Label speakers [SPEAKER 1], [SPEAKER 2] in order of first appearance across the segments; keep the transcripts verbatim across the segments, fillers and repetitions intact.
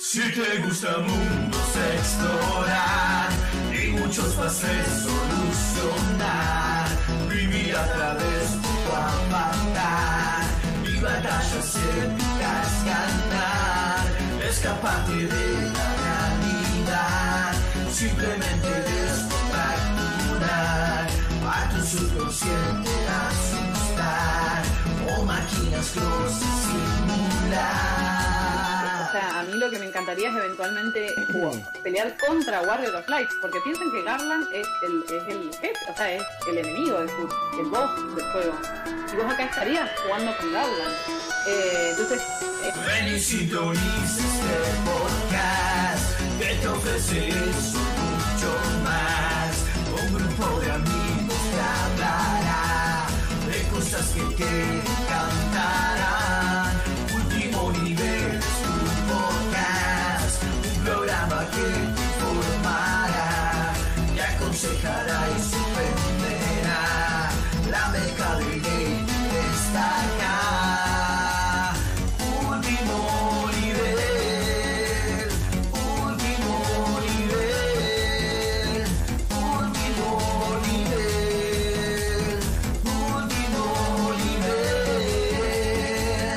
[SPEAKER 1] Si te gusta mundos explorar y muchos fases solucionar, vivir a través de tu avatar y batallas épicas ganar, escaparte de la realidad, simplemente descontracturar a tu subconsciente asustar, o máquinas closas simular.
[SPEAKER 2] O sea, a mí lo que me encantaría es eventualmente jugar, pelear contra Warrior of Light, porque piensan que Garland es el, es el jefe, o sea, es el enemigo, es el, el boss del juego. Y vos acá estarías jugando con Garland. Eh, entonces... Eh.
[SPEAKER 1] Ven y sintoniza este podcast, que te ofrece eso mucho más. Un grupo de amigos te hablará de cosas que te encantarán. Último nivel. Un programa que te informará, te aconsejará y sorprenderá. La meca del game está acá. Último nivel, último nivel, último nivel, último nivel.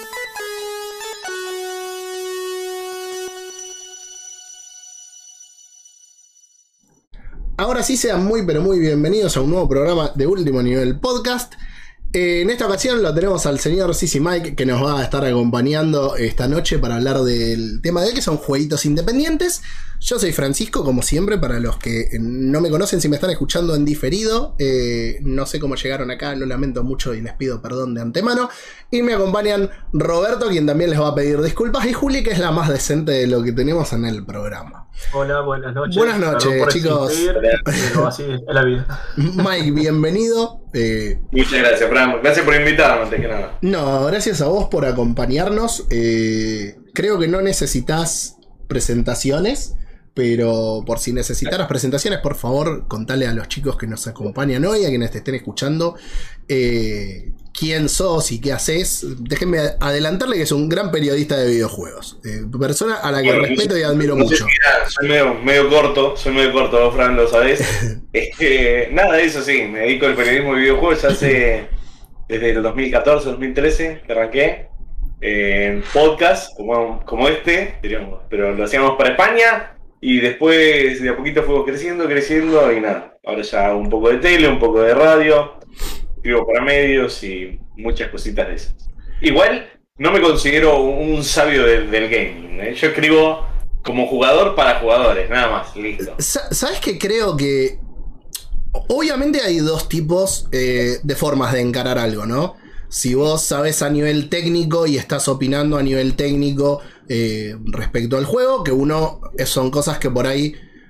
[SPEAKER 3] Ahora sí, sean muy pero muy bienvenidos a un nuevo programa de Último Nivel Podcast. Eh, en esta ocasión lo tenemos al señor Sisi Mike, que nos va a estar acompañando esta noche para hablar del tema de hoy, que son jueguitos independientes. Yo soy Francisco, como siempre, para los que no me conocen, si me están escuchando en diferido, eh, no sé cómo llegaron acá, lo lamento mucho y les pido perdón de antemano. Y me acompañan Roberto, quien también les va a pedir disculpas, y Juli, que es la más decente de lo que tenemos en el programa.
[SPEAKER 4] Hola, buenas noches.
[SPEAKER 3] Buenas noches, chicos.
[SPEAKER 4] Pero así es la vida.
[SPEAKER 3] Mike, bienvenido. Eh,
[SPEAKER 5] Muchas gracias, Fran. Gracias por invitarme, antes que nada.
[SPEAKER 3] No, gracias a vos por acompañarnos. Eh, creo que no necesitas presentaciones, pero por si necesitaras presentaciones, por favor, contale a los chicos que nos acompañan hoy, a quienes te estén escuchando, eh, quién sos y qué haces. Déjenme adelantarle que es un gran periodista de videojuegos, eh, persona a la que bueno, respeto no, y admiro
[SPEAKER 5] no
[SPEAKER 3] mucho.
[SPEAKER 5] Sé, mira, soy medio, medio corto, soy medio corto, vos, Fran, lo sabés. eh, nada de eso, sí, me dedico al periodismo de videojuegos ya hace desde el dos mil catorce, dos mil trece que arranqué eh, en podcast como, como este, diríamos, pero lo hacíamos para España. Y después de a poquito fuimos creciendo, creciendo y nada. Ahora ya un poco de tele, un poco de radio, escribo para medios y muchas cositas de esas. Igual no me considero un sabio de, del gaming, ¿eh? Yo escribo como jugador para jugadores, nada más, listo.
[SPEAKER 3] ¿Sabes qué? Creo que obviamente hay dos tipos eh, de formas de encarar algo, ¿no? Si vos sabés a nivel técnico y estás opinando a nivel técnico eh, respecto al juego, que uno son cosas que por ahí,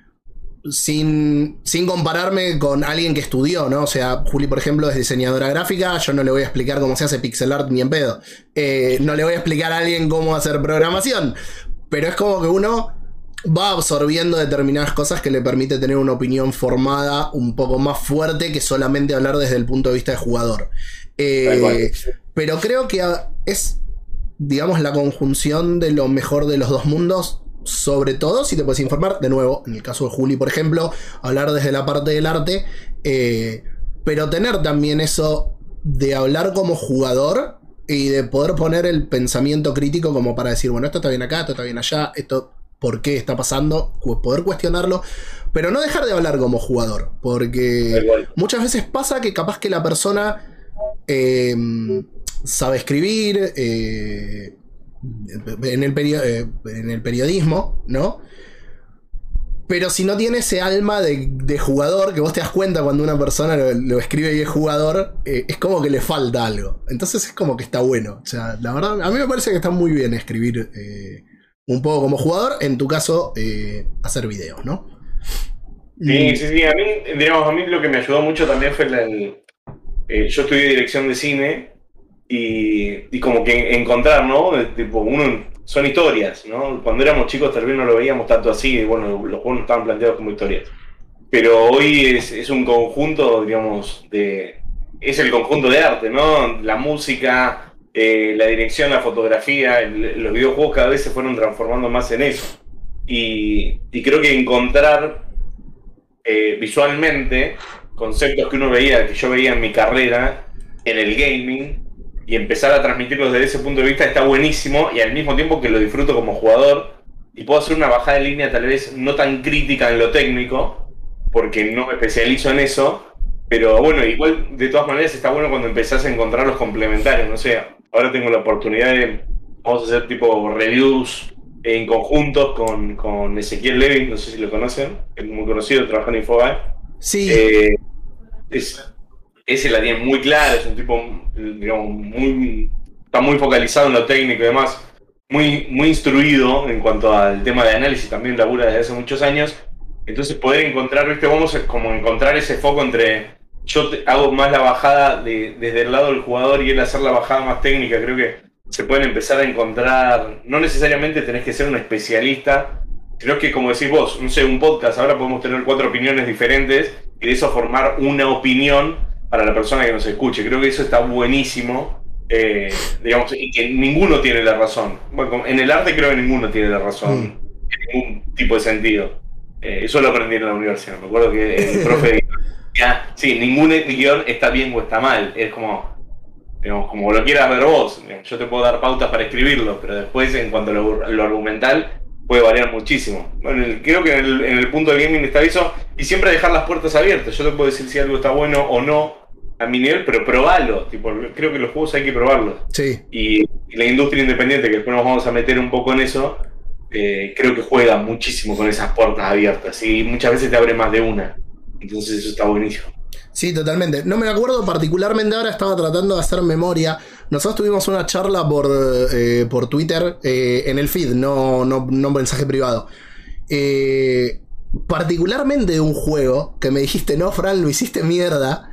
[SPEAKER 3] sin, sin compararme con alguien que estudió, ¿no? O sea, Juli, por ejemplo, es diseñadora gráfica, yo no le voy a explicar cómo se hace pixel art ni en pedo. Eh, no le voy a explicar a alguien cómo hacer programación, pero es como que uno va absorbiendo determinadas cosas que le permite tener una opinión formada un poco más fuerte que solamente hablar desde el punto de vista de jugador. Eh, pero creo que es, digamos, la conjunción de lo mejor de los dos mundos. Sobre todo si te puedes informar, de nuevo, en el caso de Juli, por ejemplo, hablar desde la parte del arte, eh, pero tener también eso de hablar como jugador y de poder poner el pensamiento crítico como para decir, bueno, esto está bien acá, esto está bien allá, esto por qué está pasando, poder cuestionarlo, pero no dejar de hablar como jugador, porque muchas veces pasa que capaz que la persona eh, sabe escribir eh, en, el perio- eh, en el periodismo, ¿no? Pero si no tiene ese alma de, de jugador, que vos te das cuenta cuando una persona lo, lo escribe y es jugador, eh, es como que le falta algo. Entonces es como que está bueno. O sea, la verdad, a mí me parece que está muy bien escribir eh, un poco como jugador, en tu caso, eh, hacer videos, ¿no?
[SPEAKER 5] Sí, sí, sí. A mí, digamos, a mí lo que me ayudó mucho también fue la, el, eh, yo estudié dirección de cine y, y como que encontrar, ¿no? Tipo, uno, son historias, ¿no? Cuando éramos chicos tal vez no lo veíamos tanto así, y bueno, los juegos no estaban planteados como historias. Pero hoy es, es un conjunto, digamos, de... Es el conjunto de arte, ¿no? La música, eh, la dirección, la fotografía, el, los videojuegos cada vez se fueron transformando más en eso. Y, y creo que encontrar eh, visualmente conceptos que uno veía, que yo veía en mi carrera, en el gaming, y empezar a transmitirlos desde ese punto de vista está buenísimo, y al mismo tiempo que lo disfruto como jugador, y puedo hacer una bajada de línea tal vez no tan crítica en lo técnico, porque no me especializo en eso, pero bueno, igual de todas maneras está bueno cuando empezás a encontrar los complementarios, no sé, ahora tengo la oportunidad de, vamos a hacer tipo reviews en conjuntos con, con Ezequiel Levin, no sé si lo conocen, es muy conocido, trabaja en Infobae.
[SPEAKER 3] Sí.
[SPEAKER 5] Eh, es, ese la tiene muy clara, es un tipo, digamos, muy, está muy focalizado en lo técnico y demás, muy, muy instruido en cuanto al tema de análisis, también labura desde hace muchos años. Entonces poder encontrar, viste, vamos a como encontrar ese foco entre yo te, hago más la bajada de, desde el lado del jugador y él hacer la bajada más técnica. Creo que se pueden empezar a encontrar, no necesariamente tenés que ser un especialista, sino que como decís vos, no sé, un podcast, ahora podemos tener cuatro opiniones diferentes y de eso formar una opinión para la persona que nos escuche. Creo que eso está buenísimo, eh, digamos, y que ninguno tiene la razón. Bueno, en el arte creo que ninguno tiene la razón, mm. en ningún tipo de sentido. Eh, eso lo aprendí en la universidad. Me acuerdo que el profe de ya, sí, ningún guión está bien o está mal. Es como, digamos, como lo quieras ver vos. Yo te puedo dar pautas para escribirlo, pero después, en cuanto a lo, lo argumental, puede variar muchísimo. Bueno, el, creo que en el, en el punto del gaming está eso. Y siempre dejar las puertas abiertas. Yo te puedo decir si algo está bueno o no a mi nivel, pero probalo. Tipo, creo que los juegos hay que probarlos.
[SPEAKER 3] Sí.
[SPEAKER 5] Y, y la industria independiente, que después nos vamos a meter un poco en eso, eh, creo que juega muchísimo con esas puertas abiertas. Y muchas veces te abre más de una. Entonces eso está buenísimo.
[SPEAKER 3] Sí, totalmente. No me acuerdo particularmente, ahora estaba tratando de hacer memoria. Nosotros tuvimos una charla por, eh, por Twitter, eh, en el feed, no, no, no mensaje privado. Eh, particularmente de un juego que me dijiste, no, Fran, lo hiciste mierda.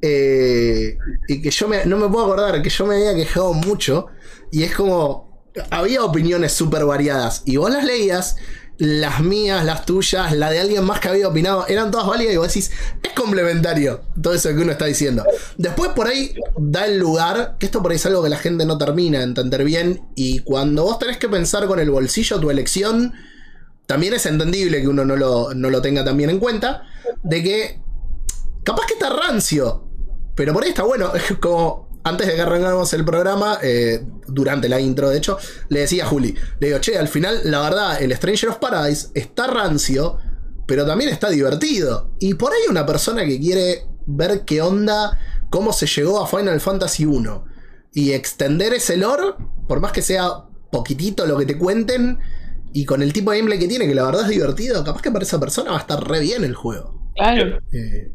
[SPEAKER 3] Eh, y que yo me, no me puedo acordar, que yo me había quejado mucho. Y es como, había opiniones súper variadas. Y vos las leías, las mías, las tuyas, la de alguien más que había opinado, eran todas válidas y vos decís, es complementario todo eso que uno está diciendo. Después por ahí da el lugar, que esto por ahí es algo que la gente no termina de entender bien, y cuando vos tenés que pensar con el bolsillo tu elección, también es entendible que uno no lo, no lo tenga tan bien en cuenta, de que capaz que está rancio, pero por ahí está bueno. Es como antes de que arrancáramos el programa, eh, durante la intro de hecho, le decía a Juli, le digo, che, al final, la verdad, el Stranger of Paradise está rancio, pero también está divertido. Y por ahí una persona que quiere ver qué onda, cómo se llegó a Final Fantasy uno, y extender ese lore, por más que sea poquitito lo que te cuenten, y con el tipo de gameplay que tiene, que la verdad es divertido, capaz que para esa persona va a estar re bien el juego.
[SPEAKER 2] Claro.
[SPEAKER 3] Eh,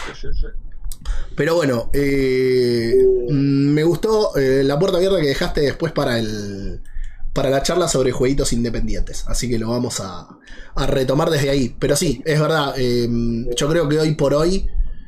[SPEAKER 3] Pero bueno, eh, me gustó eh, la puerta abierta que dejaste después para el para la charla sobre jueguitos independientes. Así que lo vamos a, a retomar desde ahí. Pero sí, es verdad, eh, yo creo que hoy por hoy,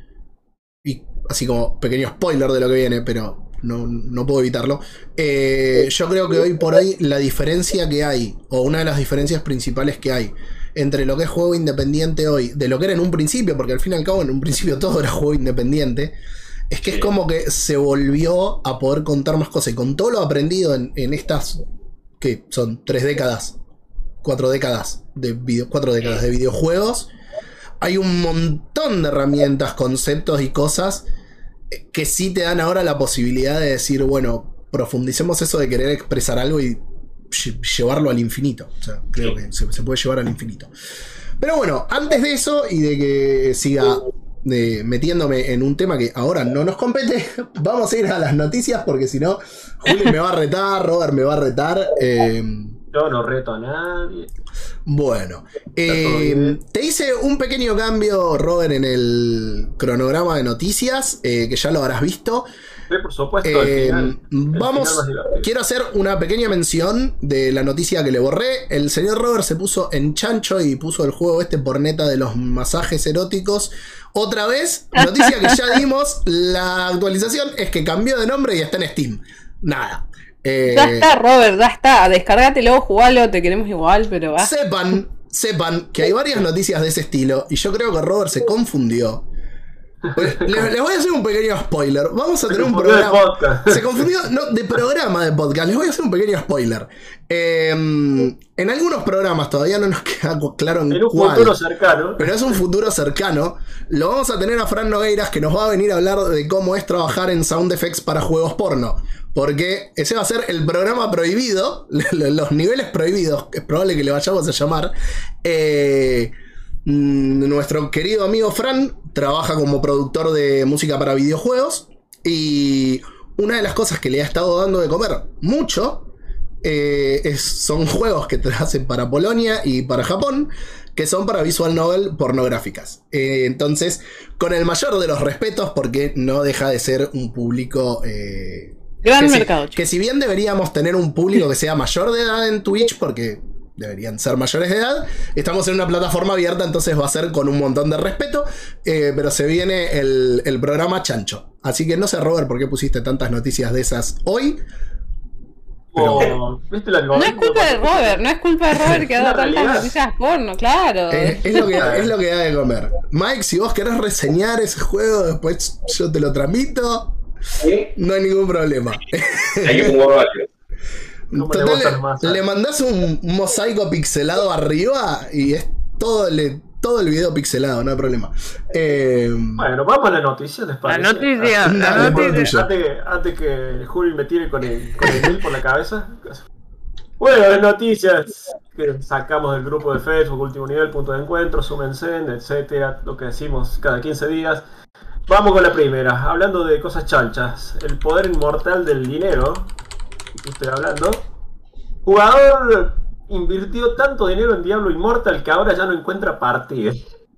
[SPEAKER 3] y así como pequeño spoiler de lo que viene, pero no, no puedo evitarlo, eh, yo creo que hoy por hoy la diferencia que hay, o una de las diferencias principales que hay entre lo que es juego independiente hoy, de lo que era en un principio, porque al fin y al cabo en un principio todo era juego independiente, es que es como que se volvió a poder contar más cosas. Y con todo lo aprendido en, en estas, que son tres décadas, cuatro décadas de video, cuatro décadas de videojuegos, hay un montón de herramientas, conceptos y cosas que sí te dan ahora la posibilidad de decir, bueno, profundicemos eso de querer expresar algo y llevarlo al infinito. O sea, creo que se, se puede llevar al infinito. Pero bueno, antes de eso y de que siga eh, metiéndome en un tema que ahora no nos compete, vamos a ir a las noticias, porque si no, Juli me va a retar, Robert me va a retar. Eh,
[SPEAKER 4] Yo no reto a nadie.
[SPEAKER 3] Bueno, eh, te hice un pequeño cambio, Robert, en el cronograma de noticias, eh, que ya lo habrás visto.
[SPEAKER 4] Sí, por supuesto.
[SPEAKER 3] Eh,
[SPEAKER 4] al final,
[SPEAKER 3] vamos,
[SPEAKER 4] final
[SPEAKER 3] quiero hacer una pequeña mención de la noticia que le borré. El señor Robert se puso en chancho y puso el juego este por neta de los masajes eróticos. Otra vez, noticia que ya dimos, la actualización es que cambió de nombre y está en Steam. Nada. Eh,
[SPEAKER 2] ya está, Robert, ya está. Descargátelo, jugalo, te queremos igual, pero va.
[SPEAKER 3] Sepan, sepan que hay varias noticias de ese estilo y yo creo que Robert se confundió. Les, les voy a hacer un pequeño spoiler. Vamos a
[SPEAKER 4] Se
[SPEAKER 3] tener un
[SPEAKER 4] confundió de
[SPEAKER 3] programa.
[SPEAKER 4] podcast.
[SPEAKER 3] Se confundió, no, de programa de podcast. Les voy a hacer un pequeño spoiler. Eh, en algunos programas todavía no nos queda claro en,
[SPEAKER 4] En un
[SPEAKER 3] cuál,
[SPEAKER 4] futuro cercano.
[SPEAKER 3] pero es un futuro cercano. Lo vamos a tener a Fran Nogueiras, que nos va a venir a hablar de cómo es trabajar en sound effects para juegos porno. Porque ese va a ser el programa prohibido, los niveles prohibidos, es probable que le vayamos a llamar. Eh, nuestro querido amigo Fran trabaja como productor de música para videojuegos. Y una de las cosas que le ha estado dando de comer mucho eh, es, son juegos que hacen para Polonia y para Japón, que son para visual novel pornográficas. Eh, entonces, con el mayor de los respetos, porque no deja de ser un público... Eh,
[SPEAKER 2] Gran
[SPEAKER 3] que
[SPEAKER 2] mercado.
[SPEAKER 3] Si, que si bien deberíamos tener un público que sea mayor de edad en Twitch, porque deberían ser mayores de edad, estamos en una plataforma abierta, entonces va a ser con un montón de respeto, eh, pero se viene el, el programa chancho. Así que no sé, Robert, por qué pusiste tantas noticias de esas hoy.
[SPEAKER 4] Pero, ¿viste el
[SPEAKER 2] No es
[SPEAKER 4] algoritmo?
[SPEAKER 2] culpa de Robert, no es culpa de Robert que ha
[SPEAKER 4] Es la
[SPEAKER 2] dado tantas
[SPEAKER 4] realidad.
[SPEAKER 2] noticias porno, claro.
[SPEAKER 3] Eh, es, lo que, es lo que da de comer. Mike, si vos querés reseñar ese juego, después yo te lo tramito.
[SPEAKER 5] ¿Sí?
[SPEAKER 3] No hay ningún problema.
[SPEAKER 5] Hay un juego válido.
[SPEAKER 4] ¿Cómo le
[SPEAKER 3] Total,
[SPEAKER 4] gustan
[SPEAKER 3] le,
[SPEAKER 4] más,
[SPEAKER 3] le
[SPEAKER 4] sabes?
[SPEAKER 3] mandás un mosaico pixelado arriba y es todo, le, todo el video pixelado, no hay problema. Eh,
[SPEAKER 4] Bueno, vamos a la noticia, ¿les
[SPEAKER 2] La
[SPEAKER 4] parece?
[SPEAKER 2] noticia, la
[SPEAKER 3] Dale, por
[SPEAKER 2] noticia.
[SPEAKER 3] tuyo.
[SPEAKER 4] Antes que, antes que Juli me tire con el, con el mil por la cabeza. Bueno, las noticias que sacamos del grupo de Facebook, último nivel, punto de encuentro, súmense, etcétera, lo que decimos cada quince días. Vamos con la primera, hablando de cosas chanchas. El poder inmortal del dinero. ¿Qué estoy hablando? Jugador invirtió tanto dinero en Diablo Immortal que ahora ya no encuentra partida.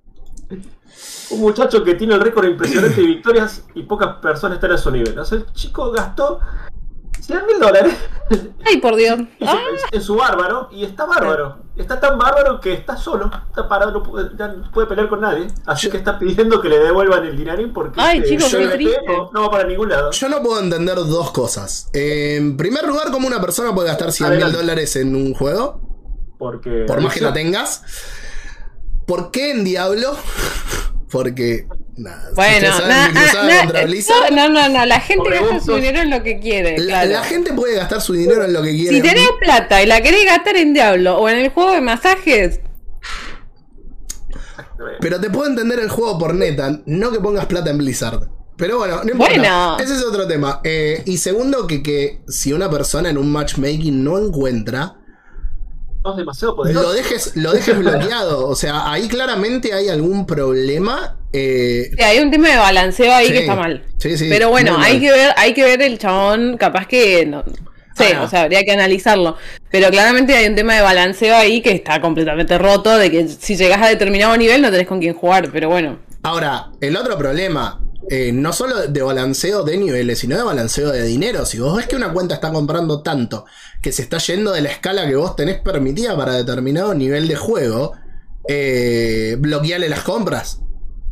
[SPEAKER 4] Un muchacho que tiene el récord impresionante de victorias y pocas personas están a su nivel. O sea, el chico gastó cien mil dólares
[SPEAKER 2] Ay, por Dios.
[SPEAKER 4] en
[SPEAKER 2] Ah,
[SPEAKER 4] su- en su bárbaro y está bárbaro. Está tan bárbaro que está solo, está parado, no puede, ya no puede pelear con nadie. Así
[SPEAKER 3] Yo-
[SPEAKER 4] que está pidiendo que le devuelvan el dinero porque
[SPEAKER 2] Ay,
[SPEAKER 4] este,
[SPEAKER 2] chicos,
[SPEAKER 3] qué
[SPEAKER 4] G P T
[SPEAKER 2] triste.
[SPEAKER 4] no, no va para ningún lado.
[SPEAKER 3] yo no puedo entender dos cosas. Eh, en primer lugar, ¿cómo una persona puede gastar cien mil
[SPEAKER 4] Adelante.
[SPEAKER 3] dólares en un juego?
[SPEAKER 4] Porque
[SPEAKER 3] Por más que la tengas. ¿Por qué en Diablo? Porque. Nada.
[SPEAKER 2] bueno,
[SPEAKER 3] ustedes saben
[SPEAKER 2] na-
[SPEAKER 3] mi cruzada
[SPEAKER 2] ah,
[SPEAKER 3] contra
[SPEAKER 2] na-
[SPEAKER 3] Blizzard.
[SPEAKER 2] no, no, no, la gente
[SPEAKER 4] Por
[SPEAKER 2] gasta
[SPEAKER 4] gustos.
[SPEAKER 2] su dinero en lo que quiere,
[SPEAKER 3] La,
[SPEAKER 2] claro.
[SPEAKER 3] la gente puede gastar su dinero en lo que quiere.
[SPEAKER 2] Si tenés plata y la querés gastar en Diablo o en el juego de masajes,
[SPEAKER 3] Pero te puedo entender el juego por neta, no que pongas plata en Blizzard. Pero bueno, no importa.
[SPEAKER 2] Bueno.
[SPEAKER 3] Ese es otro tema. Eh, y segundo, que, que si una persona en un matchmaking no encuentra,
[SPEAKER 4] no es demasiado poderoso.
[SPEAKER 3] lo dejes, lo dejes bloqueado. O sea, ahí claramente hay algún problema. Eh,
[SPEAKER 2] sí, hay un tema de balanceo ahí
[SPEAKER 3] Sí.
[SPEAKER 2] que está mal.
[SPEAKER 3] Sí, sí,
[SPEAKER 2] Pero bueno,
[SPEAKER 3] muy
[SPEAKER 2] hay
[SPEAKER 3] mal.
[SPEAKER 2] que ver, hay que ver el chabón, capaz que no. Sí,
[SPEAKER 3] Ah.
[SPEAKER 2] o sea, habría que analizarlo. Pero claramente hay un tema de balanceo ahí que está completamente roto, de que si llegas a determinado nivel no tenés con quién jugar, pero bueno.
[SPEAKER 3] Ahora, el otro problema, eh, no solo de balanceo de niveles, sino de balanceo de dinero. Si vos ves que una cuenta está comprando tanto, que se está yendo de la escala que vos tenés permitida para determinado nivel de juego, eh, bloqueale las compras.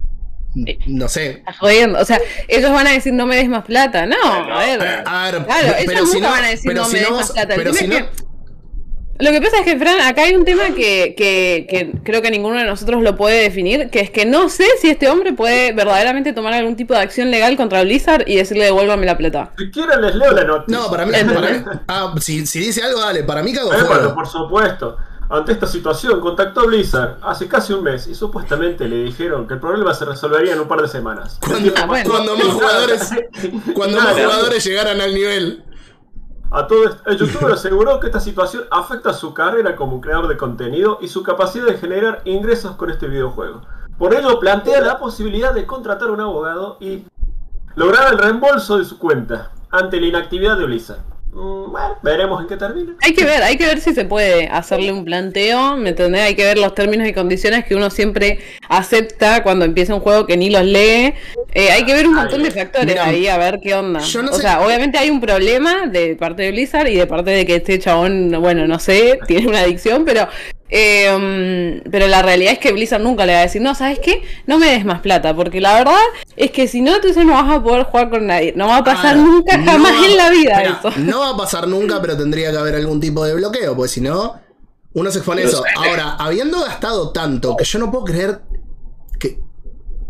[SPEAKER 3] No sé.
[SPEAKER 2] Estás jodiendo. O sea, ellos van a decir no me des más plata. No, a ver.
[SPEAKER 3] Eh, a ver,
[SPEAKER 2] Claro, ellos
[SPEAKER 3] pero
[SPEAKER 2] nunca
[SPEAKER 3] si no,
[SPEAKER 2] van a decir
[SPEAKER 3] pero
[SPEAKER 2] no
[SPEAKER 3] si
[SPEAKER 2] me
[SPEAKER 3] no
[SPEAKER 2] des
[SPEAKER 3] vos-
[SPEAKER 2] más plata. El
[SPEAKER 3] pero
[SPEAKER 2] tema
[SPEAKER 3] si
[SPEAKER 2] es
[SPEAKER 3] no,
[SPEAKER 2] que- Lo que pasa es que, Fran, acá hay un tema que, que, que creo que ninguno de nosotros lo puede definir, que es que no sé si este hombre puede verdaderamente tomar algún tipo de acción legal contra Blizzard y decirle devuélvame la plata.
[SPEAKER 4] Si quieren les leo la noticia.
[SPEAKER 3] no, para mí, para mí- ah, si, si dice algo, dale, para mí cago
[SPEAKER 4] Eh, bueno,
[SPEAKER 3] fuego.
[SPEAKER 4] por supuesto. Ante esta situación, contactó a Blizzard hace casi un mes y supuestamente le dijeron que el problema se resolvería en un par de semanas.
[SPEAKER 3] Cuando,
[SPEAKER 2] Ah, bueno.
[SPEAKER 3] cuando más jugadores, cuando más
[SPEAKER 4] Nada.
[SPEAKER 3] jugadores llegaran al nivel.
[SPEAKER 4] A todo esto, el youtuber aseguró que esta situación afecta su carrera como creador de contenido y su capacidad de generar ingresos con este videojuego. Por ello, plantea la posibilidad de contratar a un abogado y lograr el reembolso de su cuenta ante la inactividad de Blizzard. Mm, bueno, veremos en qué termina.
[SPEAKER 2] Hay que ver, hay que ver si se puede hacerle un planteo, ¿me entendés? Hay que ver los términos y condiciones que uno siempre acepta cuando empieza un juego que ni los lee. Eh, hay que ver un montón de factores
[SPEAKER 3] Mira,
[SPEAKER 2] ahí, a ver qué onda.
[SPEAKER 3] yo no
[SPEAKER 2] o
[SPEAKER 3] sé-
[SPEAKER 2] sea, obviamente hay un problema de parte de Blizzard y de parte de que este chabón, bueno, no sé, tiene una adicción, pero eh, um, pero la realidad es que Blizzard nunca le va a decir, no, ¿sabes qué? No me des más plata, porque la verdad es que si no, entonces no vas a poder jugar con nadie. No va a pasar
[SPEAKER 3] Ahora,
[SPEAKER 2] nunca,
[SPEAKER 3] no
[SPEAKER 2] jamás
[SPEAKER 3] va-
[SPEAKER 2] en la vida
[SPEAKER 3] Mirá,
[SPEAKER 2] eso.
[SPEAKER 3] no va a pasar nunca, pero tendría que haber algún tipo de bloqueo, porque si no, uno se expone a eso. Ahora, habiendo gastado tanto, que yo no puedo creer que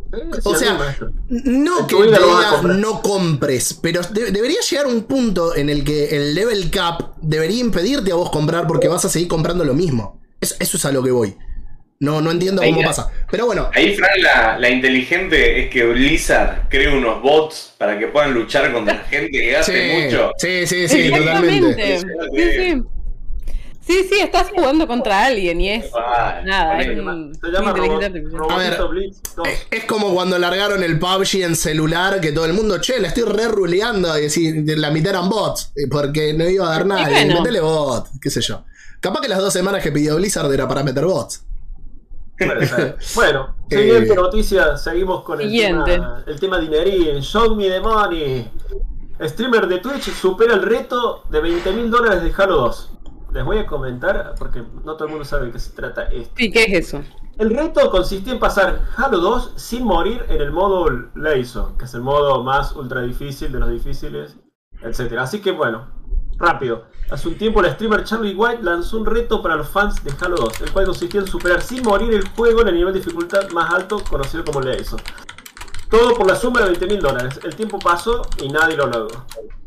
[SPEAKER 4] Sí,
[SPEAKER 3] O
[SPEAKER 4] sí,
[SPEAKER 3] sea,
[SPEAKER 4] maestro.
[SPEAKER 3] no
[SPEAKER 4] En
[SPEAKER 3] que
[SPEAKER 4] tu
[SPEAKER 3] te
[SPEAKER 4] vida lo vas a
[SPEAKER 3] diga
[SPEAKER 4] comprar.
[SPEAKER 3] no compres, pero de- debería llegar un punto en el que el level cap debería impedirte a vos comprar porque vas a seguir comprando lo mismo. Es- eso es a lo que voy. No, no entiendo
[SPEAKER 5] Ahí
[SPEAKER 3] cómo
[SPEAKER 5] ya.
[SPEAKER 3] pasa. Pero bueno,
[SPEAKER 5] Ahí, Fran, la, la inteligente es que Blizzard cree unos bots para que puedan luchar contra la gente que gaste
[SPEAKER 3] sí,
[SPEAKER 5] mucho.
[SPEAKER 3] sí, sí, sí, totalmente.
[SPEAKER 2] Exactamente. Sí, sí. Sí, sí, estás jugando contra alguien y es.
[SPEAKER 5] Ah,
[SPEAKER 2] Nada, es
[SPEAKER 4] Se
[SPEAKER 5] ponele.
[SPEAKER 4] llama,
[SPEAKER 2] un.
[SPEAKER 4] se llama
[SPEAKER 2] inteligencia
[SPEAKER 4] Robo-
[SPEAKER 2] artificial.
[SPEAKER 3] A ver,
[SPEAKER 4] Robotito Blitz dos.
[SPEAKER 3] Es, es como cuando largaron el P U B G en celular, que todo el mundo, che, la estoy re ruleando, y decir, la mitad eran bots, porque no iba a dar nada,
[SPEAKER 2] bueno.
[SPEAKER 3] metele bot, qué sé yo. Capaz que las dos semanas que pidió Blizzard era para meter bots.
[SPEAKER 4] Puede ser. Bueno,
[SPEAKER 3] Eh,
[SPEAKER 4] siguiente noticia, seguimos con el
[SPEAKER 2] Siguiente.
[SPEAKER 4] tema, el tema dinerín. Show me the money. Streamer de Twitch supera el reto de veinte mil dólares de Halo dos. Les voy a comentar porque no todo el mundo sabe de qué se trata esto.
[SPEAKER 2] Sí, ¿qué es eso?
[SPEAKER 4] El reto consistía en pasar Halo dos sin morir en el modo Laser, que es el modo más ultra difícil de los difíciles, etcétera. Así que bueno, rápido. Hace un tiempo el streamer Charlie White lanzó un reto para los fans de Halo dos, el cual consistía en superar sin morir el juego en el nivel de dificultad más alto conocido como Laser. Todo por la suma de veinte mil dólares. El tiempo pasó y nadie lo logró.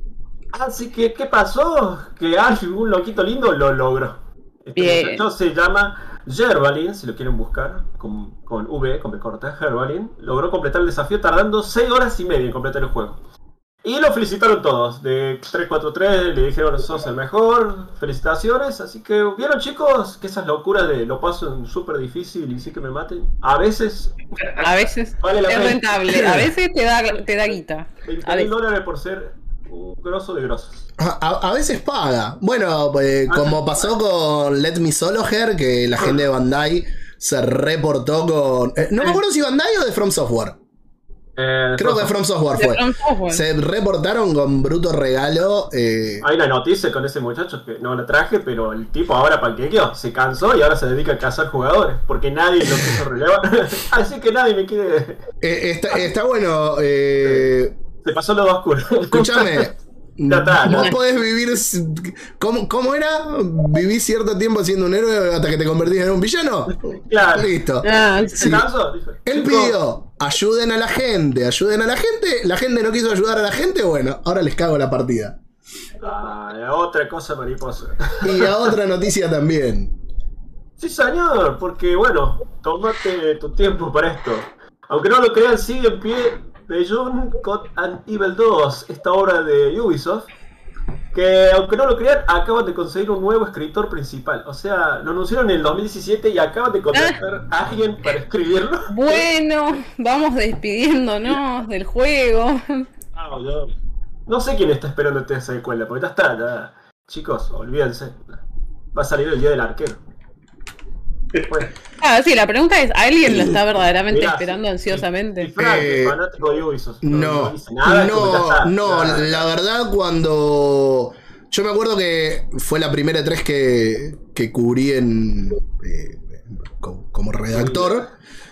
[SPEAKER 4] Así que, ¿qué pasó? Que alguien, un loquito lindo, lo logró. Este
[SPEAKER 2] Bien.
[SPEAKER 4] muchacho se llama Gerbalin, si lo quieren buscar, con, con V, con B corta, Gerbalin. Logró completar el desafío tardando seis horas y media en completar el juego. Y lo felicitaron todos. De tres cuatro tres le dijeron, sos el mejor, felicitaciones. Así que, ¿vieron chicos? Que esas locuras de lo paso en súper difícil y sí que me maten. A veces
[SPEAKER 2] A veces
[SPEAKER 4] Vale la
[SPEAKER 2] es
[SPEAKER 4] pena.
[SPEAKER 2] rentable, a veces te da, te da guita.
[SPEAKER 4] veinte
[SPEAKER 2] A
[SPEAKER 4] mil
[SPEAKER 2] veces.
[SPEAKER 4] dólares por ser un grosso de grosos.
[SPEAKER 3] A, a- a veces paga. Bueno, eh, como pasó con Let Me Solo Her, que la gente de Bandai se reportó con. eh, no me acuerdo si Bandai o de From Software.
[SPEAKER 4] Eh,
[SPEAKER 3] Creo que de From Software
[SPEAKER 2] De
[SPEAKER 3] fue.
[SPEAKER 2] From Software.
[SPEAKER 3] Se reportaron con bruto regalo. eh,
[SPEAKER 4] Hay una noticia con ese muchacho que no la traje, pero el tipo ahora panquequeó, se cansó y ahora se dedica a cazar jugadores, porque nadie lo quiso relevar. Así que nadie me quiere.
[SPEAKER 3] eh, está, está bueno. Eh,
[SPEAKER 4] Se pasó lo oscuro.
[SPEAKER 3] escúchame.
[SPEAKER 4] Ya está,
[SPEAKER 3] Vos
[SPEAKER 4] ya.
[SPEAKER 3] podés vivir. s- ¿Cómo, ¿Cómo era? ¿Vivís cierto tiempo siendo un héroe hasta que te convertís en un villano?
[SPEAKER 4] Claro.
[SPEAKER 3] Listo.
[SPEAKER 2] Ah,
[SPEAKER 4] ¿Se
[SPEAKER 3] Sí.
[SPEAKER 4] cansó? Dijo,
[SPEAKER 3] Él
[SPEAKER 4] "Chicos,
[SPEAKER 3] pidió, ayuden a la gente, ayuden a la gente. La gente no quiso ayudar a la gente, bueno, ahora les cago la partida.
[SPEAKER 4] ah, otra cosa mariposa.
[SPEAKER 3] Y a otra noticia también.
[SPEAKER 4] Sí, señor, porque bueno, tómate tu tiempo para esto. Aunque no lo crean, sigue en pie Beyond Good and Evil dos, esta obra de Ubisoft, que aunque no lo crean, acaban de conseguir un nuevo escritor principal. O sea, lo anunciaron en el dos mil diecisiete y acaban de contratar a alguien para escribirlo.
[SPEAKER 2] bueno, vamos despidiéndonos del juego.
[SPEAKER 4] Ah, yo no sé quién está esperando esta secuela, porque ya está, ya. Chicos, olvídense. Va a salir el día del arquero. Bueno,
[SPEAKER 2] Ah, sí, la pregunta es, ¿alguien lo está verdaderamente
[SPEAKER 4] mirá,
[SPEAKER 2] esperando
[SPEAKER 4] si-
[SPEAKER 2] ansiosamente?
[SPEAKER 4] si Frank,
[SPEAKER 3] Eh,
[SPEAKER 4] es fanático de Ubisoft,
[SPEAKER 3] No,
[SPEAKER 4] dice nada, es como ya
[SPEAKER 3] no,
[SPEAKER 4] está,
[SPEAKER 3] no,
[SPEAKER 4] ya.
[SPEAKER 3] la verdad cuando... Yo me acuerdo que fue la primera E tres que, que cubrí en, eh, como, como redactor.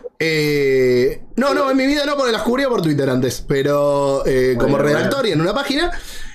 [SPEAKER 3] Eh, no, no, en mi vida no, porque las cubría por Twitter antes, pero eh, como
[SPEAKER 4] Bueno,
[SPEAKER 3] redactor y en una página.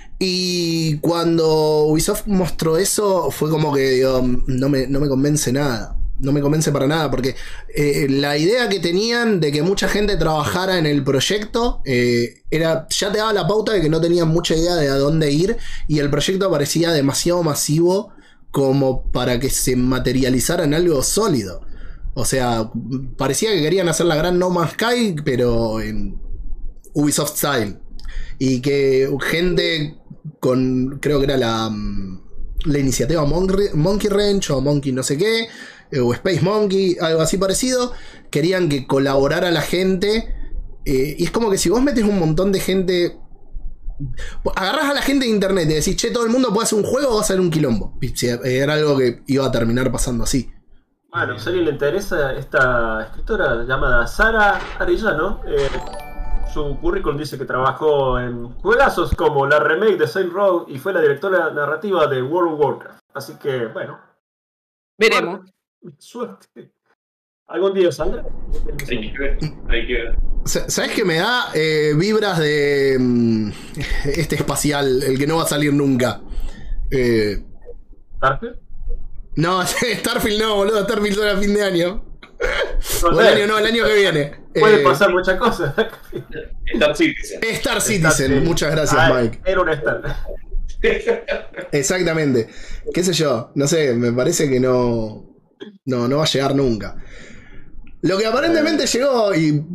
[SPEAKER 3] Y cuando Ubisoft mostró eso, fue como que digo, no me, no me convence nada. No me convence para nada, porque eh, la idea que tenían de que mucha gente trabajara en el proyecto eh, era, ya te daba la pauta de que no tenían mucha idea de a dónde ir, y el proyecto parecía demasiado masivo como para que se materializara en algo sólido. O sea, parecía que querían hacer la gran No Man's Sky, pero en Ubisoft Style. Y que gente con, creo que era la, la iniciativa Monkey, Monkey Ranch o Monkey no sé qué, o Space Monkey, algo así parecido, querían que colaborara la gente. Eh, y es como que si vos metes un montón de gente, agarrás a la gente de internet y decís, che, todo el mundo puede hacer un juego, o va a ser un quilombo. Y si era algo que iba a terminar pasando así.
[SPEAKER 4] Bueno, si a alguien le interesa esta escritora llamada Sara Arellano, eh, su currículum dice que trabajó en juegazos como la remake de Saints Row y fue la directora narrativa de World of Warcraft. Así que, bueno,
[SPEAKER 2] Veremos.
[SPEAKER 4] suerte. ¿Algún día, Sandra?
[SPEAKER 5] Hay que ver, hay que ver.
[SPEAKER 3] Sa- ¿Sabes qué me da? Eh, vibras de mm, este espacial, el que no va a salir nunca. Eh,
[SPEAKER 4] ¿Starfield?
[SPEAKER 3] no, Starfield no, boludo. Starfield solo a fin de año. O el año no, el año que viene.
[SPEAKER 4] Puede
[SPEAKER 3] Eh,
[SPEAKER 4] pasar muchas cosas.
[SPEAKER 5] Star Citizen.
[SPEAKER 3] Star Citizen, muchas gracias,
[SPEAKER 4] Ah,
[SPEAKER 3] Mike.
[SPEAKER 4] Era un Star.
[SPEAKER 3] Exactamente. ¿Qué sé yo? No sé, me parece que no. No, no va a llegar nunca. Lo que aparentemente llegó y.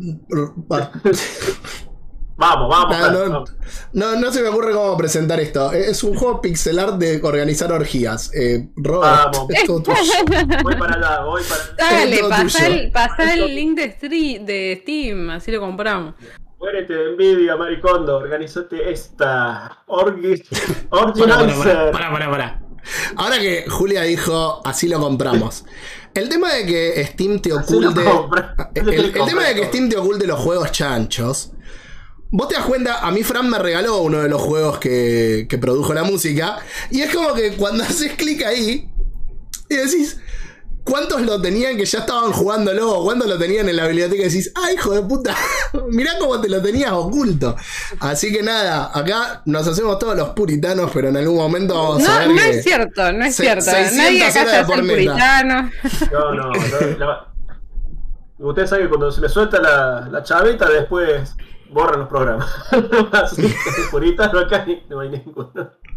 [SPEAKER 4] Vamos, vamos.
[SPEAKER 3] Ah, no,
[SPEAKER 4] vamos.
[SPEAKER 3] no, no se me ocurre cómo presentar esto. Es un juego pixel art de organizar orgías. Eh, Robert,
[SPEAKER 4] Vamos.
[SPEAKER 3] es todo tuyo.
[SPEAKER 4] Voy para allá, voy para allá.
[SPEAKER 2] Dale,
[SPEAKER 3] Es todo
[SPEAKER 2] pasá
[SPEAKER 3] tuyo.
[SPEAKER 2] el, pasá el link de, Street, de Steam, así lo compramos.
[SPEAKER 4] Muérete de envidia, Maricondo. Organízate esta. Orgi...
[SPEAKER 3] Pará, pará,
[SPEAKER 4] Organizer.
[SPEAKER 3] pará, pará, pará. Ahora que Julia dijo, así lo compramos. El tema de que Steam te
[SPEAKER 4] Así lo
[SPEAKER 3] oculte.
[SPEAKER 4] compra.
[SPEAKER 3] El, el tema de que Steam te oculte los juegos chanchos. Vos te das cuenta, a mí Fran me regaló uno de los juegos que, que produjo la música. Y es como que cuando haces clic ahí y decís, ¿cuántos lo tenían que ya estaban jugándolo? ¿Cuántos lo tenían en la biblioteca? Y decís, ¡ay, hijo de puta! Mirá cómo te lo tenías oculto. Así que nada, acá nos hacemos todos los puritanos, pero en algún momento vamos a
[SPEAKER 2] No,
[SPEAKER 3] ver
[SPEAKER 2] no
[SPEAKER 3] que...
[SPEAKER 2] es cierto, no es
[SPEAKER 3] Se-
[SPEAKER 2] cierto.
[SPEAKER 3] seiscientas
[SPEAKER 2] Nadie acá
[SPEAKER 3] horas
[SPEAKER 2] se
[SPEAKER 3] de
[SPEAKER 2] hace
[SPEAKER 3] por
[SPEAKER 2] el
[SPEAKER 3] meta.
[SPEAKER 2] puritano.
[SPEAKER 4] No, no, no, la- Ustedes saben que cuando se me suelta la, la chaveta, después borran los programas. Así que puritano acá ni- no hay ninguno.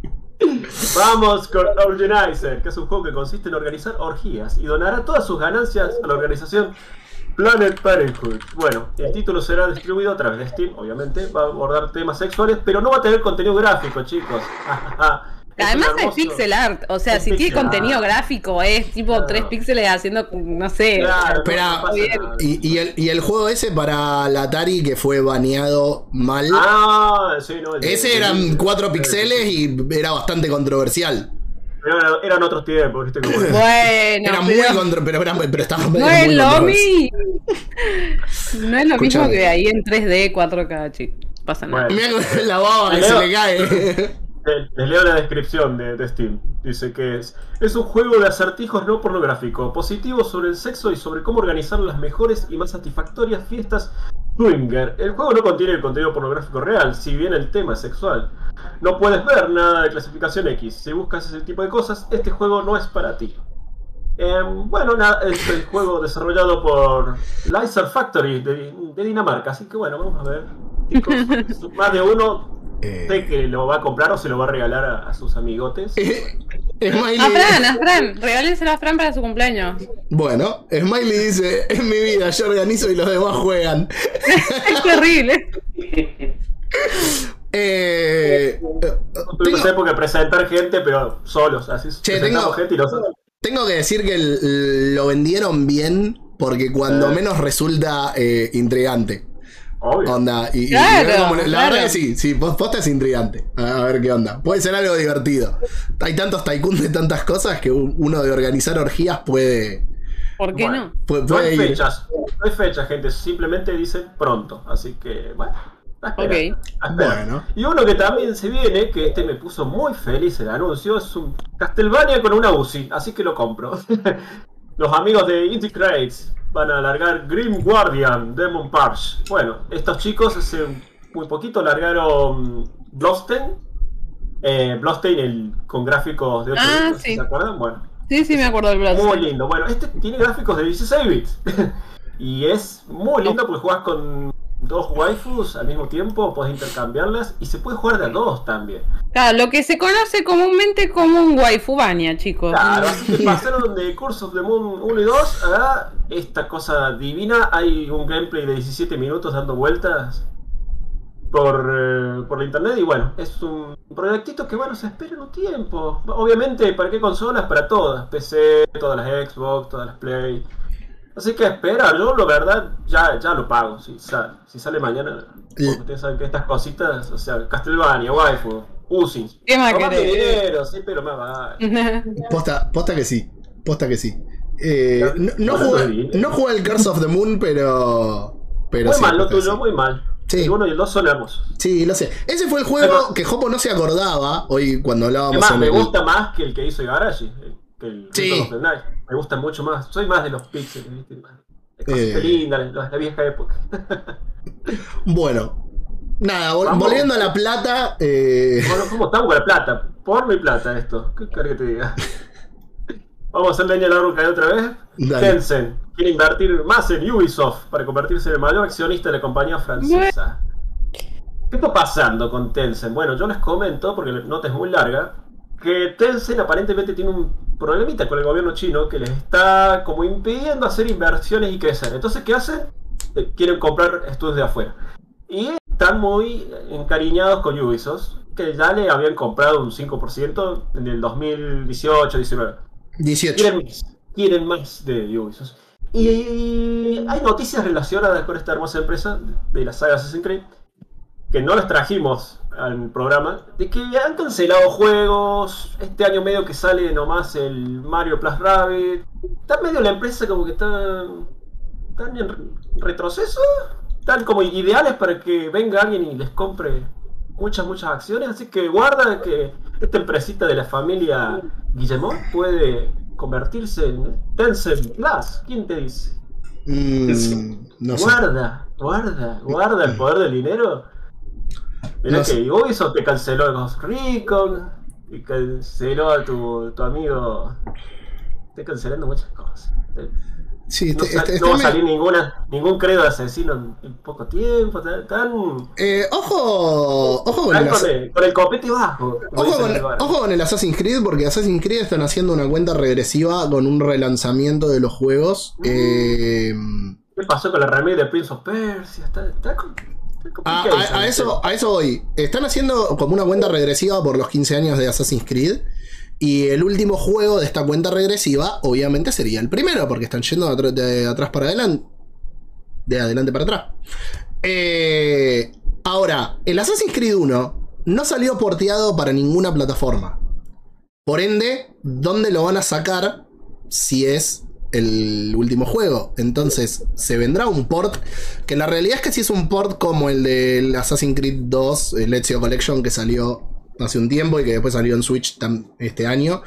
[SPEAKER 4] Vamos con Organizer, que es un juego que consiste en organizar orgías y donará todas sus ganancias a la organización Planet Parenthood. Bueno, el título será distribuido a través de Steam, obviamente, va a abordar temas sexuales, pero no va a tener contenido gráfico, chicos. Es
[SPEAKER 2] Además
[SPEAKER 4] un
[SPEAKER 2] es
[SPEAKER 4] hermoso-
[SPEAKER 2] pixel art, o sea,
[SPEAKER 4] es
[SPEAKER 2] si tiene
[SPEAKER 4] pixel
[SPEAKER 2] contenido
[SPEAKER 4] art.
[SPEAKER 2] gráfico es tipo
[SPEAKER 4] Claro.
[SPEAKER 2] tres píxeles haciendo, no sé.
[SPEAKER 4] Claro,
[SPEAKER 3] Espera,
[SPEAKER 4] no pasa
[SPEAKER 2] bien.
[SPEAKER 4] nada.
[SPEAKER 3] Y, y el, y el juego ese para la Atari que fue baneado mal.
[SPEAKER 4] Ah, sí, no. el-
[SPEAKER 3] Ese
[SPEAKER 4] el-
[SPEAKER 3] eran
[SPEAKER 4] el-
[SPEAKER 3] cuatro pixeles y era bastante controversial.
[SPEAKER 4] Pero eran, eran otros tiempos, ¿viste? Como
[SPEAKER 2] Bueno,
[SPEAKER 3] Era muy
[SPEAKER 2] pero
[SPEAKER 3] contro, pero, era- pero estaba
[SPEAKER 2] no
[SPEAKER 3] era
[SPEAKER 2] es
[SPEAKER 3] muy
[SPEAKER 2] lo
[SPEAKER 3] controversial.
[SPEAKER 2] mismo. No es lo mismo
[SPEAKER 3] Escuchame.
[SPEAKER 2] que ahí en tres D, cuatro K, chicos. Pasa nada.
[SPEAKER 4] Bueno.
[SPEAKER 3] Mirá con la baba que se le cae.
[SPEAKER 4] Les les leo la descripción de, de Steam. Dice que es, es un juego de acertijos no pornográfico, positivo sobre el sexo y sobre cómo organizar las mejores y más satisfactorias fiestas swinger. El juego no contiene el contenido pornográfico real, si bien el tema es sexual. No puedes ver nada de clasificación X. Si buscas ese tipo de cosas, este juego no es para ti. Eh, bueno, nada, es el juego desarrollado por Lizard Factory de, de Dinamarca, así que bueno, vamos a ver. Chicos, más de uno
[SPEAKER 3] Eh.
[SPEAKER 4] sé que lo va a comprar o se lo va a regalar a, a sus amigotes.
[SPEAKER 3] Smiley.
[SPEAKER 2] A Fran, a Fran, regálenselo a Fran para su cumpleaños.
[SPEAKER 3] Bueno, Smiley dice: en mi vida yo organizo y los demás juegan.
[SPEAKER 2] Es terrible.
[SPEAKER 3] Eh,
[SPEAKER 4] Tuvimos
[SPEAKER 3] tengo,
[SPEAKER 4] época de presentar gente, pero solos, así
[SPEAKER 3] Che,
[SPEAKER 4] presentamos
[SPEAKER 3] tengo-
[SPEAKER 4] gente y los
[SPEAKER 3] tengo que decir que el- lo vendieron bien porque cuando
[SPEAKER 4] Eh.
[SPEAKER 3] menos resulta eh, intrigante.
[SPEAKER 4] obvio.
[SPEAKER 3] Onda, y, y- y
[SPEAKER 2] Claro,
[SPEAKER 3] ver cómo le- la
[SPEAKER 2] claro.
[SPEAKER 3] verdad que sí, sí, post- posta es intrigante. A, a ver qué onda. Puede ser algo divertido. Hay tantos tycoons de tantas cosas que un- uno de organizar orgías puede.
[SPEAKER 2] ¿Por qué
[SPEAKER 4] Bueno,
[SPEAKER 2] no?
[SPEAKER 3] puede,
[SPEAKER 4] No
[SPEAKER 3] puede
[SPEAKER 4] hay
[SPEAKER 3] ir.
[SPEAKER 4] fechas, no hay fechas, gente, simplemente dice pronto, así que bueno. a esperar,
[SPEAKER 2] Ok.
[SPEAKER 4] a esperar.
[SPEAKER 3] Bueno.
[SPEAKER 4] Y uno que también se viene, que este me puso muy feliz el anuncio, es un Castlevania con una U C I, así que lo compro. Los amigos de Indie Crates van a largar Grim Guardian Demon Purge. Bueno, estos chicos hace muy poquito largaron Bloodstained. Eh, Bloodstained el, con gráficos de ocho
[SPEAKER 2] Ah,
[SPEAKER 4] bits,
[SPEAKER 2] sí.
[SPEAKER 4] ¿se acuerdan? Bueno,
[SPEAKER 2] Sí, sí, me acuerdo del brazo.
[SPEAKER 4] muy lindo. Bueno, este tiene gráficos de dieciséis bits. Y es muy lindo porque juegas con dos waifus al mismo tiempo, puedes intercambiarlas y se puede jugar de a dos también.
[SPEAKER 2] Claro, lo que se conoce comúnmente como un waifubania, chicos.
[SPEAKER 4] Claro, así que pasaron de Curse of the Moon uno y dos a esta cosa divina. Hay un gameplay de diecisiete minutos dando vueltas por, eh, por la internet y bueno, es un proyectito que bueno, se espera en un tiempo. Obviamente, ¿para qué consolas? Para todas, P C, todas las Xbox, todas las Play. Así que espera, yo la verdad ya, ya lo pago, si sale, si sale mañana. Porque ustedes saben que estas cositas, o sea, Castlevania, Waifu, U C I.
[SPEAKER 2] ¿Qué más
[SPEAKER 4] no
[SPEAKER 2] querés?
[SPEAKER 4] dinero, sí, pero más vale.
[SPEAKER 3] Posta, posta que sí. Posta que sí. Eh, no, no,
[SPEAKER 4] Hablando de
[SPEAKER 3] jugué,
[SPEAKER 4] dinero.
[SPEAKER 3] no jugué el Curse of the Moon, pero. pero
[SPEAKER 4] Muy
[SPEAKER 3] sí,
[SPEAKER 4] mal lo
[SPEAKER 3] posta que
[SPEAKER 4] tuyo,
[SPEAKER 3] sí.
[SPEAKER 4] muy mal.
[SPEAKER 3] Sí.
[SPEAKER 4] El uno y el dos son hermosos.
[SPEAKER 3] Sí, lo sé. Ese fue el juego
[SPEAKER 4] Pero-
[SPEAKER 3] que Jopo no se acordaba hoy cuando hablábamos
[SPEAKER 4] Además,
[SPEAKER 3] en
[SPEAKER 4] me
[SPEAKER 3] el-
[SPEAKER 4] gusta más que el que hizo Igarashi, eh, que el
[SPEAKER 3] Sí.
[SPEAKER 4] Return of the Night. Me gusta mucho más. Soy más de los pixels, ¿viste? Más de cosas
[SPEAKER 3] Eh.
[SPEAKER 4] lindas, la, la vieja época.
[SPEAKER 3] Bueno. Nada, vol-
[SPEAKER 4] Vamos.
[SPEAKER 3] volviendo a la plata. eh,
[SPEAKER 4] Bueno, ¿cómo estamos con la plata? Porno y plata esto. ¿Qué cara que te diga? Vamos a hacer leña a la roca de otra vez.
[SPEAKER 3] Dale.
[SPEAKER 4] Tencent quiere invertir más en Ubisoft para convertirse en el mayor accionista de la compañía francesa. ¿Qué está pasando con Tencent? Bueno, yo les comento, porque la nota es muy larga, que Tencent aparentemente tiene un problemita con el gobierno chino que les está como impidiendo hacer inversiones y crecer. Entonces, ¿qué hacen? Eh, quieren comprar estudios de afuera. Y están muy encariñados con Ubisoft, que ya le habían comprado un cinco por ciento en el dos mil dieciocho diecinueve.
[SPEAKER 3] dieciocho.
[SPEAKER 4] Quieren más, quieren más de Ubisoft. Y hay noticias relacionadas con esta hermosa empresa de la saga Assassin's Creed, que no las trajimos al programa, de que han cancelado juegos. Este año medio que sale nomás el Mario Plus Rabbids. Está medio la empresa como que está, están en retroceso. Están como ideales para que venga alguien y les compre muchas, muchas acciones. Así que guarda que esta empresita de la familia Guillemot puede convertirse en Tencent Plus. ¿Quién te dice?
[SPEAKER 3] Mm, no sé.
[SPEAKER 4] Guarda, guarda, guarda el poder del dinero. Mirá
[SPEAKER 3] No
[SPEAKER 4] que
[SPEAKER 3] sé.
[SPEAKER 4] Ubisoft te canceló el Ghost Recon y canceló a tu, tu amigo. Estoy cancelando muchas cosas.
[SPEAKER 3] Sí,
[SPEAKER 4] No,
[SPEAKER 3] este-
[SPEAKER 4] sa-
[SPEAKER 3] este-
[SPEAKER 4] no va a
[SPEAKER 3] este me-
[SPEAKER 4] salir ninguna, ningún credo de asesino en, en poco tiempo. Tan, tan,
[SPEAKER 3] Eh, ojo, ojo con
[SPEAKER 4] tan
[SPEAKER 3] el,
[SPEAKER 4] con,
[SPEAKER 3] Assa-
[SPEAKER 4] el, con el copete bajo. como
[SPEAKER 3] ojo
[SPEAKER 4] dicen
[SPEAKER 3] con,
[SPEAKER 4] en el bar.
[SPEAKER 3] ojo con el Assassin's Creed, porque Assassin's Creed están haciendo una cuenta regresiva con un relanzamiento de los juegos. Eh,
[SPEAKER 4] ¿Qué pasó con la remake de Prince of Persia? Está, está, com- está
[SPEAKER 3] a,
[SPEAKER 4] complicado
[SPEAKER 3] a-
[SPEAKER 4] esa
[SPEAKER 3] a eso,
[SPEAKER 4] historia.
[SPEAKER 3] a eso voy. Están haciendo como una cuenta regresiva por los quince años de Assassin's Creed. Y el último juego de esta cuenta regresiva, obviamente, sería el primero, porque están yendo de, atr- de atrás para adelante. De adelante para atrás. Eh, ahora, el Assassin's Creed uno no salió porteado para ninguna plataforma. Por ende, ¿dónde lo van a sacar si es el último juego? Entonces, se vendrá un port, que la realidad es que si es un port como el del Assassin's Creed dos, el Ezio Collection, que salió hace un tiempo y que después salió en Switch tam- este año.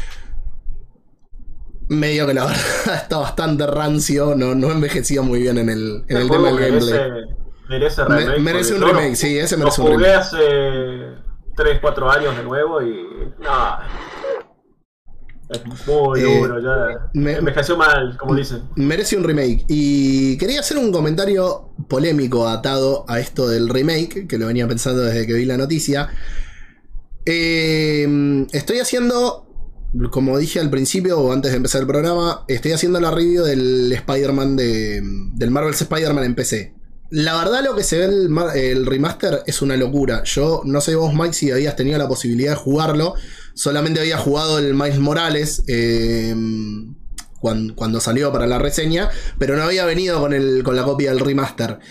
[SPEAKER 3] Medio que la verdad está bastante rancio, no, no envejeció muy bien en el, en
[SPEAKER 4] El
[SPEAKER 3] el
[SPEAKER 4] juego
[SPEAKER 3] tema del
[SPEAKER 4] merece,
[SPEAKER 3] gameplay.
[SPEAKER 4] merece
[SPEAKER 3] Me-
[SPEAKER 4] remake.
[SPEAKER 3] merece
[SPEAKER 4] porque
[SPEAKER 3] un
[SPEAKER 4] yo
[SPEAKER 3] remake,
[SPEAKER 4] lo-
[SPEAKER 3] sí, ese
[SPEAKER 4] lo
[SPEAKER 3] merece un
[SPEAKER 4] jugué
[SPEAKER 3] remake.
[SPEAKER 4] hace tres cuatro años de nuevo y. No. Es muy
[SPEAKER 3] Eh,
[SPEAKER 4] duro, ya.
[SPEAKER 3] me-
[SPEAKER 4] Envejeció mal, como dicen.
[SPEAKER 3] Merece un remake. Y quería hacer un comentario polémico atado a esto del remake, que lo venía pensando desde que vi la noticia. Eh, estoy haciendo, como dije al principio o antes de empezar el programa, estoy haciendo la review del Spider-Man de, del Marvel's Spider-Man en P C. La verdad, lo que se ve el, mar- el remaster es una locura. Yo no sé vos, Mike, si habías tenido la posibilidad de jugarlo. Solamente había jugado el Miles Morales eh, cuando, cuando salió para la reseña, pero no había venido con, el, con la copia del remaster.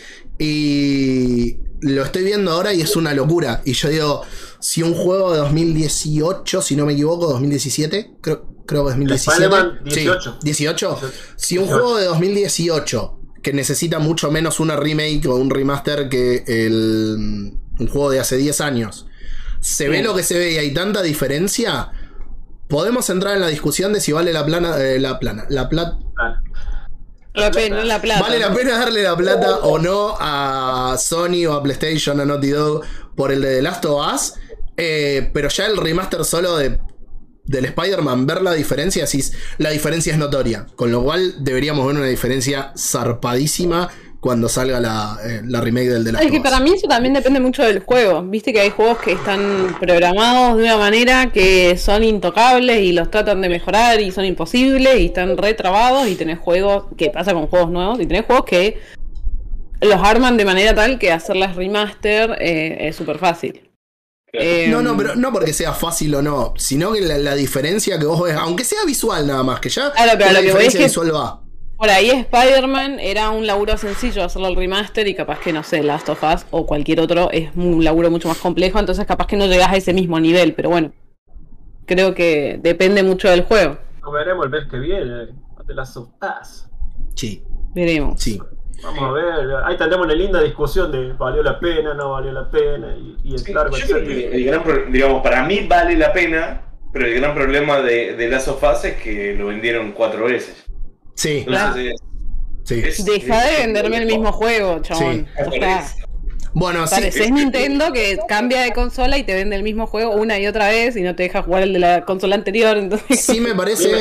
[SPEAKER 3] Y lo estoy viendo ahora y es una locura. Y yo digo, si un juego de dos mil dieciocho, si no me equivoco, dos mil diecisiete, creo, creo que dos mil diecisiete.
[SPEAKER 4] Spider-Man dieciocho.
[SPEAKER 3] Sí, dieciocho. Si un
[SPEAKER 4] dieciocho.
[SPEAKER 3] juego de dos mil dieciocho que necesita mucho menos una remake o un remaster que el, un juego de hace diez años, se ve lo que se ve y hay tanta diferencia, podemos entrar en la discusión de si vale la plana, eh, la plana, la plata.
[SPEAKER 4] Vale.
[SPEAKER 2] La pena, la plata.
[SPEAKER 3] ¿Vale la pena darle la plata o no a Sony o a PlayStation, a Naughty Dog por el de The Last of Us? Eh, pero ya el remaster solo de, del Spider-Man, ver la diferencia, decís, la diferencia es notoria. Con lo cual deberíamos ver una diferencia zarpadísima cuando salga la, eh, la remake del The Last
[SPEAKER 2] Es
[SPEAKER 3] of
[SPEAKER 2] que
[SPEAKER 3] Us.
[SPEAKER 2] para mí eso también depende mucho del juego. Viste que hay juegos que están programados de una manera que son intocables y los tratan de mejorar y son imposibles y están retrabados, y tenés juegos, que pasa con juegos nuevos, y tenés juegos que los arman de manera tal que hacerlas remaster eh, es súper fácil. Eh,
[SPEAKER 3] No, no, pero no porque sea fácil o no, sino que la, la diferencia que vos ves, aunque sea visual nada más, que ya
[SPEAKER 2] Claro, pero
[SPEAKER 3] con la
[SPEAKER 2] lo que voy es
[SPEAKER 3] diferencia
[SPEAKER 2] que-
[SPEAKER 3] visual va.
[SPEAKER 2] Por ahí Spider-Man era un laburo sencillo hacerlo el remaster, y capaz que, no sé, Last of Us o cualquier otro es un laburo mucho más complejo, entonces capaz que no llegás a ese mismo nivel, pero bueno, creo que depende mucho del juego.
[SPEAKER 4] Lo veremos el mes que viene. De las of Us.
[SPEAKER 3] Sí,
[SPEAKER 2] Veremos.
[SPEAKER 3] sí.
[SPEAKER 4] Vamos a ver. Ahí tendremos una linda discusión de valió la pena, no valió la pena. Y, y el
[SPEAKER 5] Sí,
[SPEAKER 4] largo,
[SPEAKER 5] yo creo que
[SPEAKER 4] etcétera.
[SPEAKER 5] el gran pro- digamos, para mí vale la pena, pero el gran problema de, de Last of Us es que lo vendieron cuatro veces.
[SPEAKER 3] Sí,
[SPEAKER 5] Entonces,
[SPEAKER 3] sí.
[SPEAKER 5] es-
[SPEAKER 2] Deja de
[SPEAKER 5] es-
[SPEAKER 2] venderme el mismo juego, chabón.
[SPEAKER 3] Sí.
[SPEAKER 2] Ya está.
[SPEAKER 3] Bueno, sí.
[SPEAKER 2] Pareces Nintendo, que cambia de consola y te vende el mismo juego una y otra vez y no te deja jugar el de la consola anterior, entonces...
[SPEAKER 3] Sí me
[SPEAKER 4] A mí
[SPEAKER 3] parece.
[SPEAKER 4] me-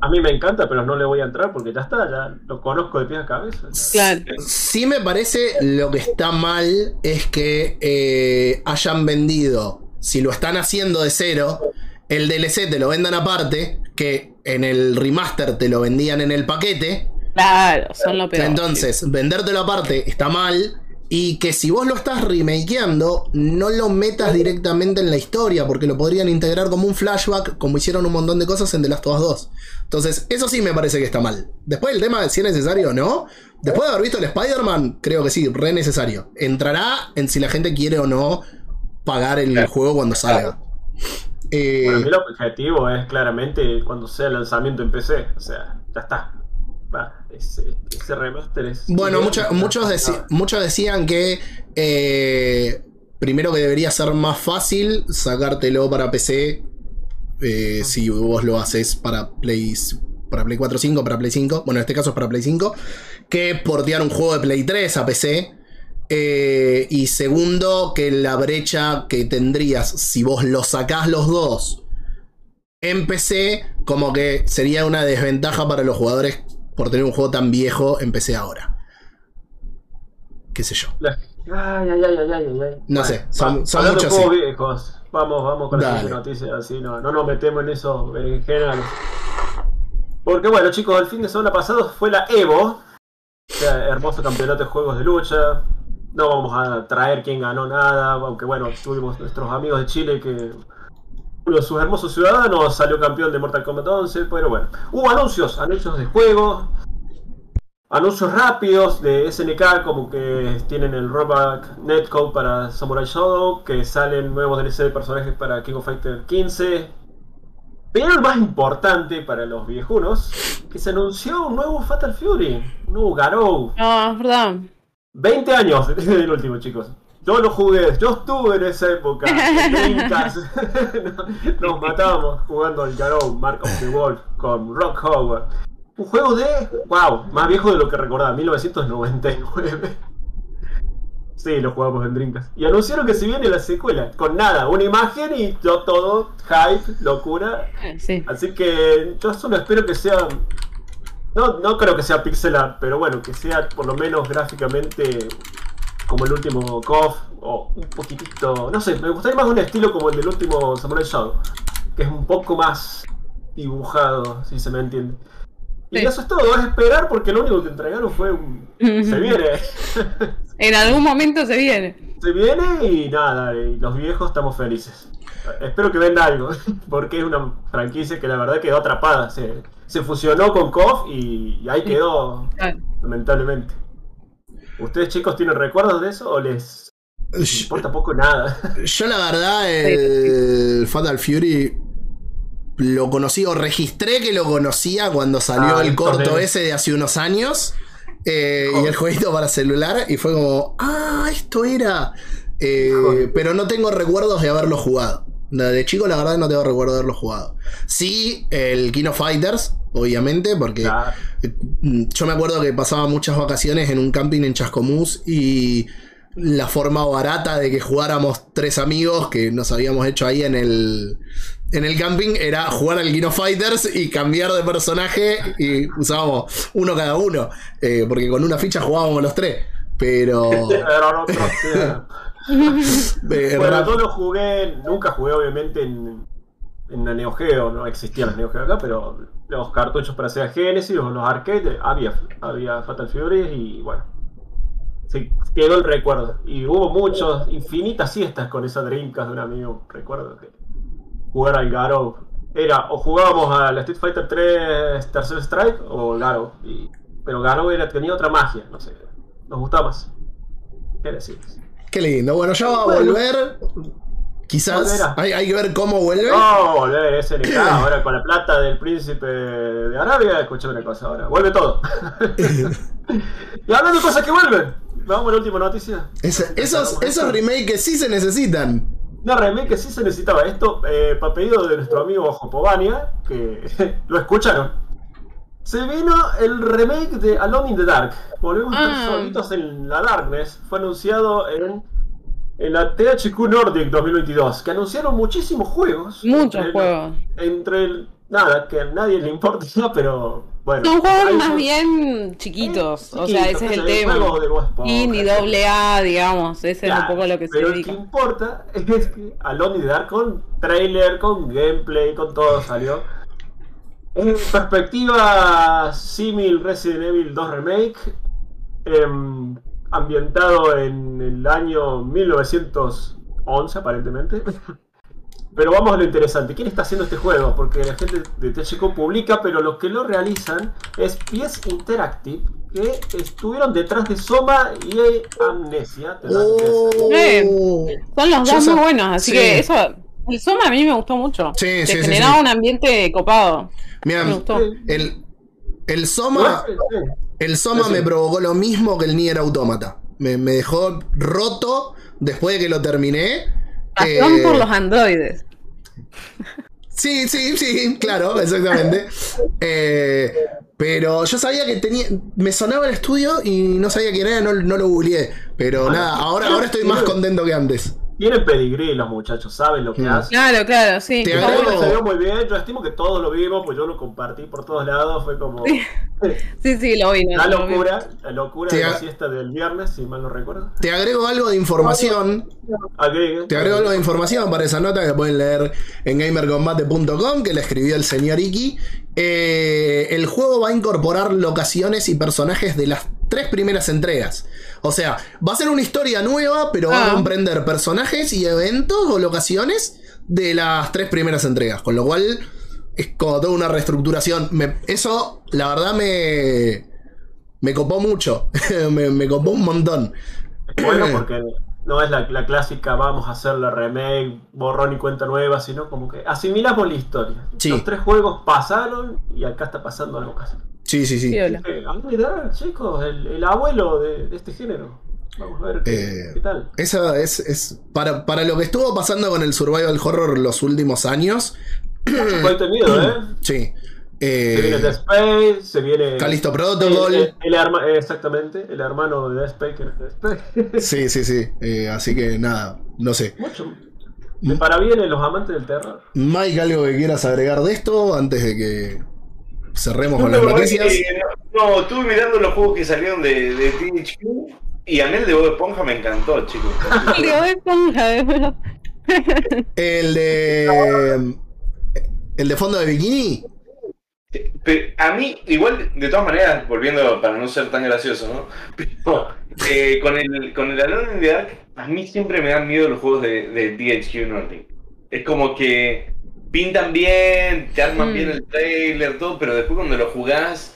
[SPEAKER 4] a mí me encanta, pero no le voy a entrar porque ya está, ya lo conozco de pies a cabeza.
[SPEAKER 2] Claro.
[SPEAKER 3] Sí me parece lo que está mal es que eh, hayan vendido, si lo están haciendo de cero, el D L C te lo vendan aparte, que en el remaster te lo vendían en el paquete.
[SPEAKER 2] Claro, son lo peor.
[SPEAKER 3] Entonces, sí. vendértelo aparte está mal. Y que si vos lo estás remakeando, no lo metas directamente en la historia, porque lo podrían integrar como un flashback, como hicieron un montón de cosas en The Last of Us dos. Entonces, eso sí me parece que está mal. Después el tema de si es necesario o no, después de haber visto el Spider-Man, creo que sí, re necesario. Entrará en si la gente quiere o no pagar el claro. juego cuando salga.
[SPEAKER 4] Eh, bueno, a mí el objetivo es claramente cuando sea el lanzamiento en P C. O sea, ya está. Va, ese, ese remaster es...
[SPEAKER 3] Bueno, mucha, muchos, deci muchos decían que eh, primero que debería ser más fácil sacártelo para P C eh, si vos lo haces para Play, para Play cuatro cinco, para Play cinco. Bueno, en este caso es para Play cinco. Que portear un juego de Play tres a P C. Eh, y segundo, que la brecha que tendrías si vos lo sacás los dos en P C, como que sería una desventaja para los jugadores por tener un juego tan viejo en P C ahora. Qué sé yo.
[SPEAKER 4] Ay, ay, ay, ay, ay, ay.
[SPEAKER 3] No
[SPEAKER 4] bueno,
[SPEAKER 3] sé, son,
[SPEAKER 4] va,
[SPEAKER 3] son muchos
[SPEAKER 4] sí.
[SPEAKER 3] viejos.
[SPEAKER 4] Vamos, vamos con las noticias así, no, no nos metemos en eso en general. Porque bueno, chicos, el fin de semana pasado fue la Evo, o sea, hermoso campeonato de juegos de lucha. No vamos a traer quién ganó nada, aunque bueno, tuvimos nuestros amigos de Chile que uno de sus hermosos ciudadanos salió campeón de Mortal Kombat once, pero bueno. Hubo anuncios, anuncios de juegos, anuncios rápidos de S N K, como que tienen el rollback netcode para Samurai Shodown, que salen nuevos D L C de personajes para King of Fighters quince. Pero el más importante para los viejunos, que se anunció un nuevo Fatal Fury, un nuevo Garou.
[SPEAKER 2] No, es verdad.
[SPEAKER 4] veinte años desde el último, chicos. Yo lo jugué, yo estuve en esa época. Nos matábamos jugando al Garou, Mark of the Wolf, con Rock Howard. Un juego de, wow, más viejo de lo que recordaba, mil novecientos noventa y nueve. Sí, lo jugamos en Dreamcast. Y anunciaron que se viene la secuela, con nada, una imagen y yo todo, hype, locura.
[SPEAKER 2] Sí.
[SPEAKER 4] Así que yo solo espero que sea... No, no creo que sea pixel art, pero bueno, que sea por lo menos gráficamente como el último C O F, o un poquitito, no sé, me gustaría más un estilo como el del último Samurai Shodown, que es un poco más dibujado, si se me entiende. Y sí. Eso es todo, es esperar porque lo único que entregaron fue un... se viene.
[SPEAKER 2] En algún momento se viene.
[SPEAKER 4] Se viene y nada, y los viejos estamos felices. Espero que venda algo, porque es una franquicia que la verdad quedó atrapada. Se, se fusionó con C O F y, y ahí quedó, sí. Lamentablemente. ¿Ustedes, chicos, tienen recuerdos de eso o les, les importa poco nada?
[SPEAKER 3] Yo la verdad, el Fatal Fury lo conocí, o registré que lo conocía cuando salió ah, el corto ese de hace unos años. Eh, y el jueguito para celular, y fue como, ah, esto era... Eh, pero no tengo recuerdos de haberlo jugado. De chico la verdad no tengo recuerdo de haberlo jugado. Sí, el King of Fighters, obviamente, porque claro. Yo me acuerdo que pasaba muchas vacaciones en un camping en Chascomús y la forma barata de que jugáramos tres amigos que nos habíamos hecho ahí en el en el camping era jugar al King of Fighters y cambiar de personaje y usábamos uno cada uno, eh, porque con una ficha jugábamos los tres. Pero...
[SPEAKER 4] Bueno, yo lo jugué, nunca jugué obviamente en, en la Neo Geo, no existían las Neo Geo acá, pero los cartuchos para Sega Genesis o los arcades, había, había Fatal Fury y bueno, se quedó el recuerdo. Y hubo muchos, infinitas siestas con esa Dreamcast de un amigo, recuerdo que jugar al Garou. Era, o jugábamos a la Street Fighter tres Tercer Strike o Garou, y, pero Garou era, tenía otra magia, no sé, nos gustaba más. ¿Qué decir?
[SPEAKER 3] Qué lindo. Bueno, ya va a volver. Quizás. Hay, hay que ver cómo vuelve.
[SPEAKER 4] No, volver S N K. Ahora con la plata del príncipe de Arabia. Escuché una cosa ahora. Vuelve todo. Y hablando de cosas que vuelven. Vamos a la última noticia.
[SPEAKER 3] Esa, esos esos remakes que sí se necesitan.
[SPEAKER 4] No, remake que sí se necesitaba. Esto, eh, para pedido de nuestro amigo Jopovania, que lo escucharon. Se vino el remake de Alone in the Dark. Volvemos a estar ah. solitos en la Darkness. Fue anunciado en, en la T H Q Nordic dos mil veintidós. Que anunciaron muchísimos juegos.
[SPEAKER 2] Muchos
[SPEAKER 4] entre
[SPEAKER 2] juegos.
[SPEAKER 4] El, entre el nada, que a nadie le importa, pero bueno.
[SPEAKER 2] Son juegos
[SPEAKER 4] hay
[SPEAKER 2] más
[SPEAKER 4] un-
[SPEAKER 2] bien chiquitos, o sea, ese es el
[SPEAKER 4] Chiquitos,
[SPEAKER 2] tema.
[SPEAKER 4] juegos de Bob Esponja,
[SPEAKER 2] Indie, doble A, digamos, ese es
[SPEAKER 4] Claro,
[SPEAKER 2] un poco lo que se
[SPEAKER 4] pero el que
[SPEAKER 2] dedica.
[SPEAKER 4] importa es que Alone in the Dark con trailer, con gameplay, con todo salió. En perspectiva símil Resident Evil dos Remake, em, ambientado en el año mil novecientos once aparentemente. Pero vamos a lo interesante. ¿Quién está haciendo este juego? Porque la gente de T H Q publica, pero los que lo realizan es P S Interactive, que estuvieron detrás de Soma y Amnesia. ¿Te das
[SPEAKER 3] Oh.
[SPEAKER 2] Sí. Son los
[SPEAKER 3] Yo
[SPEAKER 2] dos
[SPEAKER 3] sa-
[SPEAKER 2] muy buenos, así
[SPEAKER 3] sí.
[SPEAKER 2] que eso. El Soma a mí me gustó mucho.
[SPEAKER 3] Sí,
[SPEAKER 2] Te
[SPEAKER 3] sí, sí,
[SPEAKER 2] generaba
[SPEAKER 3] sí.
[SPEAKER 2] un ambiente copado.
[SPEAKER 3] Mira,
[SPEAKER 2] Me gustó.
[SPEAKER 3] el, el Soma, el Soma
[SPEAKER 4] Sí, sí.
[SPEAKER 3] me provocó lo mismo que el Nier Automata. Me, me dejó roto después de que lo terminé.
[SPEAKER 2] Pasión
[SPEAKER 3] Eh,
[SPEAKER 2] por los androides.
[SPEAKER 3] Sí, sí, sí, claro, exactamente. Eh, pero yo sabía que tenía. Me sonaba el estudio y no sabía quién era, no, no lo googleé. Pero
[SPEAKER 4] Bueno,
[SPEAKER 3] nada, ahora, ahora estoy más contento que antes.
[SPEAKER 4] Tienen pedigrí los muchachos, saben lo que
[SPEAKER 3] Mm.
[SPEAKER 4] hacen.
[SPEAKER 2] Claro, claro, sí.
[SPEAKER 3] Te
[SPEAKER 4] El
[SPEAKER 2] Está
[SPEAKER 3] agrego-
[SPEAKER 4] trailer
[SPEAKER 2] bueno.
[SPEAKER 4] se vio muy bien, yo estimo que todos lo vimos, pues yo lo compartí por todos lados, fue como
[SPEAKER 2] Sí, sí, lo vi.
[SPEAKER 4] la
[SPEAKER 2] lo vi.
[SPEAKER 4] locura, la locura
[SPEAKER 3] Te
[SPEAKER 4] de la
[SPEAKER 3] ha-
[SPEAKER 4] siesta del viernes, si mal no recuerdo.
[SPEAKER 3] Te agrego algo de información.
[SPEAKER 4] Agregue.
[SPEAKER 3] Te agrego algo de información para esa nota que pueden leer en gamer combate punto com, que la escribió el señor Iki. Eh, el juego va a incorporar locaciones y personajes de las tres primeras entregas. O sea, va a ser una historia nueva, pero va a
[SPEAKER 2] Ah.
[SPEAKER 3] comprender personajes y eventos o locaciones de las tres primeras entregas. Con lo cual es como toda una reestructuración. Me- eso, la verdad, me, me copó mucho. me, me copó un montón.
[SPEAKER 4] Bueno, porque no es la, la clásica vamos a hacer la remake, borrón y cuenta nueva, sino como que asimilamos la historia.
[SPEAKER 3] Sí.
[SPEAKER 4] Los tres juegos pasaron y acá está pasando algo casi.
[SPEAKER 3] Sí, sí, sí.
[SPEAKER 2] Piola.
[SPEAKER 4] Eh, a mirar, chicos, el, el abuelo de, de este género. Vamos a ver qué,
[SPEAKER 3] Eh,
[SPEAKER 4] qué tal.
[SPEAKER 3] Esa es, es para, para lo que estuvo pasando con el survival horror los últimos años.
[SPEAKER 4] Fue tenido, ¿eh?
[SPEAKER 3] Sí.
[SPEAKER 4] Se viene
[SPEAKER 3] Eh,
[SPEAKER 4] Dead Space, se viene.
[SPEAKER 3] Callisto Protocol.
[SPEAKER 4] El, el- el herma- eh, exactamente, el hermano de Dead Space que no es Dead Space.
[SPEAKER 3] Sí, sí, sí. Eh, así que nada, no sé.
[SPEAKER 4] Mucho. De para bien en los amantes del terror.
[SPEAKER 3] Mike, ¿algo que quieras agregar de esto antes de que cerremos con
[SPEAKER 5] No,
[SPEAKER 3] las
[SPEAKER 5] no,
[SPEAKER 3] noticias?
[SPEAKER 5] eh, no, no, estuve mirando los juegos que salieron de, de T H Q y a mí el de Bob Esponja me encantó, chicos.
[SPEAKER 2] El de Bob Esponja, de verdad.
[SPEAKER 3] El de. El de fondo de bikini.
[SPEAKER 5] Pero a mí, igual, de todas maneras, volviendo para no ser tan gracioso, ¿no? Pero, eh, con el con el Alone in the Dark, a mí siempre me dan miedo los juegos de, de T H Q Nordic. Es como que pintan bien, te arman
[SPEAKER 2] Mm.
[SPEAKER 5] bien el trailer, todo, pero después cuando lo jugás,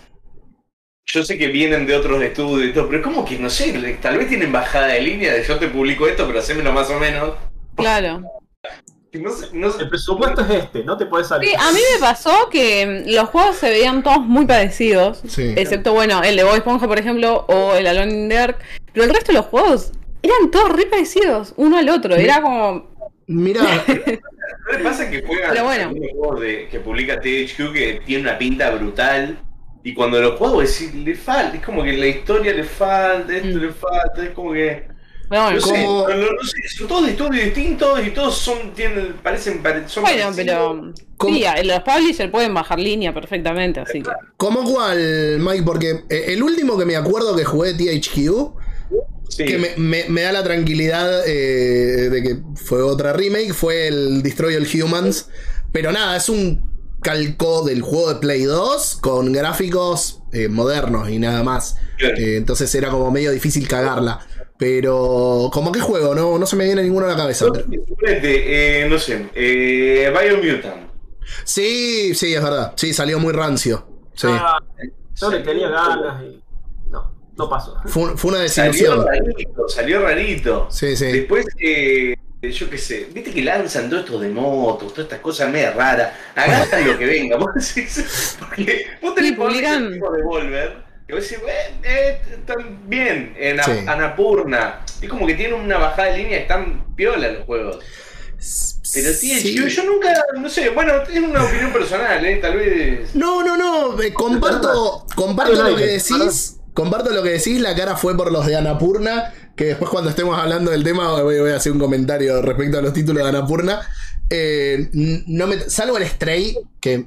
[SPEAKER 5] yo sé que vienen de otros estudios y todo, pero es como que, no sé, tal vez tienen bajada de línea de yo te publico esto, pero hacémelo más o menos.
[SPEAKER 2] Claro.
[SPEAKER 5] No sé, no sé.
[SPEAKER 4] El presupuesto es este, no te puedes salir.
[SPEAKER 2] Sí, a mí me pasó que mm, los juegos se veían todos muy parecidos.
[SPEAKER 3] Sí.
[SPEAKER 2] Excepto, bueno, el de Bob Esponja, por ejemplo, o el Alone in the Dark. Pero el resto de los juegos eran todos re parecidos, uno al otro. Era como.
[SPEAKER 3] Mirá,
[SPEAKER 5] ¿No le pasa que juegan
[SPEAKER 2] Pero bueno.
[SPEAKER 5] algunos juegos de, que publica T H Q que tiene una pinta brutal? Y cuando los juego decís, le falta, es como que la historia le falta, esto
[SPEAKER 2] Mm.
[SPEAKER 5] le falta, es como que.
[SPEAKER 2] Pero bueno,
[SPEAKER 5] No sé,
[SPEAKER 3] Como-
[SPEAKER 5] no, no- no sé, son todos de estudios distintos y todos son, tienen, parecen, pare- son
[SPEAKER 2] bueno,
[SPEAKER 5] parecidos.
[SPEAKER 2] pero.
[SPEAKER 3] ¿Cómo?
[SPEAKER 2] Sí, a- los publishers pueden bajar línea perfectamente, así que.
[SPEAKER 3] ¿cómo cuál, Mike? Porque eh, el último que me acuerdo que jugué T H Q,
[SPEAKER 5] Sí.
[SPEAKER 3] que me, me- me da la tranquilidad eh, de que fue otra remake, fue el Destroy All Humans. Pero nada, es un calco del juego de Play dos con gráficos eh, modernos y nada más.
[SPEAKER 5] Claro.
[SPEAKER 3] Eh, entonces era como medio difícil cagarla. Pero, ¿cómo qué juego? No, no se me viene ninguno a la cabeza.
[SPEAKER 5] No, suponete, eh, no sé, eh, Biomutant.
[SPEAKER 3] Sí, sí, es verdad. Sí, salió muy rancio. Sí.
[SPEAKER 4] Ah, yo le tenía ganas y. No, no pasó.
[SPEAKER 3] Fue, fue una
[SPEAKER 5] Salió
[SPEAKER 3] desilusión.
[SPEAKER 5] rarito, salió rarito.
[SPEAKER 3] Sí, sí.
[SPEAKER 5] Después, eh, yo qué sé, viste que lanzan todo esto de motos, todas estas cosas medio raras. Agarran lo que venga. Vos decís, porque vos tenés
[SPEAKER 2] Sí, publican.
[SPEAKER 5] de Volver. Y vos decís, eh, eh, están bien en A-
[SPEAKER 3] Sí.
[SPEAKER 5] Annapurna. Es como que tienen una bajada de línea, están piola los juegos. Pero T H Q,
[SPEAKER 3] Sí.
[SPEAKER 5] yo nunca, no sé, bueno, es una opinión personal, ¿eh? Tal vez.
[SPEAKER 3] No, no, no. eh, comparto, comparto lo que decís. Comparto lo que decís. La cara fue por los de Annapurna. Que después, cuando estemos hablando del tema, voy, voy a hacer un comentario respecto a los títulos de Annapurna. Eh, n- no me, salvo el Stray, que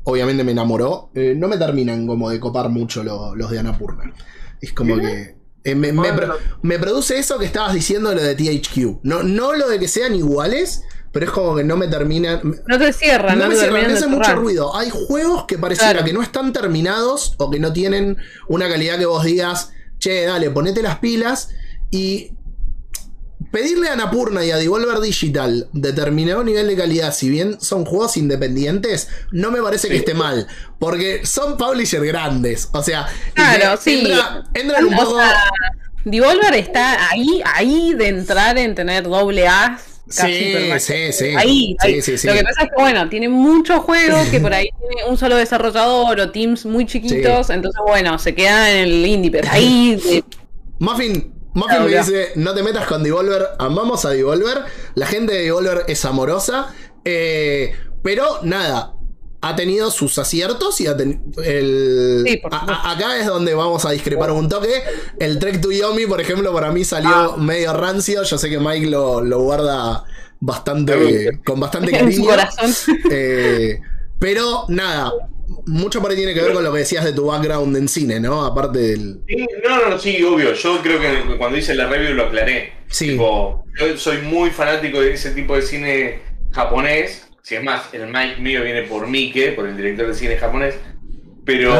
[SPEAKER 3] obviamente me enamoró, eh, no me terminan como de copar mucho lo- los de Annapurna. Es como que eh, me, me pro- me produce eso que estabas diciendo, lo de T H Q. No, no lo de que sean iguales, pero es como que no me terminan.
[SPEAKER 2] No te cierran,
[SPEAKER 3] No
[SPEAKER 2] no,
[SPEAKER 3] me
[SPEAKER 2] te
[SPEAKER 3] cierran,
[SPEAKER 2] terminan
[SPEAKER 3] me
[SPEAKER 2] de
[SPEAKER 3] hace mucho
[SPEAKER 2] cerrar.
[SPEAKER 3] ruido. Hay juegos que pareciera
[SPEAKER 2] Claro.
[SPEAKER 3] que no están terminados o que no tienen una calidad que vos digas, che, dale, ponete las pilas. Y pedirle a Annapurna y a Devolver Digital determinado nivel de calidad, si bien son juegos independientes, no me parece que
[SPEAKER 5] Sí.
[SPEAKER 3] esté mal. Porque son publishers grandes. O sea,
[SPEAKER 2] Claro,
[SPEAKER 3] eh,
[SPEAKER 2] sí.
[SPEAKER 3] entra- entran un
[SPEAKER 2] O
[SPEAKER 3] poco.
[SPEAKER 2] sea, Devolver está ahí, ahí de entrar en tener doble A. Casi
[SPEAKER 3] Sí,
[SPEAKER 2] permanente.
[SPEAKER 3] sí, sí.
[SPEAKER 2] Ahí,
[SPEAKER 3] Sí,
[SPEAKER 2] ahí.
[SPEAKER 3] sí, sí.
[SPEAKER 2] Lo que pasa es que, bueno, tiene muchos juegos que por ahí tiene un solo desarrollador o teams muy chiquitos, entonces, bueno, se queda en el indie, pero ahí de-
[SPEAKER 3] Muffin, Muffin
[SPEAKER 2] Claro,
[SPEAKER 3] me
[SPEAKER 2] claro.
[SPEAKER 3] dice, no te metas con Devolver, amamos a Devolver, la gente de Devolver es amorosa, eh, pero nada, ha tenido sus aciertos y ha tenido el...
[SPEAKER 2] Sí, por
[SPEAKER 3] a-
[SPEAKER 2] supuesto.
[SPEAKER 3] a- acá es donde vamos a discrepar un toque. El Trek to Yomi, por ejemplo, para mí salió
[SPEAKER 4] Ah.
[SPEAKER 3] medio rancio, yo sé que Mike lo, lo guarda bastante,
[SPEAKER 5] Me
[SPEAKER 3] con bastante
[SPEAKER 2] en su
[SPEAKER 3] cariño.
[SPEAKER 2] corazón.
[SPEAKER 3] Eh, pero nada, mucho por ahí tiene que ver con lo que decías de tu background en cine, ¿no? Aparte del...
[SPEAKER 5] Sí, no, no, no, sí, obvio. Yo creo que cuando hice la review lo aclaré.
[SPEAKER 3] Sí.
[SPEAKER 5] Tipo, yo soy muy fanático de ese tipo de cine japonés. Si es más, el mic mío viene por Mike, por el director de cine japonés. Pero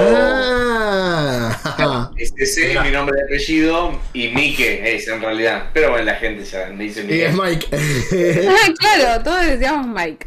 [SPEAKER 3] Ah,
[SPEAKER 5] ese es mi nombre de apellido y Mike es en realidad. Pero bueno, la gente ya me dice
[SPEAKER 3] y es
[SPEAKER 5] Mike.
[SPEAKER 3] Mike.
[SPEAKER 2] Ah, claro, todos decíamos Mike.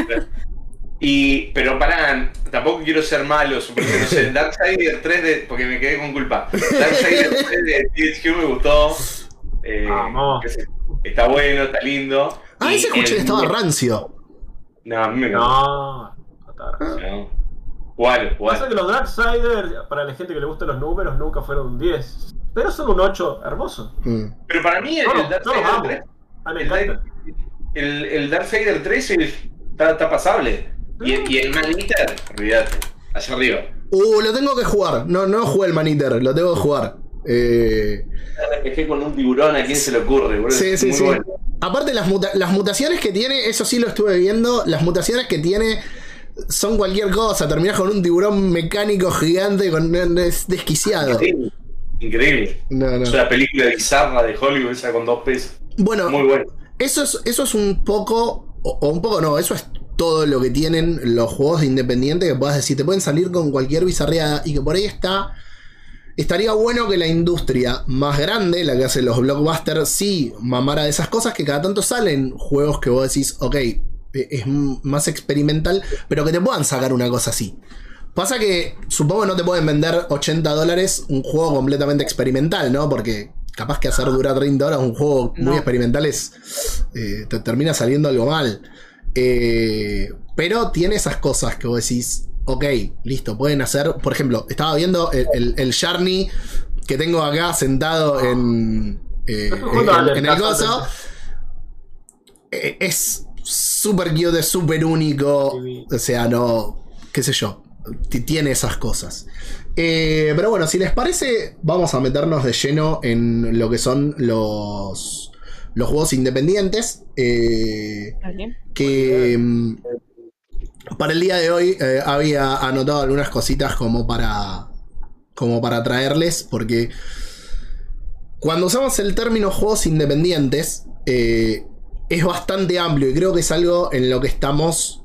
[SPEAKER 5] Y, pero pará, tampoco quiero ser malo, supongo, no sé, Darksider tres de, porque me quedé con culpa. Darksider tres de T H Q me gustó. Eh,
[SPEAKER 4] Vamos.
[SPEAKER 5] qué sé, está bueno, está lindo.
[SPEAKER 3] Ah,
[SPEAKER 5] Y
[SPEAKER 3] ese escuché que
[SPEAKER 5] el-
[SPEAKER 3] estaba rancio.
[SPEAKER 5] No, a mí me encantó.
[SPEAKER 4] No, no.
[SPEAKER 5] No. ¿Cuál?
[SPEAKER 4] Pasa
[SPEAKER 5] ¿Cuál?
[SPEAKER 4] que los Darksiders, para la gente que le gustan los números, nunca fueron un diez. Pero son un ocho hermoso.
[SPEAKER 3] Mm.
[SPEAKER 5] Pero para mí el,
[SPEAKER 4] Yo,
[SPEAKER 5] el
[SPEAKER 4] yo los
[SPEAKER 5] Darksider
[SPEAKER 4] amo.
[SPEAKER 5] tres,
[SPEAKER 4] A mí me
[SPEAKER 5] el,
[SPEAKER 4] encanta.
[SPEAKER 5] el, el Darksider tres es- está, está pasable. Y, y el Man Eater, olvídate, allá arriba.
[SPEAKER 3] Uh, lo tengo que jugar. No, no jugué el Maniter, lo tengo que jugar. Eh,
[SPEAKER 5] R P G con un tiburón, ¿a quién se le ocurre? Boludo?
[SPEAKER 3] sí,
[SPEAKER 5] Es
[SPEAKER 3] sí,
[SPEAKER 5] muy
[SPEAKER 3] sí.
[SPEAKER 5] bueno.
[SPEAKER 3] Aparte, las, muta- las mutaciones que tiene, eso sí lo estuve viendo. Las mutaciones que tiene son cualquier cosa. Terminás con un tiburón mecánico gigante, con, es desquiciado.
[SPEAKER 5] Increíble. Increíble.
[SPEAKER 3] No, no.
[SPEAKER 5] Es una película bizarra de Hollywood esa con dos pesos.
[SPEAKER 3] Bueno,
[SPEAKER 5] Muy bueno.
[SPEAKER 3] Eso es, eso es un poco, o, o un poco no, eso es todo lo que tienen los juegos de independiente, que puedas decir, te pueden salir con cualquier bizarreada y que por ahí está... Estaría bueno que la industria más grande, la que hace los blockbusters, sí mamara de esas cosas, que cada tanto salen juegos que vos decís, ok, eh, es m- más experimental, pero que te puedan sacar una cosa así. Pasa que supongo que no te pueden vender ochenta dólares un juego completamente experimental, ¿no? Porque capaz que hacer durar treinta horas un juego muy
[SPEAKER 2] No.
[SPEAKER 3] experimental es... eh, te termina saliendo algo mal. Eh, pero tiene esas cosas que vos decís, ok, listo, pueden hacer... Por ejemplo, estaba viendo el, el, el Journey que tengo acá sentado en... eh,
[SPEAKER 4] Estoy jugando al
[SPEAKER 3] en, en el
[SPEAKER 4] Caso
[SPEAKER 3] gozo. Eh, es súper cute, es súper único.
[SPEAKER 4] Sí.
[SPEAKER 3] O sea, no... qué sé yo. t- Tiene esas cosas. Eh, pero bueno, si les parece, vamos a meternos de lleno en lo que son los, los juegos independientes. Eh, que mm, para el día de hoy eh, había anotado algunas cositas como para, como para traerles, porque cuando usamos el término juegos independientes, eh, es bastante amplio y creo que es algo en lo que estamos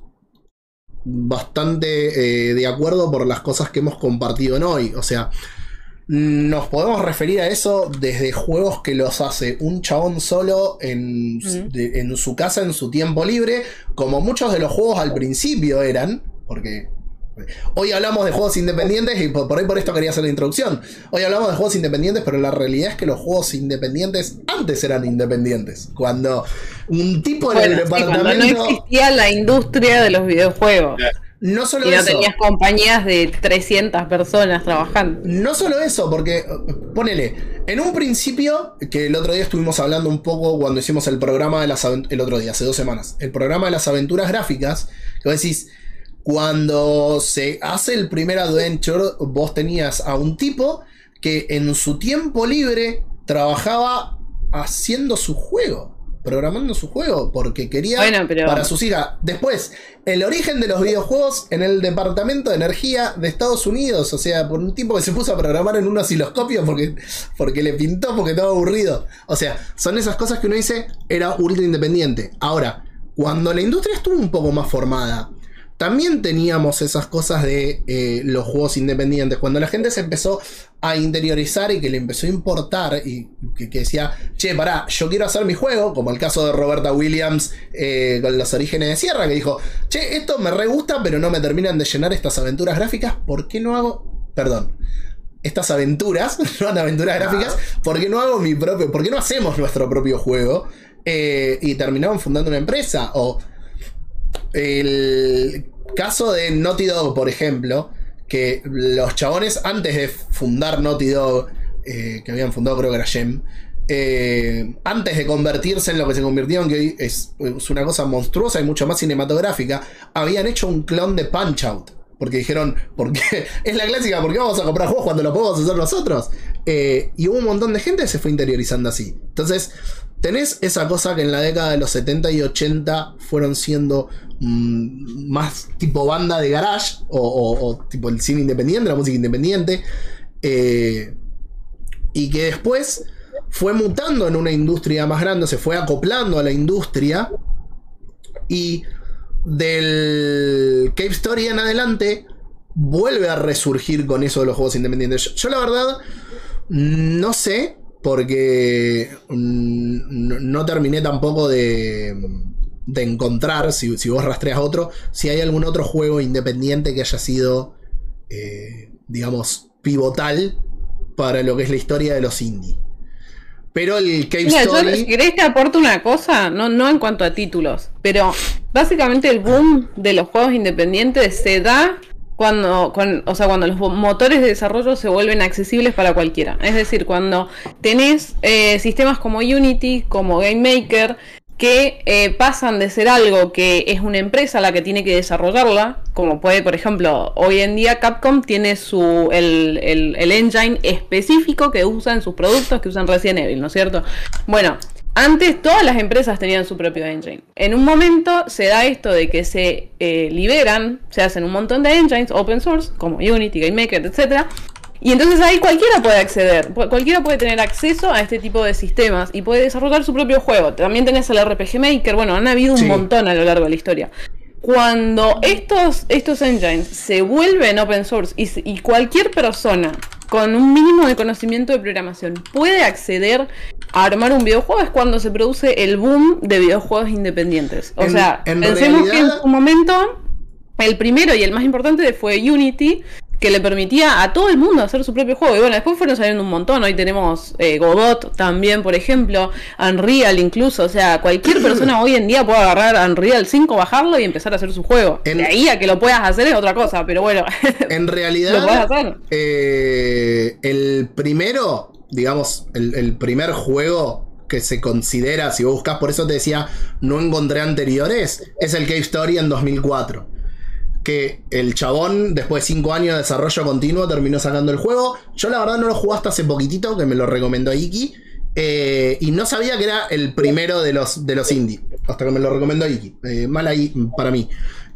[SPEAKER 3] bastante eh, de acuerdo por las cosas que hemos compartido en hoy. O sea, nos podemos referir a eso desde juegos que los hace un chabón solo en,
[SPEAKER 2] Ujú.
[SPEAKER 3] de- en su casa, en su tiempo libre, como muchos de los juegos al principio eran, porque hoy hablamos de juegos independientes y por, por ahí por esto quería hacer la introducción. Hoy hablamos de juegos independientes, pero la realidad es que los juegos independientes antes eran independientes. Cuando un tipo en el
[SPEAKER 2] Bueno, sí, cuando no
[SPEAKER 3] departamento...
[SPEAKER 2] existía la industria de los videojuegos
[SPEAKER 3] No solo
[SPEAKER 2] y no
[SPEAKER 3] eso.
[SPEAKER 2] tenías compañías de trescientas personas trabajando.
[SPEAKER 3] No solo eso, porque eh, ponele, en un principio, que el otro día estuvimos hablando un poco cuando hicimos el programa de las avent- el otro día, hace dos semanas, el programa de las aventuras gráficas, que vos decís, cuando se hace el primer adventure, vos tenías a un tipo que en su tiempo libre trabajaba haciendo su juego. programando su juego porque quería
[SPEAKER 2] bueno, pero...
[SPEAKER 3] para sus hijas. Después, el origen de los videojuegos en el Departamento de Energía de Estados Unidos, o sea, por un tipo que se puso a programar en un osciloscopio porque, porque le pintó, porque estaba aburrido. O sea, son esas cosas que uno dice, era ultra independiente. Ahora, cuando la industria estuvo un poco más formada, también teníamos esas cosas de eh, los juegos independientes. Cuando la gente se empezó a interiorizar y que le empezó a importar y que, que decía, che, pará, yo quiero hacer mi juego, como el caso de Roberta Williams eh, con Los Orígenes de Sierra, que dijo, che, esto me re gusta, pero no me terminan de llenar estas aventuras gráficas, ¿por qué no hago? Perdón. Estas aventuras, no aventuras gráficas, ¿por qué no hago mi propio, por qué no hacemos nuestro propio juego? Eh, y terminaron fundando una empresa. O el caso de Naughty Dog, por ejemplo, que los chabones antes de fundar Naughty Dog, eh, que habían fundado creo que era Gem, eh, antes de convertirse en lo que se convirtieron, que hoy es, es una cosa monstruosa y mucho más cinematográfica, habían hecho un clon de Punch Out. Porque dijeron, porque es la clásica, ¿por qué vamos a comprar juegos cuando lo podemos hacer nosotros? Eh, y hubo un montón de gente que se fue interiorizando así. Entonces, tenés esa cosa que en la década de los setenta y ochenta fueron siendo mmm, más tipo banda de garage, o, o, o tipo el cine independiente, la música independiente, eh, y que después fue mutando en una industria más grande, se fue acoplando a la industria, y del Cave Story en adelante vuelve a resurgir con eso de los juegos independientes. Yo, yo la verdad no sé, porque no, no terminé tampoco de, de encontrar, si, si vos rastreas otro, si hay algún otro juego independiente que haya sido eh, digamos pivotal para lo que es la historia de los indie. Pero el Cave
[SPEAKER 2] Mira,
[SPEAKER 3] Story...
[SPEAKER 2] yo, si querés te aporto una cosa, no, no en cuanto a títulos, pero básicamente el boom de los juegos independientes se da cuando, con, o sea, cuando los motores de desarrollo se vuelven accesibles para cualquiera. Es decir, cuando tenés eh, sistemas como Unity, como Game Maker, que eh, pasan de ser algo que es una empresa la que tiene que desarrollarla, como puede, por ejemplo, hoy en día Capcom tiene su el, el, el engine específico que usa en sus productos, que usan Resident Evil, ¿no es cierto? Bueno, antes todas las empresas tenían su propio engine. En un momento se da esto de que se eh, liberan, se hacen un montón de engines open source, como Unity, Game Maker, etcétera. Y entonces ahí cualquiera puede acceder, cualquiera puede tener acceso a este tipo de sistemas y puede desarrollar su propio juego. También tenés el R P G Maker, bueno, han habido un sí. montón a lo largo de la historia. Cuando estos, estos engines se vuelven open source y, y cualquier persona con un mínimo de conocimiento de programación puede acceder a armar un videojuego, es cuando se produce el boom de videojuegos independientes. O en, sea, en pensemos realidad... que en su momento el primero y el más importante fue Unity, que le permitía a todo el mundo hacer su propio juego. Y bueno, después fueron saliendo un montón. Hoy tenemos eh, Godot también, por ejemplo, Unreal incluso. O sea, cualquier persona hoy en día puede agarrar Unreal cinco, bajarlo y empezar a hacer su juego. En... De ahí a que lo puedas hacer es otra cosa, pero bueno.
[SPEAKER 3] En realidad,
[SPEAKER 2] lo puedes hacer.
[SPEAKER 3] Eh, el primero, digamos, el, el primer juego que se considera, si vos buscas, por eso te decía, no encontré anteriores, es el Cave Story en dos mil cuatro. Que el chabón, después de cinco años de desarrollo continuo, terminó sacando el juego. Yo la verdad no lo jugué hasta hace poquitito, que me lo recomendó Iki. Eh, y no sabía que era el primero de los, de los indie. Hasta que me lo recomendó Iki. Eh, mal ahí para mí.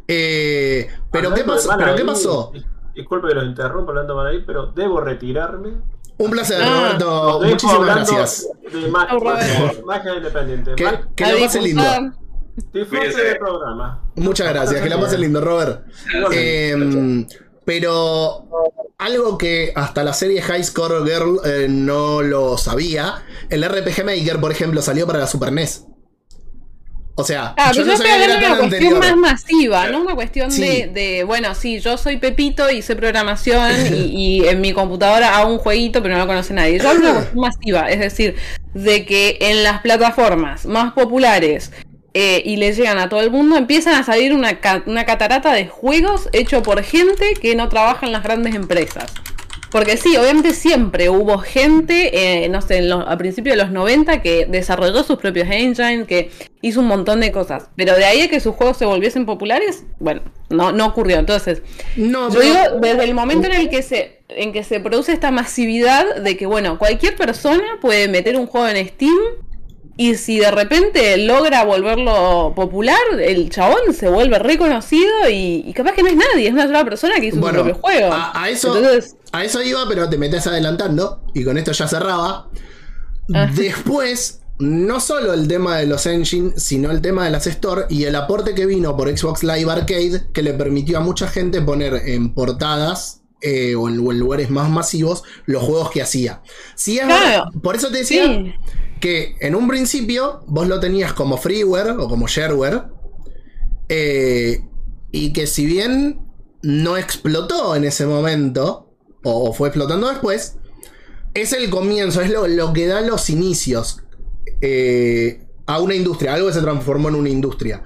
[SPEAKER 3] Eh, pero, ¿qué pasó? ¿Pero qué pasó?
[SPEAKER 4] Disculpe que los interrumpa hablando mal ahí, pero debo retirarme.
[SPEAKER 3] Un placer, ah, Roberto. Muchísimas gracias.
[SPEAKER 4] De ma oh, magia independiente.
[SPEAKER 3] Que, que lo pase lindo.
[SPEAKER 4] Disfrute del programa.
[SPEAKER 3] Muchas gracias, que la pase lindo, Robert. Eh, pero algo que hasta la serie High Score Girl eh, no lo sabía, el R P G Maker, por ejemplo, salió para la Super N E S. O sea,
[SPEAKER 2] ah, yo no sabía que era una cuestión anterior. Más masiva, no una cuestión
[SPEAKER 3] sí.
[SPEAKER 2] de, de, bueno, sí, yo soy Pepito y sé programación y, y en mi computadora hago un jueguito, pero no lo conoce nadie. Yo hablo de una cuestión masiva, es decir, de que en las plataformas más populares Eh, y le llegan a todo el mundo, empiezan a salir una, ca una catarata de juegos hecho por gente que no trabaja en las grandes empresas. Porque sí, obviamente siempre hubo gente, eh, no sé, en los, a principios de los noventa que desarrolló sus propios engines, que hizo un montón de cosas. Pero de ahí a que sus juegos se volviesen populares, bueno, no, no ocurrió. Entonces, no, yo pero... digo, desde el momento en el que se, en que se produce esta masividad de que, bueno, cualquier persona puede meter un juego en Steam Y si de repente logra volverlo popular, el chabón se vuelve reconocido y, y capaz que no es nadie, es una sola persona que hizo
[SPEAKER 3] Bueno,
[SPEAKER 2] su propio juego.
[SPEAKER 3] A, a eso,
[SPEAKER 2] Entonces,
[SPEAKER 3] a eso iba, pero te metes adelantando, y con esto ya cerraba.
[SPEAKER 2] Ah.
[SPEAKER 3] Después, no solo el tema de los engines, sino el tema de las store y el aporte que vino por Xbox Live Arcade, que le permitió a mucha gente poner en portadas eh, o, en, o en lugares más masivos los juegos que hacía. Sí, es
[SPEAKER 2] Claro.
[SPEAKER 3] verdad, por eso te decía
[SPEAKER 2] sí.
[SPEAKER 3] que en un principio vos lo tenías como freeware o como shareware, eh, y que si bien no explotó en ese momento, o, o fue explotando después, es el comienzo, es lo, lo que da los inicios eh, a una industria, algo que se transformó en una industria.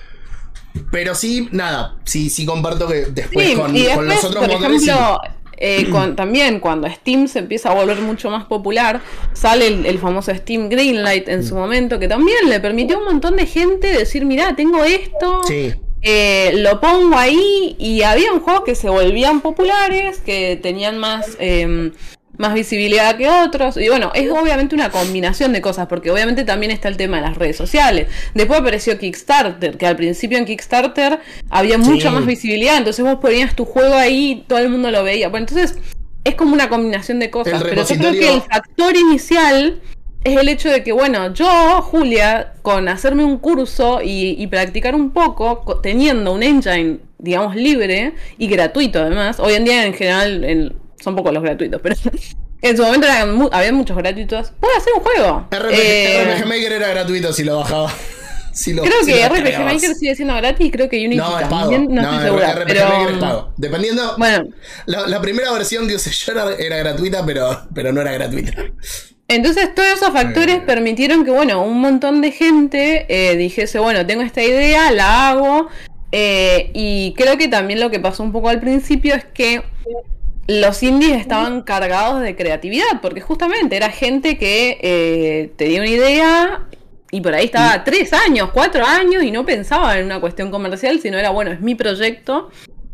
[SPEAKER 3] Pero sí, nada, sí, sí comparto que después
[SPEAKER 2] Sí,
[SPEAKER 3] con,
[SPEAKER 2] y después,
[SPEAKER 3] con los otros
[SPEAKER 2] por
[SPEAKER 3] motores.
[SPEAKER 2] ejemplo,
[SPEAKER 3] Sí.
[SPEAKER 2] eh, con, también cuando Steam se empieza a volver mucho más popular, sale el, el famoso Steam Greenlight en su momento, que también le permitió a un montón de gente decir, mirá, tengo esto,
[SPEAKER 3] Sí.
[SPEAKER 2] eh, lo pongo ahí, y había juegos que se volvían populares, que tenían más... Eh, más visibilidad que otros, y bueno, es obviamente una combinación de cosas, porque obviamente también está el tema de las redes sociales. Después apareció Kickstarter, que al principio en Kickstarter había mucha
[SPEAKER 3] Sí.
[SPEAKER 2] más visibilidad, entonces vos ponías tu juego ahí y todo el mundo lo veía. Bueno, entonces es como una combinación de cosas,
[SPEAKER 3] El
[SPEAKER 2] pero yo creo
[SPEAKER 3] repositorio-
[SPEAKER 2] que el factor inicial es el hecho de que, bueno, yo, Julia, con hacerme un curso y, y practicar un poco, co- teniendo un engine, digamos, libre y gratuito además, hoy en día en general en, son pocos los gratuitos, pero en su momento eran mu- había muchos gratuitos, puedo hacer un juego.
[SPEAKER 3] R P G,
[SPEAKER 2] Eh,
[SPEAKER 3] R P G Maker era gratuito si lo bajaba. Si lo,
[SPEAKER 2] creo
[SPEAKER 3] si
[SPEAKER 2] que
[SPEAKER 3] lo
[SPEAKER 2] R P G
[SPEAKER 3] descargabas.
[SPEAKER 2] Maker sigue siendo gratis y creo que Unity
[SPEAKER 3] No, es pago.
[SPEAKER 2] también, no,
[SPEAKER 3] No,
[SPEAKER 2] estoy segura.
[SPEAKER 3] R P G
[SPEAKER 2] Pero,
[SPEAKER 3] Maker es pago. Dependiendo.
[SPEAKER 2] bueno,
[SPEAKER 3] La, la primera versión que usé yo era, era gratuita, pero, pero no era gratuita.
[SPEAKER 2] entonces todos esos factores
[SPEAKER 3] Eh.
[SPEAKER 2] permitieron que, bueno, un montón de gente eh, dijese, bueno, tengo esta idea, la hago, eh, y creo que también lo que pasó un poco al principio es que los indies estaban cargados de creatividad, porque justamente era gente que eh, tenía una idea y por ahí estaba tres años, cuatro años y no pensaba en una cuestión comercial, sino era, bueno, es mi proyecto,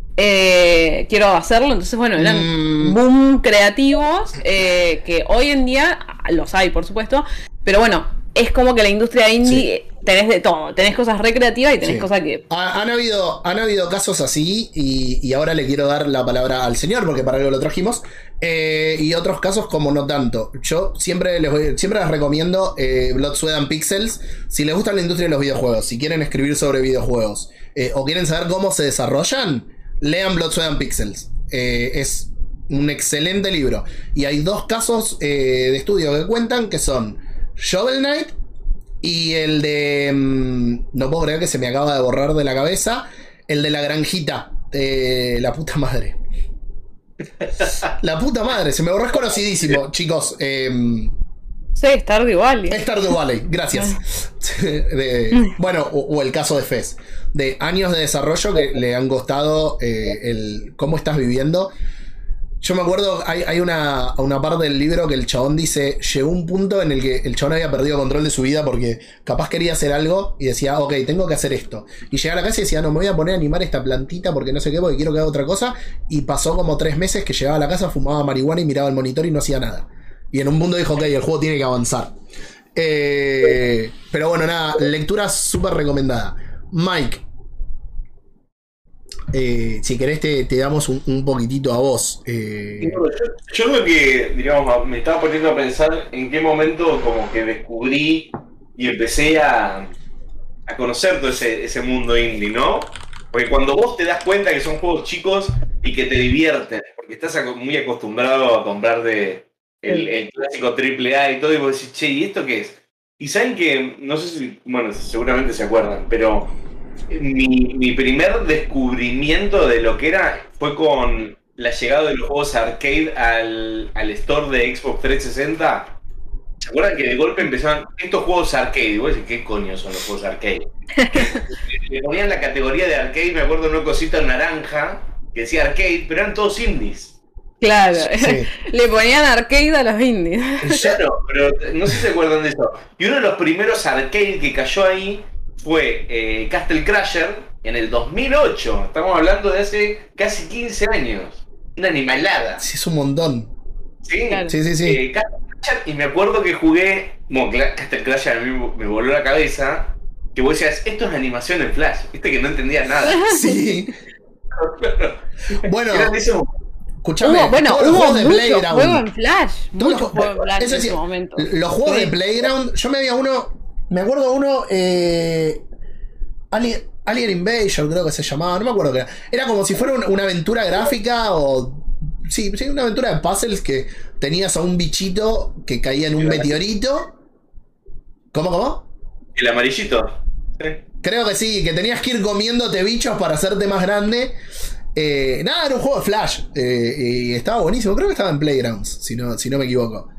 [SPEAKER 2] eh, quiero hacerlo. Entonces, bueno, eran
[SPEAKER 3] Mm.
[SPEAKER 2] boom creativos, eh, que hoy en día los hay, por supuesto, pero bueno, es como que la industria indie tenés de todo, tenés cosas recreativas y tenés
[SPEAKER 3] Sí.
[SPEAKER 2] cosas que...
[SPEAKER 3] Ha- Han habido, han habido casos así, y, y ahora le quiero dar la palabra al señor, porque para algo lo trajimos. eh, y otros casos como no tanto. Yo siempre les, voy- siempre les recomiendo eh, Blood, Sweat and Pixels. Si les gusta la industria de los videojuegos, si quieren escribir sobre videojuegos, eh, o quieren saber cómo se desarrollan, lean Blood, Sweat and Pixels. Eh, es un excelente libro. Y hay dos casos eh, de estudio que cuentan, que son Shovel Knight y el de... mm, no puedo creer que se me acaba de borrar de la cabeza. El de la granjita. Eh, la puta madre. La puta madre. Se me borró, es conocidísimo, chicos. Eh,
[SPEAKER 2] Sí, Stardew Valley.
[SPEAKER 3] Stardew Valley, gracias. De- bueno, o, o el caso de Fez. De años de desarrollo que le han costado eh, el cómo estás viviendo. Yo me acuerdo, hay, hay una, una parte del libro que el chabón dice, llegó un punto en el que el chabón había perdido control de su vida porque capaz quería hacer algo y decía, ok, tengo que hacer esto. Y llegaba a la casa y decía, no, me voy a poner a animar esta plantita porque no sé qué, porque quiero que haga otra cosa. Y pasó como tres meses que llegaba a la casa, fumaba marihuana y miraba el monitor y no hacía nada. Y en un punto dijo, ok, el juego tiene que avanzar. Eh, pero bueno, nada, lectura súper recomendada. Mike, eh, si querés te, te damos un, un poquitito a vos. Eh,
[SPEAKER 5] Y bueno, yo, yo lo que, digamos, me estaba poniendo a pensar en qué momento como que descubrí y empecé a, a conocer todo ese, ese mundo indie, ¿no? Porque cuando vos te das cuenta que son juegos chicos y que te divierten, porque estás aco- muy acostumbrado a comprarte el, el clásico triple A y todo, y vos decís, che, ¿y esto qué es? Y saben que, no sé si, bueno, seguramente se acuerdan, pero mi, mi primer descubrimiento de lo que era fue con la llegada de los juegos arcade al, al store de Xbox trescientos sesenta. ¿Se acuerdan que de golpe empezaban estos juegos arcade? Y vos decís, ¿qué coño son los juegos arcade? Le ponían la categoría de arcade, me acuerdo, una cosita naranja que decía arcade, pero eran todos indies.
[SPEAKER 2] Claro,
[SPEAKER 3] Sí.
[SPEAKER 2] le ponían arcade a los indies.
[SPEAKER 5] Claro, pero no sé si se acuerdan de eso. Y uno de los primeros arcade que cayó ahí fue eh, Castle Crasher en el dos mil ocho. Estamos hablando de hace casi quince años. Una animalada.
[SPEAKER 3] sí, es un montón.
[SPEAKER 5] ¿Sí?
[SPEAKER 2] Claro.
[SPEAKER 3] Sí, sí, sí.
[SPEAKER 5] Eh, Castle Crasher, y me acuerdo que jugué Bueno, Castle Crasher a mí me voló la cabeza. Que vos decías, esto es animación en Flash. Viste que no entendía nada.
[SPEAKER 3] Sí. Bueno, escuchame,
[SPEAKER 2] hubo, bueno,
[SPEAKER 3] todos los
[SPEAKER 2] hubo
[SPEAKER 3] juegos de
[SPEAKER 2] mucho
[SPEAKER 3] Playground.
[SPEAKER 2] juego en Flash.
[SPEAKER 3] Todos
[SPEAKER 2] Mucho
[SPEAKER 3] los-
[SPEAKER 2] juego en Flash
[SPEAKER 3] es
[SPEAKER 2] en
[SPEAKER 3] decir,
[SPEAKER 2] ese momento.
[SPEAKER 3] Los juegos
[SPEAKER 2] Sí.
[SPEAKER 3] de Playground, yo me había uno, me acuerdo uno, eh, Alien, Alien Invasion creo que se llamaba, no me acuerdo qué era. Era como si fuera una, una aventura gráfica o... Sí, sí, una aventura de puzzles que tenías a un bichito que caía en un meteorito. ¿Cómo, cómo?
[SPEAKER 5] El amarillito. Sí.
[SPEAKER 3] Creo que sí, que tenías que ir comiéndote bichos para hacerte más grande. Eh, nada, era un juego de Flash. Eh, y estaba buenísimo. Creo que estaba en Playgrounds, si no, si no me equivoco.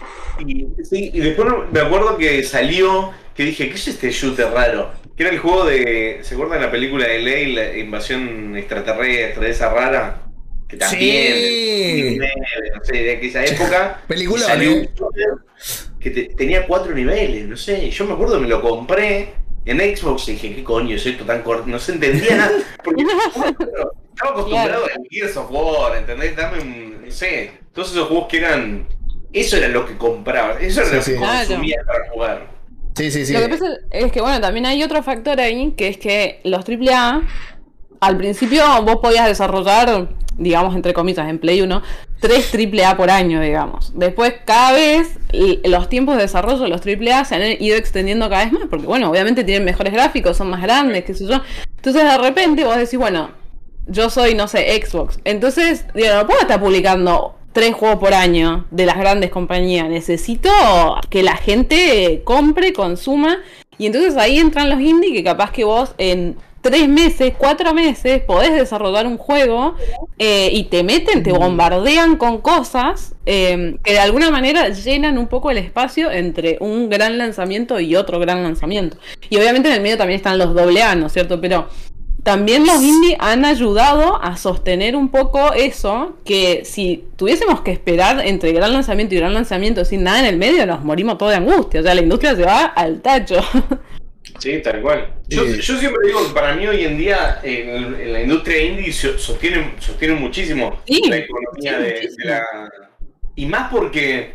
[SPEAKER 5] Y, sí, y después me acuerdo que salió, que dije, ¿qué es este shooter raro? Que era el juego de... ¿Se acuerdan de la película de Ley, la invasión extraterrestre, esa rara? Que también,
[SPEAKER 3] Sí.
[SPEAKER 5] no sé, de aquella época.
[SPEAKER 3] Película,
[SPEAKER 5] y salió
[SPEAKER 3] ¿eh?
[SPEAKER 5] un shooter que te- tenía cuatro niveles, no sé. Yo me acuerdo que me lo compré en Xbox y dije, ¿qué coño es esto tan corto? No se entendía nada. Porque estaba acostumbrado al Gears of War, ¿entendés? Dame un... no sé, todos esos juegos que eran... Eso era lo que compraba, eso era
[SPEAKER 3] Sí,
[SPEAKER 5] lo
[SPEAKER 3] sí.
[SPEAKER 5] que consumía para jugar.
[SPEAKER 3] Sí, sí, sí.
[SPEAKER 2] Lo que pasa es que, bueno, también hay otro factor ahí, que es que los triple A, al principio vos podías desarrollar, digamos, entre comillas, en Play uno, tres triple A por año, digamos. Después, cada vez, l- los tiempos de desarrollo de los triple A se han ido extendiendo cada vez más, porque, bueno, obviamente tienen mejores gráficos, son más grandes, qué sé yo. Entonces, de repente, vos decís, bueno, yo soy, no sé, Xbox. Entonces, digo, no puedo estar publicando tres juegos por año de las grandes compañías. Necesito que la gente compre, consuma. Y entonces ahí entran los indie que capaz que vos en tres meses, cuatro meses podés desarrollar un juego eh, y te meten, te bombardean con cosas eh, que de alguna manera llenan un poco el espacio entre un gran lanzamiento y otro gran lanzamiento. Y obviamente en el medio también están los doble A, ¿no es cierto? Pero también los indie han ayudado a sostener un poco eso, que si tuviésemos que esperar entre gran lanzamiento y gran lanzamiento sin nada en el medio, nos morimos todos de angustia. O sea, la industria se va al tacho.
[SPEAKER 5] Sí, tal cual. Yo,
[SPEAKER 3] Sí.
[SPEAKER 5] yo siempre digo que para mí hoy en día en, en la industria indie so- sostiene, sostiene muchísimo
[SPEAKER 2] Sí,
[SPEAKER 5] la economía
[SPEAKER 2] sí,
[SPEAKER 5] de,
[SPEAKER 2] muchísimo.
[SPEAKER 5] de la... Y más porque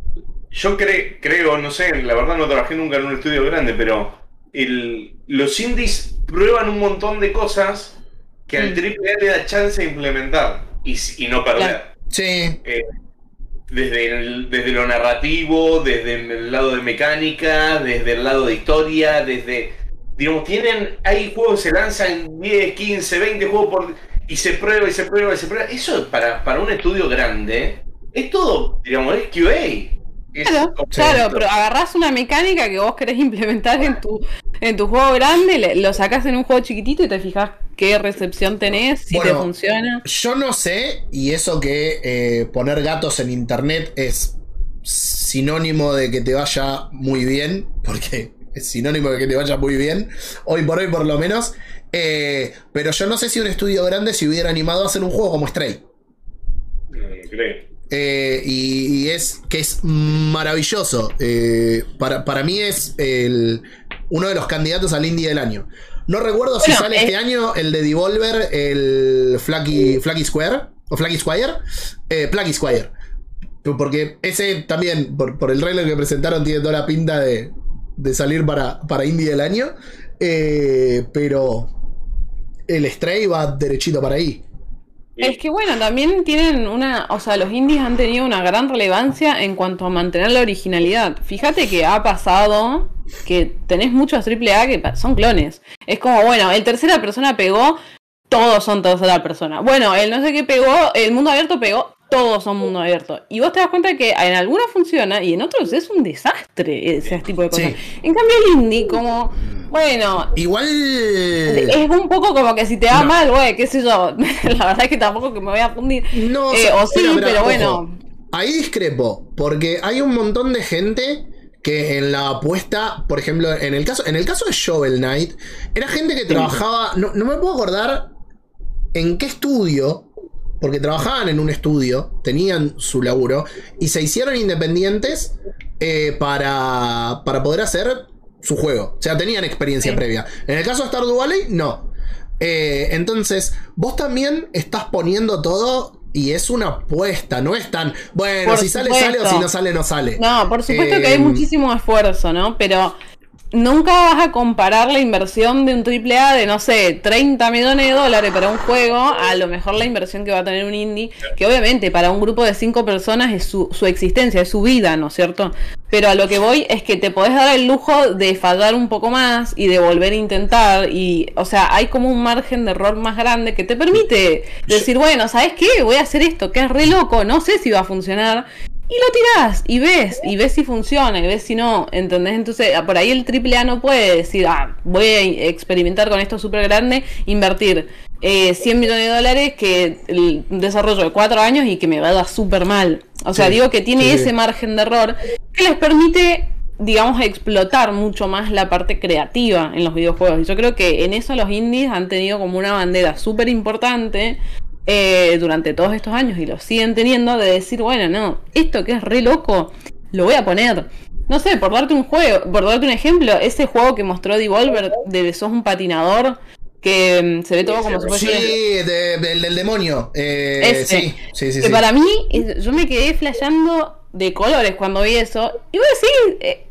[SPEAKER 5] yo cre- creo, no sé, la verdad no trabajé nunca en un estudio grande, pero el, los indies prueban un montón de cosas que al
[SPEAKER 2] Mm.
[SPEAKER 5] triple A le da chance de implementar y, s- y no perder.
[SPEAKER 2] Claro.
[SPEAKER 3] Sí.
[SPEAKER 5] Eh, desde, el- desde lo narrativo, desde el lado de mecánica, desde el lado de historia, desde... Digamos, tienen... Hay juegos que se lanzan diez, quince, veinte juegos por... Y se prueba y se prueba y se prueba. Eso para, para un estudio grande es todo, digamos, es Q A. Es
[SPEAKER 2] Claro,
[SPEAKER 5] como-
[SPEAKER 2] claro, pero agarrás una mecánica que vos querés implementar en tu en tu juego grande, le- lo sacás en un juego chiquitito y te fijás qué recepción tenés, si
[SPEAKER 3] Bueno,
[SPEAKER 2] te funciona.
[SPEAKER 3] Yo no sé, y eso que eh, poner gatos en internet es sinónimo de que te vaya muy bien, porque es sinónimo de que te vaya muy bien, hoy por hoy por lo menos. Eh, pero yo no sé si un estudio grande se hubiera animado a hacer un juego como Stray.
[SPEAKER 5] Mm, creo.
[SPEAKER 3] Eh, y, y es que es maravilloso. Eh, para, para mí es el, uno de los candidatos al indie del año. No recuerdo si
[SPEAKER 2] Bueno,
[SPEAKER 3] sale
[SPEAKER 2] eh.
[SPEAKER 3] este año el de Devolver, el Flaky, Flaky Square o Flaky Squire. Eh, Flaky Squire. Porque ese también, por, por el trailer que presentaron, tiene toda la pinta de, de salir para, para indie del año. Eh, pero el Stray va derechito para ahí.
[SPEAKER 2] Es que bueno, también tienen una, o sea, los indies han tenido una gran relevancia en cuanto a mantener la originalidad. Fíjate que ha pasado que tenés muchos triple A que pa- son clones. Es como, bueno, el tercera persona pegó, todos son tercera persona. Bueno, el no sé qué pegó, el mundo abierto pegó, todos son mundo abierto. Y vos te das cuenta que en algunos funciona y en otros es un desastre ese tipo de cosas.
[SPEAKER 3] Sí.
[SPEAKER 2] En cambio el indie, como, bueno,
[SPEAKER 3] Igual.
[SPEAKER 2] es un poco como que si te va
[SPEAKER 3] No.
[SPEAKER 2] mal, güey, qué sé yo. La verdad es que tampoco que me voy a fundir.
[SPEAKER 3] No,
[SPEAKER 2] Eh, o sí,
[SPEAKER 3] espera, espera,
[SPEAKER 2] pero
[SPEAKER 3] ojo.
[SPEAKER 2] bueno.
[SPEAKER 3] Ahí discrepo, porque hay un montón de gente que en la apuesta, por ejemplo, en el caso, en el caso de Shovel Knight, era gente que trabajaba, no, no me puedo acordar en qué estudio, porque trabajaban en un estudio, tenían su laburo, y se hicieron independientes eh, para, para poder hacer su juego. O sea, tenían experiencia
[SPEAKER 2] Sí.
[SPEAKER 3] previa. En el caso de Stardew Valley, no. Eh, entonces, vos también estás poniendo todo Y es una apuesta, no es tan... Bueno,
[SPEAKER 2] Por
[SPEAKER 3] si sale,
[SPEAKER 2] supuesto.
[SPEAKER 3] sale, o si no sale, no sale.
[SPEAKER 2] No, por supuesto
[SPEAKER 3] Eh,
[SPEAKER 2] que hay muchísimo esfuerzo, ¿no? Pero nunca vas a comparar la inversión de un triple A de, no sé, treinta millones de dólares para un juego a lo mejor la inversión que va a tener un indie, que obviamente para un grupo de cinco personas es su, su existencia, es su vida, ¿no es cierto? Pero a lo que voy es que te podés dar el lujo de fallar un poco más y de volver a intentar y, o sea, hay como un margen de error más grande que te permite decir, bueno, ¿sabes qué? Voy a hacer esto, que es re loco, no sé si va a funcionar. Y lo tirás, y ves, y ves si funciona, y ves si no, ¿entendés? Entonces, por ahí el triple A no puede decir, ah, voy a experimentar con esto súper grande, invertir eh, cien millones de dólares, que el desarrollo de cuatro años y que me vaya súper mal. O sea,
[SPEAKER 3] Sí,
[SPEAKER 2] digo que tiene
[SPEAKER 3] sí,
[SPEAKER 2] ese
[SPEAKER 3] sí.
[SPEAKER 2] margen de error que les permite, digamos, explotar mucho más la parte creativa en los videojuegos. Y yo creo que en eso los indies han tenido como una bandera súper importante Eh, durante todos estos años y lo siguen teniendo, de decir, bueno, no, esto que es re loco, lo voy a poner. No sé, por darte un juego, por darte un ejemplo, ese juego que mostró Devolver de sos un patinador que mm, se ve todo como si
[SPEAKER 3] Sí,
[SPEAKER 2] fuese
[SPEAKER 3] de- del, del demonio. Eh,
[SPEAKER 2] ese.
[SPEAKER 3] sí, sí, sí.
[SPEAKER 2] Que
[SPEAKER 3] sí.
[SPEAKER 2] para mí, es- yo me quedé flasheando de colores cuando vi eso. Y voy a decir, eh,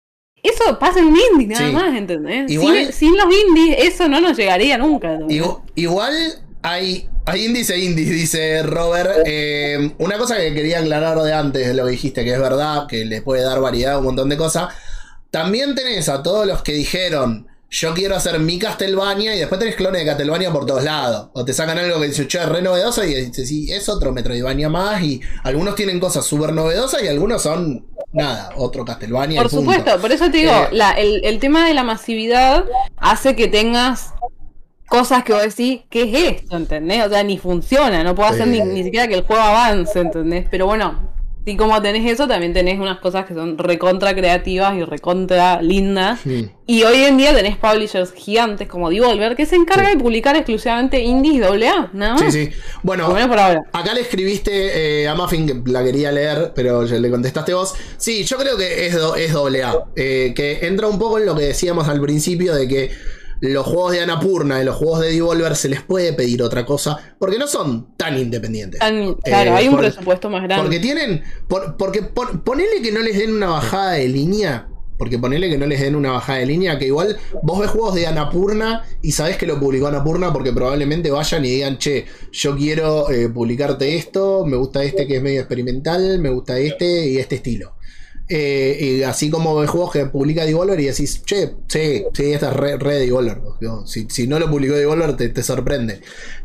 [SPEAKER 2] eso pasa en un indie nada
[SPEAKER 3] Sí.
[SPEAKER 2] más, ¿entendés?
[SPEAKER 3] Igual-
[SPEAKER 2] Sin, sin los indies, eso no nos llegaría nunca. ¿entendés?
[SPEAKER 3] Igu- Igual hay, hay indies e indies, dice Robert. Eh, una cosa que quería aclarar de antes de lo que dijiste, que es verdad, que le puede dar variedad a un montón de cosas. También tenés a todos los que dijeron, yo quiero hacer mi Castlevania, y después tenés clones de Castlevania por todos lados. O te sacan algo que dice, che, es re novedoso, y dices, sí, es otro Metroidvania más. Y algunos tienen cosas súper novedosas y algunos son, nada, otro Castlevania.
[SPEAKER 2] Por
[SPEAKER 3] y punto.
[SPEAKER 2] supuesto, por eso te digo,
[SPEAKER 3] Eh,
[SPEAKER 2] la, el, el tema de la masividad hace que tengas cosas que vos decís, ¿qué es esto? ¿Entendés? O sea, ni funciona, no puedo hacer ni,
[SPEAKER 3] Sí.
[SPEAKER 2] ni siquiera que el juego avance, ¿entendés? Pero bueno, y como tenés eso, también tenés unas cosas que son recontra creativas y recontra lindas.
[SPEAKER 3] Hmm.
[SPEAKER 2] Y hoy en día tenés publishers gigantes como Devolver que se encarga
[SPEAKER 3] Sí.
[SPEAKER 2] de publicar exclusivamente indies doble A, nada más.
[SPEAKER 3] Sí, sí. Bueno,
[SPEAKER 2] Por lo menos por ahora.
[SPEAKER 3] acá le escribiste eh, a Muffin, que la quería leer, pero ya le contestaste vos. Sí, yo creo que es, do- es doble A. Eh, que entra un poco en lo que decíamos al principio de que los juegos de Annapurna y los juegos de Devolver se les puede pedir otra cosa porque no son tan independientes.
[SPEAKER 2] Tan- claro,
[SPEAKER 3] Eh,
[SPEAKER 2] hay un
[SPEAKER 3] por-
[SPEAKER 2] presupuesto más grande.
[SPEAKER 3] Porque tienen. por- porque pon- ponele que no les den una bajada de línea. Porque ponele que no les den una bajada de línea. Que igual vos ves juegos de Annapurna y sabés que lo publicó Annapurna porque probablemente vayan y digan, che, yo quiero eh, publicarte esto. Me gusta este que es medio experimental. Me gusta este y este estilo. Eh, y así como ves juegos que publica Devolver y decís, che, sí, sí, esta es re, re Devolver. ¿No? Si, si no lo publicó Devolver, te, te sorprende.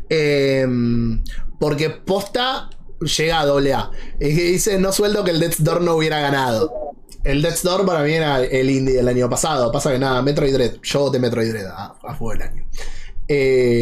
[SPEAKER 3] Eh, porque posta llega a doble A. Es que dice, no sueldo que el Death's Door no hubiera ganado. El Death's Door para mí era el indie del año pasado. Pasa que nada, Metroid Dread. Yo voté Metroid Dread a, a fuego del año. Eh,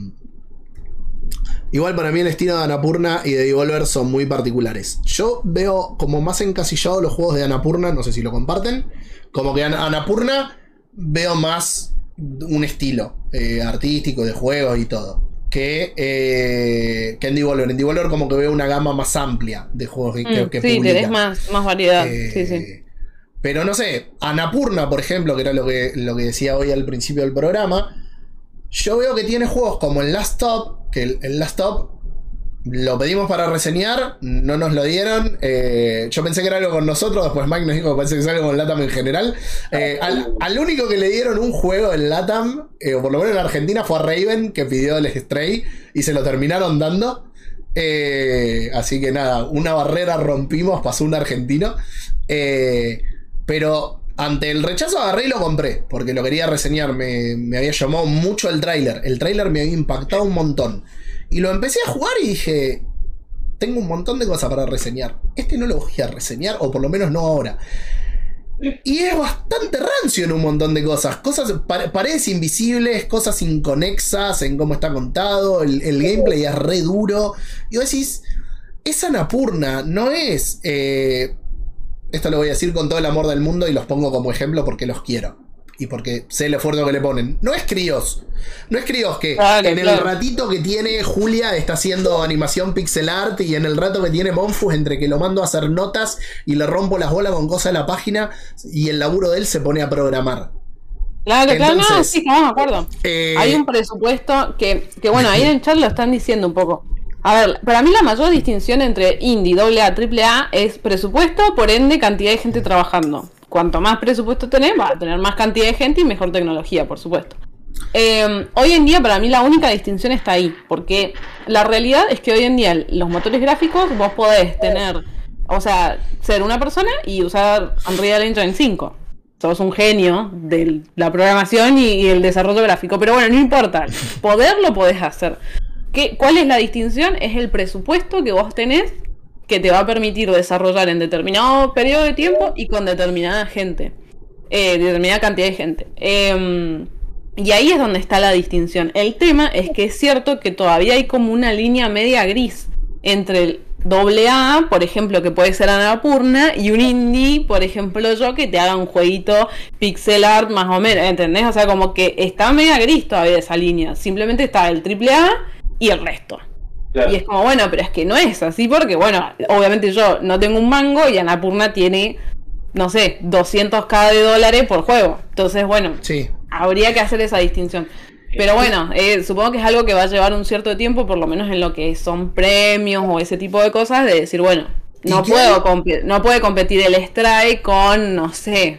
[SPEAKER 3] igual para mí el estilo de Annapurna y de Devolver son muy particulares. Yo veo como más encasillados los juegos de Annapurna, no sé si lo comparten. Como que An- Annapurna veo más un estilo eh, artístico de juegos y todo. Que, eh, que en Devolver. En Devolver como que veo una gama más amplia de juegos que, que,
[SPEAKER 2] Mm,
[SPEAKER 3] que
[SPEAKER 2] sí,
[SPEAKER 3] publican.
[SPEAKER 2] tenés más, más variedad.
[SPEAKER 3] Eh,
[SPEAKER 2] Sí, sí.
[SPEAKER 3] Pero no sé, Annapurna, por ejemplo, que era lo que, lo que decía hoy al principio del programa, yo veo que tiene juegos como el Last Stop, que el, el Last Stop lo pedimos para reseñar, no nos lo dieron. Eh, yo pensé que era algo con nosotros, después Mike nos dijo que parece que es algo con LATAM en general. Eh, al, al único que le dieron un juego en LATAM, eh, o por lo menos en Argentina, fue a Raven, que pidió el Stray, y se lo terminaron dando. Eh, así que nada, una barrera rompimos, pasó un argentino. Eh, pero ante el rechazo agarré y lo compré, porque lo quería reseñar. Me, me había llamado mucho el tráiler. El tráiler me había impactado un montón. Y lo empecé a jugar y dije, tengo un montón de cosas para reseñar. Este no lo voy a reseñar, o por lo menos no ahora. Y es bastante rancio en un montón de cosas. Cosas, pa- paredes invisibles, cosas inconexas en cómo está contado. El, el gameplay es re duro. Y vos decís, es Annapurna, no es... Eh, esto lo voy a decir con todo el amor del mundo y los pongo como ejemplo porque los quiero. Y porque sé el esfuerzo que le ponen. No es Críos. No es Críos que
[SPEAKER 2] Claro,
[SPEAKER 3] en el
[SPEAKER 2] claro.
[SPEAKER 3] ratito que tiene Julia está haciendo animación pixel art, y en el rato que tiene Monfus, entre que lo mando a hacer notas y le rompo las bolas con cosas de la página, y el laburo de él se pone a programar.
[SPEAKER 2] Claro, claro, no,
[SPEAKER 3] Entonces,
[SPEAKER 2] sí, estamos de acuerdo.
[SPEAKER 3] Eh,
[SPEAKER 2] Hay un presupuesto que, que, bueno, ahí en el chat lo están diciendo un poco. A ver, para mí la mayor distinción entre indie, doble A, triple A es presupuesto, por ende cantidad de gente trabajando. Cuanto más presupuesto tenés, vas a tener más cantidad de gente y mejor tecnología, por supuesto. Eh, hoy en día para mí la única distinción está ahí, porque la realidad es que hoy en día los motores gráficos vos podés tener, o sea, ser una persona y usar Unreal Engine cinco. Sos un genio de la programación y, y el desarrollo gráfico, pero bueno, no importa, poder lo podés hacer. ¿Qué, ¿Cuál es la distinción? Es el presupuesto que vos tenés que te va a permitir desarrollar en determinado periodo de tiempo y con determinada gente, eh, determinada cantidad de gente. Eh, y ahí es donde está la distinción. El tema es que es cierto que todavía hay como una línea media gris entre el doble A, por ejemplo, que puede ser Annapurna, y un indie, por ejemplo yo, que te haga un jueguito pixel art más o menos, ¿entendés? O sea, como que está media gris todavía esa línea. Simplemente está el triple A y el resto. Claro. Y es como, bueno, pero es que no es así porque, bueno, obviamente yo no tengo un mango y Annapurna tiene, no sé, doscientos k de dólares por juego. Entonces, bueno, sí, habría que hacer esa distinción. Pero bueno, eh, supongo que es algo que va a llevar un cierto tiempo, por lo menos en lo que son premios o ese tipo de cosas, de decir, bueno, no puedo comp- no puede competir el Strike con, no sé,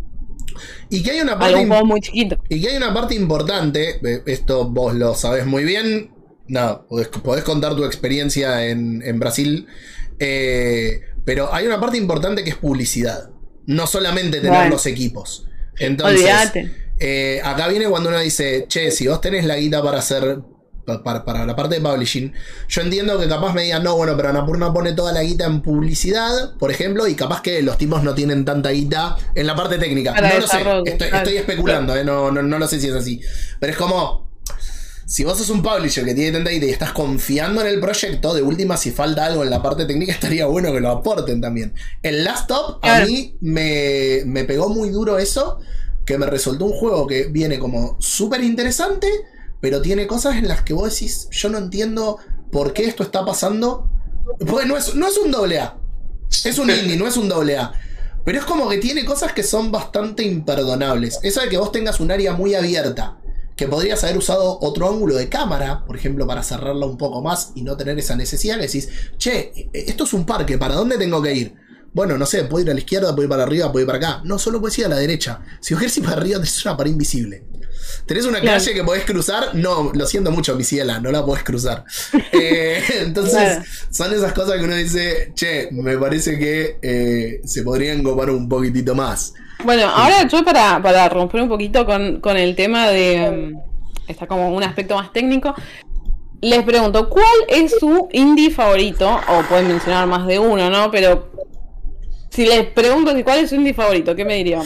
[SPEAKER 3] y que hay una parte
[SPEAKER 2] algún juego muy chiquito.
[SPEAKER 3] Y que hay una parte importante, esto vos lo sabés muy bien, no, podés, podés contar tu experiencia en, en Brasil, eh, pero hay una parte importante que es publicidad, no solamente tener bueno. los equipos. Entonces, olvídate. Eh, acá viene cuando uno dice, che, si vos tenés la guita para hacer, para, para la parte de publishing, yo entiendo que capaz me digan, no, bueno, pero Annapurna pone toda la guita en publicidad, por ejemplo, y capaz que los tipos no tienen tanta guita en la parte técnica. Para no lo sé, estoy, estoy especulando, eh, no, no, no lo sé si es así. Pero es como, si vos sos un publisher que tiene tanta guita y estás confiando en el proyecto, de última, si falta algo en la parte técnica, estaría bueno que lo aporten también. El Last Stop, a mí me, me pegó muy duro eso, que me resultó un juego que viene como súper interesante, pero tiene cosas en las que vos decís, yo no entiendo por qué esto está pasando. Porque no es, no es un doble A, es un indie, no es un doble A. Pero es como que tiene cosas que son bastante imperdonables. Eso de que vos tengas un área muy abierta, que podrías haber usado otro ángulo de cámara, por ejemplo, para cerrarla un poco más y no tener esa necesidad, que decís, che, esto es un parque, ¿para dónde tengo que ir? Bueno, no sé, puedo ir a la izquierda, puedo ir para arriba, puedo ir para acá. No, solo puedes ir a la derecha. Si vos querés ir para arriba, tenés una pared invisible. ¿Tenés una claro. calle que podés cruzar? No, lo siento mucho, mi ciela, no la podés cruzar. eh, entonces, claro. son esas cosas que uno dice, che, me parece que eh, se podrían copar un poquitito más.
[SPEAKER 2] Bueno, sí. Ahora yo para, para romper un poquito con, con el tema de... Um, está como un aspecto más técnico. Les pregunto, ¿cuál es su indie favorito? O pueden mencionar más de uno, ¿no? Pero... si les pregunto cuál es su indie favorito, ¿qué me dirían?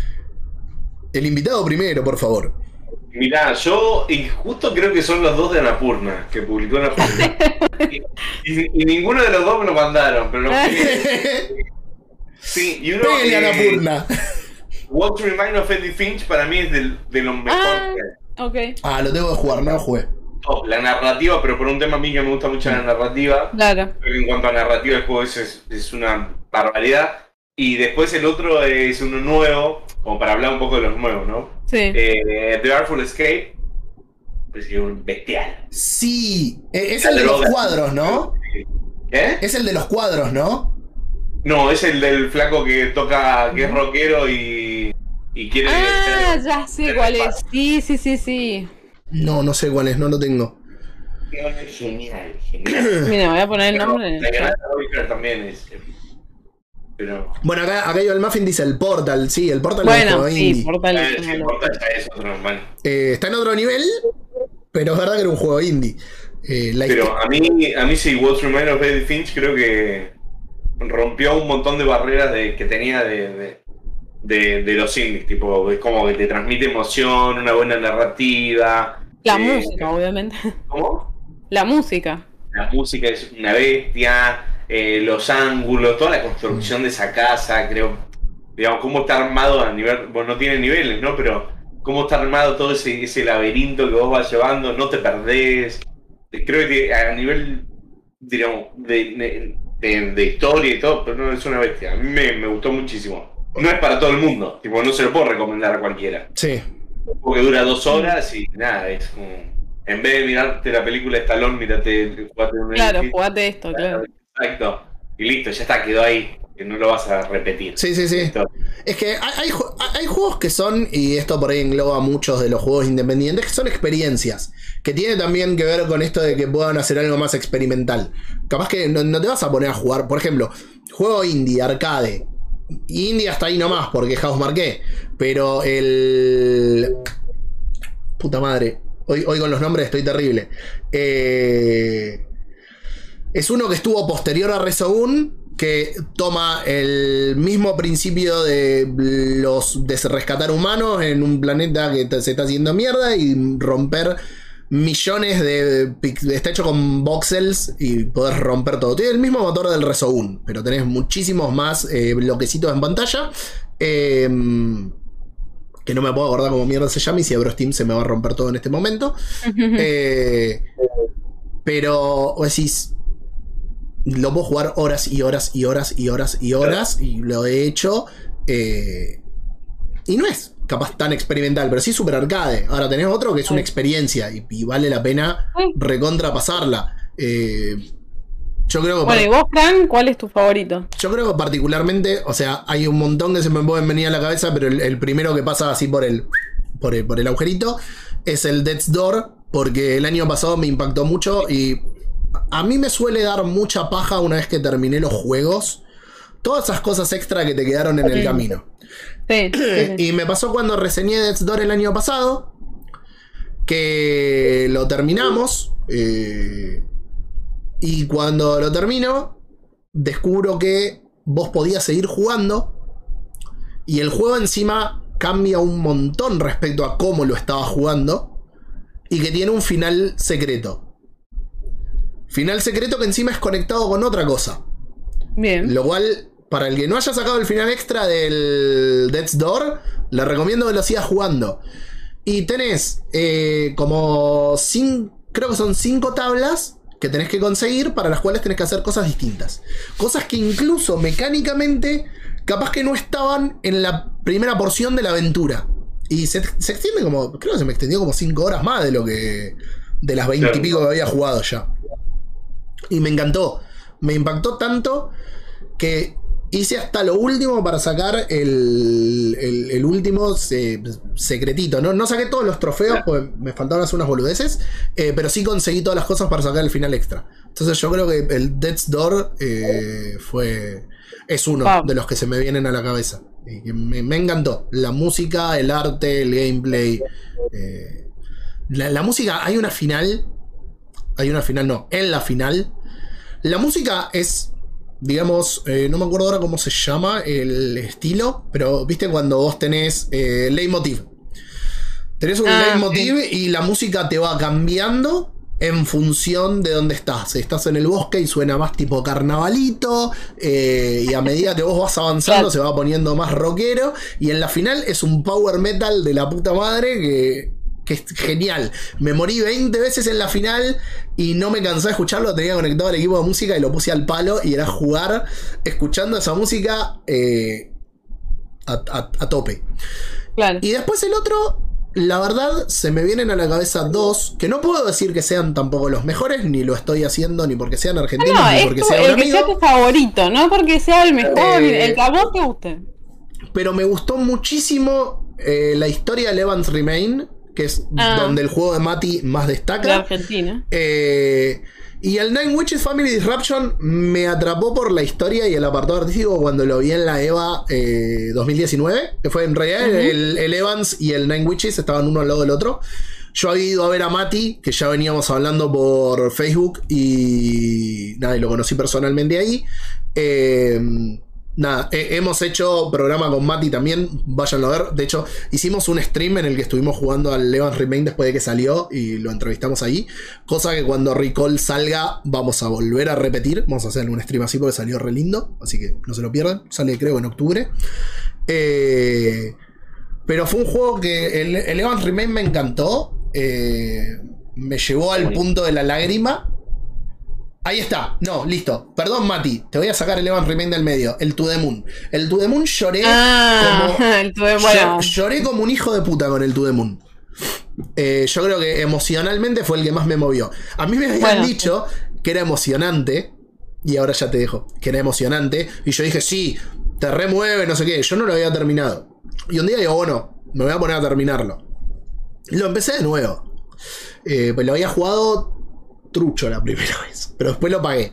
[SPEAKER 3] El invitado primero, por favor.
[SPEAKER 5] Mirá, yo y justo creo que son los dos de Annapurna, que publicó Annapurna. y, y, y ninguno de los dos me lo mandaron, pero los que... Sí, y uno...
[SPEAKER 3] Pégale a Annapurna.
[SPEAKER 5] What to Remind of Eddie Finch para mí es del, de los mejores.
[SPEAKER 2] Ah, ok.
[SPEAKER 3] Ah, lo tengo que jugar, no lo jugué.
[SPEAKER 5] Oh, la narrativa, pero por un tema a mí que me gusta mucho la narrativa.
[SPEAKER 2] Claro.
[SPEAKER 5] En cuanto a narrativa, el juego es, es, es una barbaridad. Y después el otro es uno nuevo, como para hablar un poco de los nuevos, ¿no?
[SPEAKER 2] Sí.
[SPEAKER 5] Eh, The Artful Escape. Pues es un bestial.
[SPEAKER 3] Sí, es el de los cuadros, ¿no?
[SPEAKER 5] ¿Qué?
[SPEAKER 3] Es el de los cuadros, ¿no?
[SPEAKER 5] No, es el del flaco que toca, que es rockero y, y quiere...
[SPEAKER 2] Ah, ya sé cuál es. Sí, sí, sí, sí.
[SPEAKER 3] No, no sé cuál es, no lo tengo.
[SPEAKER 5] Genial, genial.
[SPEAKER 2] Mira, voy a poner el nombre.
[SPEAKER 5] La granada de también es... Pero...
[SPEAKER 3] Bueno, acá, acá yo el Muffin dice el Portal, sí, el Portal
[SPEAKER 2] bueno,
[SPEAKER 3] es un juego
[SPEAKER 2] sí,
[SPEAKER 3] indie.
[SPEAKER 2] Portal
[SPEAKER 5] eh, sí, el Portal ya es otro normal.
[SPEAKER 3] Eh, está en otro nivel, pero es verdad que era un juego indie. Eh, la
[SPEAKER 5] pero a mí, a mí sí, What's Remain of Edith Finch creo que rompió un montón de barreras de, que tenía de, de, de, de los indies, tipo, es como que te transmite emoción, una buena narrativa.
[SPEAKER 2] La
[SPEAKER 5] eh,
[SPEAKER 2] música, obviamente.
[SPEAKER 5] ¿Cómo?
[SPEAKER 2] La música.
[SPEAKER 5] La música es una bestia. Eh, los ángulos, toda la construcción de esa casa, creo, digamos, cómo está armado a nivel, bueno, no tiene niveles, ¿no? Pero cómo está armado todo ese, ese laberinto que vos vas llevando, no te perdés. Creo que a nivel, digamos, de, de, de historia y todo, pero no, es una bestia. A mí me, me gustó muchísimo. No es para todo el mundo, tipo, no se lo puedo recomendar a cualquiera.
[SPEAKER 3] Sí.
[SPEAKER 5] Porque dura dos horas y nada, es como... En vez de mirarte la película de Stallone, mirate, jugate un
[SPEAKER 2] Claro,
[SPEAKER 5] edificio.
[SPEAKER 2] jugate esto, claro.
[SPEAKER 5] Exacto. Y listo, ya está, quedó ahí. Que no lo vas a repetir.
[SPEAKER 3] Sí, sí, sí.
[SPEAKER 5] Listo.
[SPEAKER 3] Es que hay, hay, ju- hay juegos que son, y esto por ahí engloba muchos de los juegos independientes, que son experiencias. Que tiene también que ver con esto de que puedan hacer algo más experimental. Capaz que no, no te vas a poner a jugar, por ejemplo, juego indie, arcade. Indie hasta ahí nomás, porque House marqué. Pero el... Puta madre. Hoy, hoy con los nombres estoy terrible. Eh... Es uno que estuvo posterior a Resogun, que toma el mismo principio de los de rescatar humanos en un planeta que te- se está haciendo mierda y romper millones de pic- está hecho con voxels y poder romper todo. Tiene el mismo motor del Resogun, pero tenés muchísimos más eh, bloquecitos en pantalla. Eh, que no me puedo acordar cómo mierda se llama, y si abro Steam se me va a romper todo en este momento. Eh, pero vos decís, lo puedo jugar horas y horas y horas y horas y horas, y lo he hecho. eh, y no es capaz tan experimental, pero sí super arcade. Ahora tenés otro que es una experiencia y, y vale la pena recontra pasarla. Eh, yo creo que
[SPEAKER 2] Bueno, y vos, Fran, ¿cuál es tu favorito?
[SPEAKER 3] yo creo que particularmente, o sea, hay un montón que se me pueden venir a la cabeza, pero el, el primero que pasa así por el, por el por el agujerito es el Death's Door, porque el año pasado me impactó mucho y a mí me suele dar mucha paja una vez que terminé los juegos, todas esas cosas extra que te quedaron en el
[SPEAKER 2] Sí.
[SPEAKER 3] camino.
[SPEAKER 2] Sí, sí, sí.
[SPEAKER 3] Y me pasó cuando reseñé Death's Door el año pasado, que lo terminamos, eh, y cuando lo termino, descubro que vos podías seguir jugando, y el juego encima cambia un montón respecto a cómo lo estaba jugando, y que tiene un final secreto. Final secreto que encima es conectado con otra cosa.
[SPEAKER 2] Bien.
[SPEAKER 3] Lo cual, para el que no haya sacado el final extra del Death's Door, le recomiendo que lo sigas jugando. Y tenés eh, como cinco, creo que son cinco tablas que tenés que conseguir, para las cuales tenés que hacer cosas distintas. Cosas que incluso mecánicamente capaz que no estaban en la primera porción de la aventura. Y se, se extiende como, creo que se me extendió como cinco horas más de lo que, de las veinte y pico que había jugado ya. Y me encantó. Me impactó tanto que hice hasta lo último para sacar el, el, el último se, secretito. ¿no? No saqué todos los trofeos, pues me faltaron hacer unas boludeces, eh, pero sí conseguí todas las cosas para sacar el final extra. Entonces yo creo que el Death's Door eh, fue es uno
[SPEAKER 2] Wow.
[SPEAKER 3] de los que se me vienen a la cabeza. Y que me, me encantó. La música, el arte, el gameplay. Eh, la, la música, hay una final. Hay una final, no. En la final. La música es, digamos, eh, no me acuerdo ahora cómo se llama el estilo, pero viste cuando vos tenés eh, leitmotiv. Tenés un
[SPEAKER 2] Ah,
[SPEAKER 3] leitmotiv y la música te va cambiando en función de dónde estás. Estás en el bosque y suena más tipo carnavalito, eh, y a medida que vos vas avanzando
[SPEAKER 2] Claro.
[SPEAKER 3] se va poniendo más rockero, y en la final es un power metal de la puta madre que, que es genial. Me morí veinte veces en la final y no me cansé de escucharlo. Tenía conectado al equipo de música y lo puse al palo, y era jugar escuchando esa música eh, a, a- a tope.
[SPEAKER 2] Claro.
[SPEAKER 3] Y después el otro, la verdad, se me vienen a la cabeza dos, que no puedo decir que sean tampoco los mejores, ni lo estoy haciendo ni porque sean argentinos,
[SPEAKER 2] No,
[SPEAKER 3] ni
[SPEAKER 2] es
[SPEAKER 3] porque
[SPEAKER 2] tu-
[SPEAKER 3] sea un
[SPEAKER 2] el que sea
[SPEAKER 3] amigo.
[SPEAKER 2] tu favorito, no porque sea el mejor,
[SPEAKER 3] Eh,
[SPEAKER 2] el que a vos te guste.
[SPEAKER 3] Pero me gustó muchísimo eh, la historia de Evans Remain, que es
[SPEAKER 2] Ah.
[SPEAKER 3] donde el juego de Mati más
[SPEAKER 2] De
[SPEAKER 3] destaca.
[SPEAKER 2] Argentina.
[SPEAKER 3] Eh, y el Nine Witches Family Disruption me atrapó por la historia y el apartado artístico cuando lo vi en la EVA eh, dos mil diecinueve, que fue en realidad
[SPEAKER 2] Ujú.
[SPEAKER 3] el, el Evans y el Nine Witches estaban uno al lado del otro. Yo había ido a ver a Mati, que ya veníamos hablando por Facebook, y nada, y lo conocí personalmente ahí. Eh, Nada, eh, hemos hecho programa con Mati también, váyanlo a ver. De hecho, hicimos un stream en el que estuvimos jugando al Evans Remain después de que salió y lo entrevistamos ahí. Cosa que cuando Recall salga vamos a volver a repetir. Vamos a hacer un stream así porque salió re lindo, así que no se lo pierdan. Sale creo en octubre. Eh, pero fue un juego que el, el Evans Remain me encantó. Eh, me llevó al punto de la lágrima. Ahí está, no, listo. Perdón, Mati, te voy a sacar el Evans Remain del medio. El To The Moon. El To The Moon lloré
[SPEAKER 2] Ah,
[SPEAKER 3] como.
[SPEAKER 2] el tuve, bueno.
[SPEAKER 3] Llo- Lloré como un hijo de puta con el To The Moon. Eh, yo creo que emocionalmente fue el que más me movió. A mí me habían
[SPEAKER 2] Bueno,
[SPEAKER 3] dicho que era emocionante, y ahora ya te dejo, que era emocionante, y yo dije, sí, te remueve, no sé qué. Yo no lo había terminado. Y un día digo, bueno, me voy a poner a terminarlo. Y lo empecé de nuevo. Eh, pues lo había jugado trucho la primera vez, pero después lo pagué.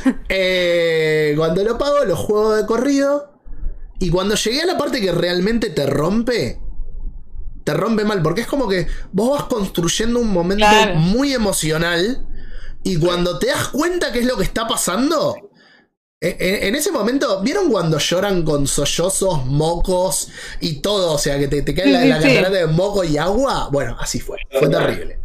[SPEAKER 3] eh, cuando lo pago, lo juego de corrido. Y cuando llegué a la parte que realmente te rompe, te rompe mal, porque es como que vos vas construyendo un momento
[SPEAKER 2] Claro.
[SPEAKER 3] muy emocional. Y cuando te das cuenta qué es lo que está pasando, en, en ese momento, ¿vieron cuando lloran con sollozos, mocos y todo? O sea, que te, te cae
[SPEAKER 2] Sí,
[SPEAKER 3] la,
[SPEAKER 2] sí,
[SPEAKER 3] la
[SPEAKER 2] sí.
[SPEAKER 3] catarata de moco y agua. Bueno, así fue. Fue terrible.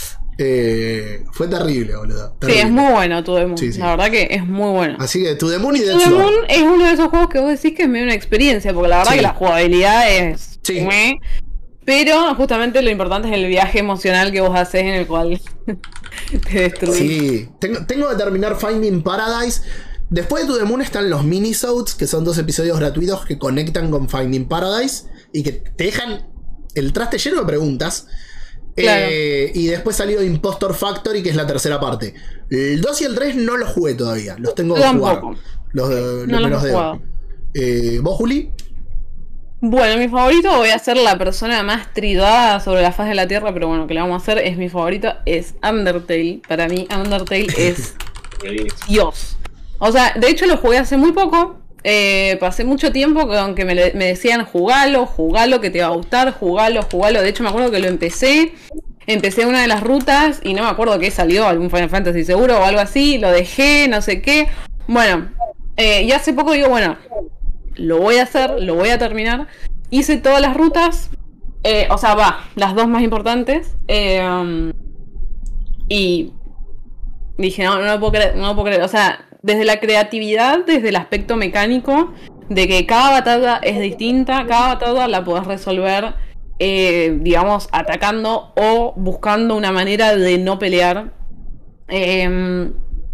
[SPEAKER 3] Eh, fue terrible, boludo.
[SPEAKER 2] Sí,
[SPEAKER 3] Terrible.
[SPEAKER 2] es muy bueno To The Moon.
[SPEAKER 3] Sí, sí.
[SPEAKER 2] La verdad que es muy bueno.
[SPEAKER 3] Así que To The Moon y
[SPEAKER 2] To
[SPEAKER 3] Death
[SPEAKER 2] The
[SPEAKER 3] Sword.
[SPEAKER 2] Moon es uno de esos juegos que vos decís que es medio una experiencia, porque la verdad
[SPEAKER 3] Sí.
[SPEAKER 2] que la jugabilidad es...
[SPEAKER 3] Sí.
[SPEAKER 2] meh, pero justamente lo importante es el viaje emocional que vos haces en el cual te destruís.
[SPEAKER 3] Sí, tengo, tengo que terminar Finding Paradise. Después de To The Moon están los minisodes, que son dos episodios gratuitos que conectan con Finding Paradise y que te dejan el traste lleno de preguntas.
[SPEAKER 2] Claro.
[SPEAKER 3] Eh, y después salió Impostor Factory, que es la tercera parte. El dos y el tres no los jugué todavía, los tengo que
[SPEAKER 2] Yo
[SPEAKER 3] jugar.
[SPEAKER 2] tampoco.
[SPEAKER 3] Los, de- los
[SPEAKER 2] No los
[SPEAKER 3] menos
[SPEAKER 2] he
[SPEAKER 3] dedos.
[SPEAKER 2] jugado.
[SPEAKER 3] Eh, ¿Vos, Juli?
[SPEAKER 2] Bueno, mi favorito, voy a ser la persona más tridada sobre la faz de la tierra, pero bueno, que le vamos a hacer, es mi favorito, es Undertale. Para mí, Undertale es Dios. O sea, de hecho lo jugué hace muy poco. Eh, pasé mucho tiempo con que me, le- me decían jugalo, jugalo, que te va a gustar, jugalo, jugalo. De hecho me acuerdo que lo empecé. Empecé una de las rutas y no me acuerdo qué salió, algún Final Fantasy seguro o algo así. Lo dejé, no sé qué. Bueno, eh, y hace poco digo, bueno, lo voy a hacer, lo voy a terminar. Hice todas las rutas. eh, o sea, va, las dos más importantes. eh, um, y dije, no, no lo puedo creer, no lo puedo creer. O sea, desde la creatividad, desde el aspecto mecánico, de que cada batalla es distinta, cada batalla la podés resolver, eh, digamos, atacando o buscando una manera de no pelear. Eh,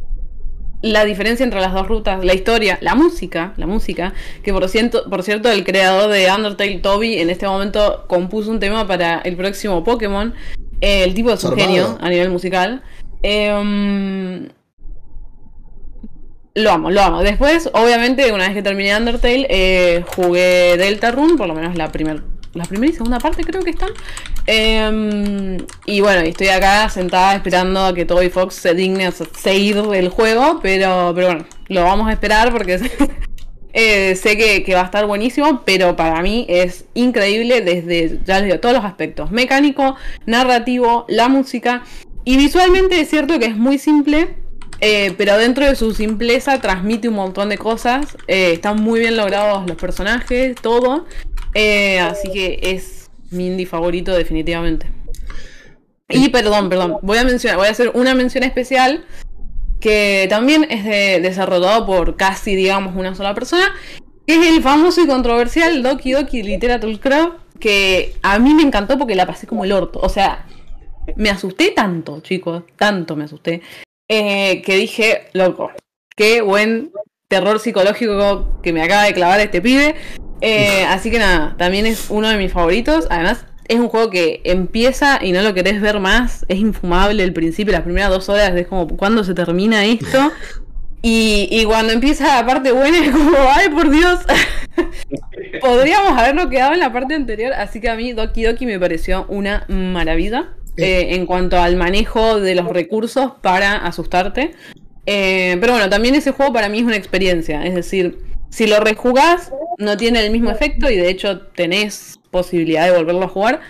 [SPEAKER 2] la diferencia entre las dos rutas, la historia, la música, la música, que por cierto, por cierto el creador de Undertale, Toby, en este momento compuso un tema para el próximo Pokémon. Eh, el tipo es un
[SPEAKER 3] Zarpado.
[SPEAKER 2] genio a nivel musical. Eh, lo amo, lo amo. Después, obviamente, una vez que terminé Undertale, eh, jugué Deltarune, por lo menos la primera la primera y segunda parte creo que están. Eh, y bueno, estoy acá sentada esperando a que Toby Fox se digne a seguir el juego, pero, pero bueno, lo vamos a esperar porque eh, sé que, que va a estar buenísimo, pero para mí es increíble desde, ya les digo, todos los aspectos: mecánico, narrativo, la música. Y visualmente es cierto que es muy simple, eh, pero dentro de su simpleza transmite un montón de cosas. Eh, están muy bien logrados los personajes, todo. Eh, así que es mi indie favorito definitivamente. Y perdón, perdón, voy a mencionar, voy a hacer una mención especial que también es de- desarrollado por casi, digamos, una sola persona, que es el famoso y controversial Doki Doki Literature Club, que a mí me encantó porque la pasé como el orto. O sea, me asusté tanto, chicos, tanto me asusté, eh, que dije, loco, qué buen terror psicológico que me acaba de clavar este pibe. Eh, así que nada, también es uno de mis favoritos. Además, es un juego que empieza y no lo querés ver más. Es infumable el principio, las primeras dos horas es como, ¿cuándo se termina esto? Y, y cuando empieza la parte buena es como, ¡ay, por Dios! Podríamos habernos quedado en la parte anterior. Así que a mí Doki Doki me pareció una maravilla eh, en cuanto al manejo de los recursos para asustarte. Eh, pero bueno, también ese juego para mí es una experiencia. Es decir, si lo rejugás, no tiene el mismo efecto y de hecho tenés posibilidad de volverlo a jugar.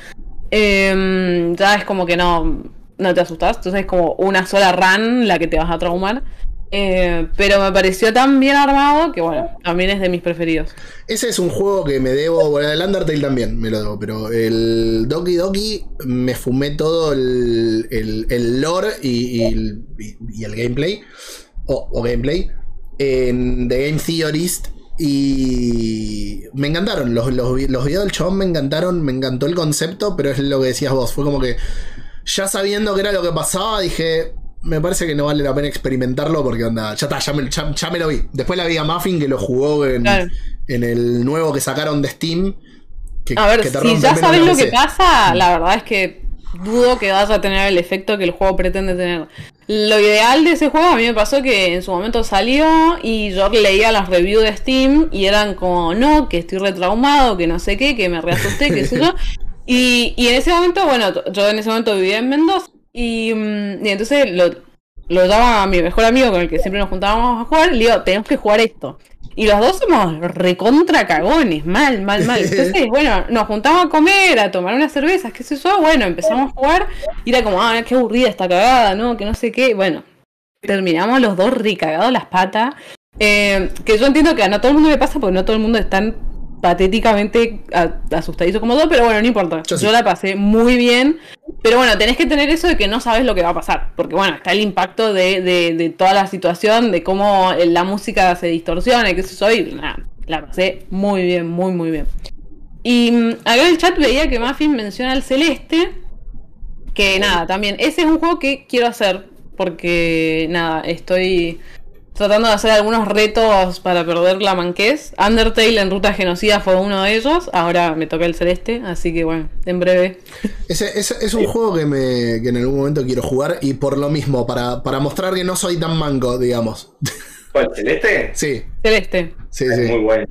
[SPEAKER 2] Eh, ya es como que no, no te asustás. Entonces es como una sola run la que te vas a traumar. Eh, pero me pareció tan bien armado que bueno, también es de mis preferidos.
[SPEAKER 3] Ese es un juego que me debo. Bueno, el Undertale también me lo debo, pero el Doki Doki me fumé todo el, el, el lore y, y, el- y- y el gameplay. O, o gameplay. En The Game Theorist. Y me encantaron. Los, los, los videos del chabón me encantaron. Me encantó el concepto, pero es lo que decías vos. Fue como que ya sabiendo que era lo que pasaba, dije. Me parece que no vale la pena experimentarlo porque onda, ya está, ya me, ya, ya me lo vi. Después la vi a Muffin que lo jugó en,
[SPEAKER 2] Claro.
[SPEAKER 3] en el nuevo que sacaron de Steam. Que,
[SPEAKER 2] A ver,
[SPEAKER 3] que te
[SPEAKER 2] si
[SPEAKER 3] rompe
[SPEAKER 2] ya
[SPEAKER 3] menos
[SPEAKER 2] sabes
[SPEAKER 3] la
[SPEAKER 2] lo que
[SPEAKER 3] P C.
[SPEAKER 2] pasa, la verdad es que dudo que vaya a tener el efecto que el juego pretende tener. Lo ideal de ese juego a mí me pasó que en su momento salió y yo leía las reviews de Steam y eran como, no, que estoy retraumado, que no sé qué, que me reasusté, qué sé yo. Y, y en ese momento, bueno, yo en ese momento vivía en Mendoza y, y entonces lo, lo llama a mi mejor amigo con el que siempre nos juntábamos a jugar y le digo, tenemos que jugar esto. Y los dos somos recontra cagones, mal, mal, mal. Entonces, bueno, nos juntamos a comer, a tomar unas cervezas, qué sé yo. Bueno, empezamos a jugar y era como, ah, qué aburrida esta cagada, ¿no? Que no sé qué. Bueno, terminamos los dos recagados las patas. Eh, que yo entiendo que a no todo el mundo le pasa porque no todo el mundo es tan patéticamente asustadizo como yo, pero bueno, no importa. Yo, sí. Yo la pasé muy bien. Pero bueno, tenés que tener eso de que no sabes lo que va a pasar. Porque bueno, está el impacto de, de, de toda la situación, de cómo la música se distorsiona, qué sé yo, y nada, la pasé muy bien, muy, muy bien. Y um, acá en el chat veía que Muffin menciona el Celeste. Que nada, también, ese es un juego que quiero hacer. Porque nada, estoy tratando de hacer algunos retos para perder la manquez. Undertale en Ruta Genocida fue uno de ellos. Ahora me toca el Celeste, así que bueno, en breve.
[SPEAKER 3] Ese, ese es un juego que, me, que en algún momento quiero jugar. Y por lo mismo, para, para mostrar que no soy tan manco, digamos.
[SPEAKER 5] ¿Cuál, Celeste?
[SPEAKER 3] Sí.
[SPEAKER 2] Celeste.
[SPEAKER 3] Sí,
[SPEAKER 5] es
[SPEAKER 3] sí.
[SPEAKER 5] muy bueno.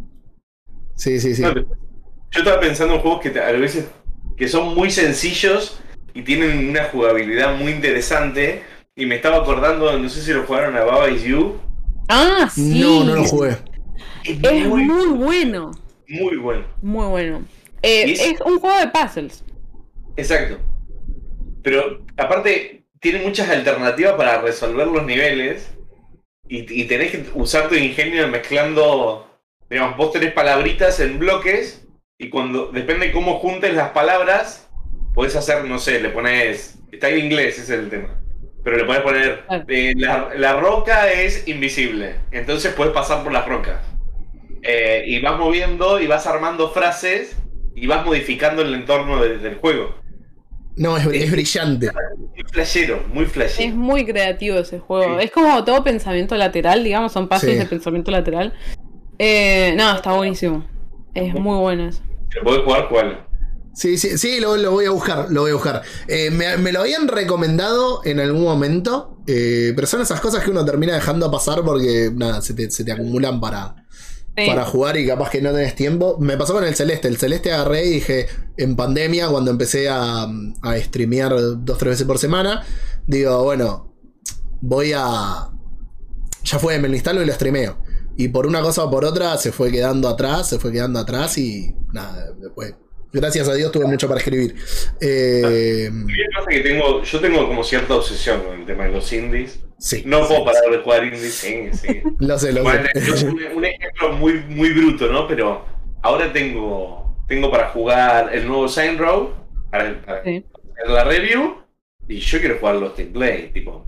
[SPEAKER 3] Sí, sí, sí.
[SPEAKER 5] No, yo estaba pensando en juegos que a veces que son muy sencillos y tienen una jugabilidad muy interesante. Y me estaba acordando, no sé si lo jugaron a Baba Is You.
[SPEAKER 2] Ah, sí.
[SPEAKER 3] No, no lo jugué.
[SPEAKER 2] Es, es muy, muy bueno.
[SPEAKER 5] Muy bueno.
[SPEAKER 2] Muy bueno. Eh, es... es un juego de puzzles.
[SPEAKER 5] Exacto. Pero aparte tiene muchas alternativas para resolver los niveles. Y, y tenés que usar tu ingenio mezclando. Digamos, vos tenés palabritas en bloques. Y cuando, depende de cómo juntes las palabras, podés hacer, no sé, le pones. Está en inglés, ese es el tema. Pero le podés poner, eh, la, la roca es invisible, entonces puedes pasar por las rocas. Eh, y vas moviendo y vas armando frases y vas modificando el entorno de, del juego.
[SPEAKER 3] No, es, es, es brillante.
[SPEAKER 5] Muy flashero, muy flashero.
[SPEAKER 2] Es muy creativo ese juego. Sí. Es como todo pensamiento lateral, digamos, son pasos sí. de pensamiento lateral. Eh, no, está buenísimo. Es muy bueno eso.
[SPEAKER 5] ¿Lo podés jugar cuál?
[SPEAKER 3] Sí, sí, sí, lo, lo voy a buscar, lo voy a buscar. Eh, me, me lo habían recomendado en algún momento, eh, pero son esas cosas que uno termina dejando pasar porque, nada, se te, se te acumulan para, sí. para jugar y capaz que no tenés tiempo. Me pasó con el Celeste, el Celeste agarré y dije, en pandemia, cuando empecé a, a streamear dos, tres veces por semana, digo, bueno, voy a... Ya fue, me lo instalo y lo streameo. Y por una cosa o por otra se fue quedando atrás, se fue quedando atrás y nada, después... Gracias a Dios tuve mucho para escribir. Eh...
[SPEAKER 5] pasa que tengo, yo tengo como cierta obsesión con el tema de los indies.
[SPEAKER 3] Sí,
[SPEAKER 5] no
[SPEAKER 3] sí,
[SPEAKER 5] puedo parar
[SPEAKER 3] sí.
[SPEAKER 5] de jugar indies. Sí, sí.
[SPEAKER 3] Lo sé, lo
[SPEAKER 5] bueno,
[SPEAKER 3] sé.
[SPEAKER 5] Un, un ejemplo muy, muy bruto, ¿no? Pero ahora tengo, tengo para jugar el nuevo Saints Row, para, para sí. hacer la review, y yo quiero jugar los Team Play, tipo.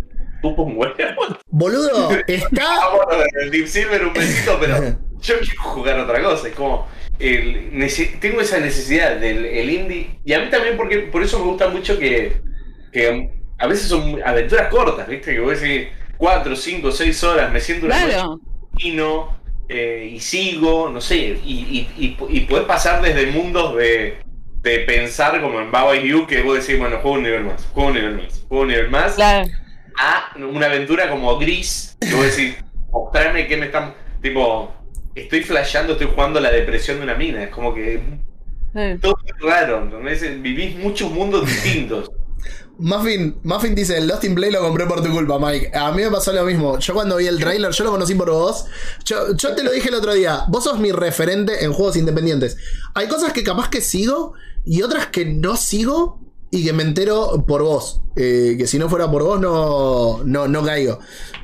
[SPEAKER 3] Boludo, está.
[SPEAKER 5] Bueno, el Deep Silver un besito, pero yo quiero jugar otra cosa. Es como. El, tengo esa necesidad del el indie. Y a mí también, porque por eso me gusta mucho que, que a veces son aventuras cortas, ¿viste? Que voy a decir cuatro, cinco, seis horas, me siento una
[SPEAKER 2] claro.
[SPEAKER 5] camino, eh, y sigo, no sé, y, y, y, y podés pasar desde mundos de, de pensar como en Baba Is You, que vos decís, bueno, juego un nivel más, juego un nivel más, juego un nivel más,
[SPEAKER 2] claro.
[SPEAKER 5] a una aventura como gris, que vos decís, mostrarme qué me están, tipo, estoy flasheando, estoy jugando la depresión de una mina, es como que sí. todo es raro, ¿entendés? Vivís muchos mundos distintos.
[SPEAKER 3] Muffin, Muffin dice, el Lost in Play lo compré por tu culpa, Mike. A mí me pasó lo mismo. Yo cuando vi el trailer, yo lo conocí por vos. Yo, yo te lo dije el otro día. Vos sos mi referente en juegos independientes. Hay cosas que capaz que sigo y otras que no sigo y que me entero por vos. Eh, que si no fuera por vos no, no, no caigo.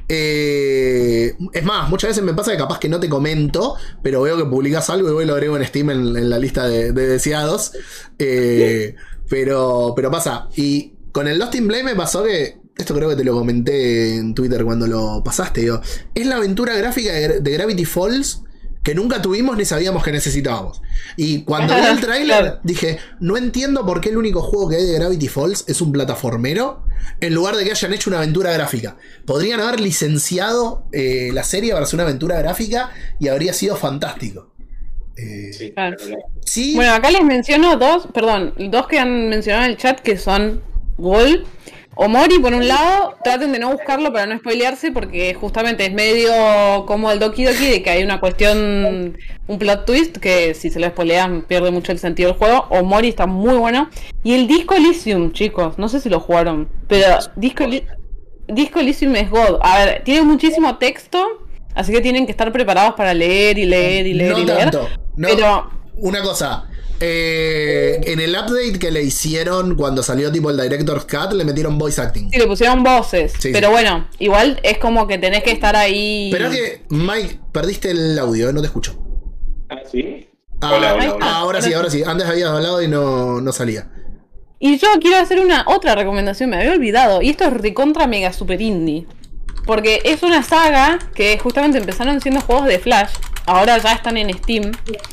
[SPEAKER 3] Eh, es más, muchas veces me pasa que capaz que no te comento, pero veo que publicás algo y voy y lo agrego en Steam en, en la lista de, de deseados. Eh, pero, pero pasa. Y con el Lost in Play me pasó que, esto creo que te lo comenté en Twitter cuando lo pasaste, digo, es la aventura gráfica de, de Gravity Falls que nunca tuvimos ni sabíamos que necesitábamos. Y cuando vi el tráiler claro. dije, no entiendo por qué el único juego que hay de Gravity Falls es un plataformero, en lugar de que hayan hecho una aventura gráfica. Podrían haber licenciado eh, la serie para hacer una aventura gráfica y habría sido fantástico. Eh,
[SPEAKER 5] sí, claro.
[SPEAKER 3] Sí.
[SPEAKER 2] Bueno, acá les menciono dos, perdón, dos que han mencionado en el chat que son Gol. Omori, por un lado, traten de no buscarlo para no spoilearse, porque justamente es medio como el Doki Doki de que hay una cuestión, un plot twist, que si se lo spoilean pierde mucho el sentido del juego. Omori está muy bueno. Y el Disco Elysium, chicos, no sé si lo jugaron, pero Disco, Disco Elysium es God. A ver, tiene muchísimo texto, así que tienen que estar preparados para leer y leer y leer
[SPEAKER 3] no
[SPEAKER 2] y leer.
[SPEAKER 3] tanto, no.
[SPEAKER 2] Pero
[SPEAKER 3] Una cosa, eh, en el update que le hicieron cuando salió tipo el Director's Cut, le metieron voice acting.
[SPEAKER 2] sí, le pusieron voces,
[SPEAKER 3] Sí,
[SPEAKER 2] pero
[SPEAKER 3] sí.
[SPEAKER 2] bueno, igual es como que tenés que estar ahí.
[SPEAKER 3] Pero es que, Mike, perdiste el audio, eh, no te escucho.
[SPEAKER 5] Ah, ¿sí?
[SPEAKER 3] Ah,
[SPEAKER 5] Hola, hola,
[SPEAKER 2] ahí
[SPEAKER 5] hola.
[SPEAKER 2] está.
[SPEAKER 3] ahora sí, ahora sí. Antes habías hablado y no, no salía.
[SPEAKER 2] Y yo quiero hacer una otra recomendación, me había olvidado. Y esto es recontra mega super indie. Porque es una saga que justamente empezaron siendo juegos de Flash. Ahora ya están en Steam.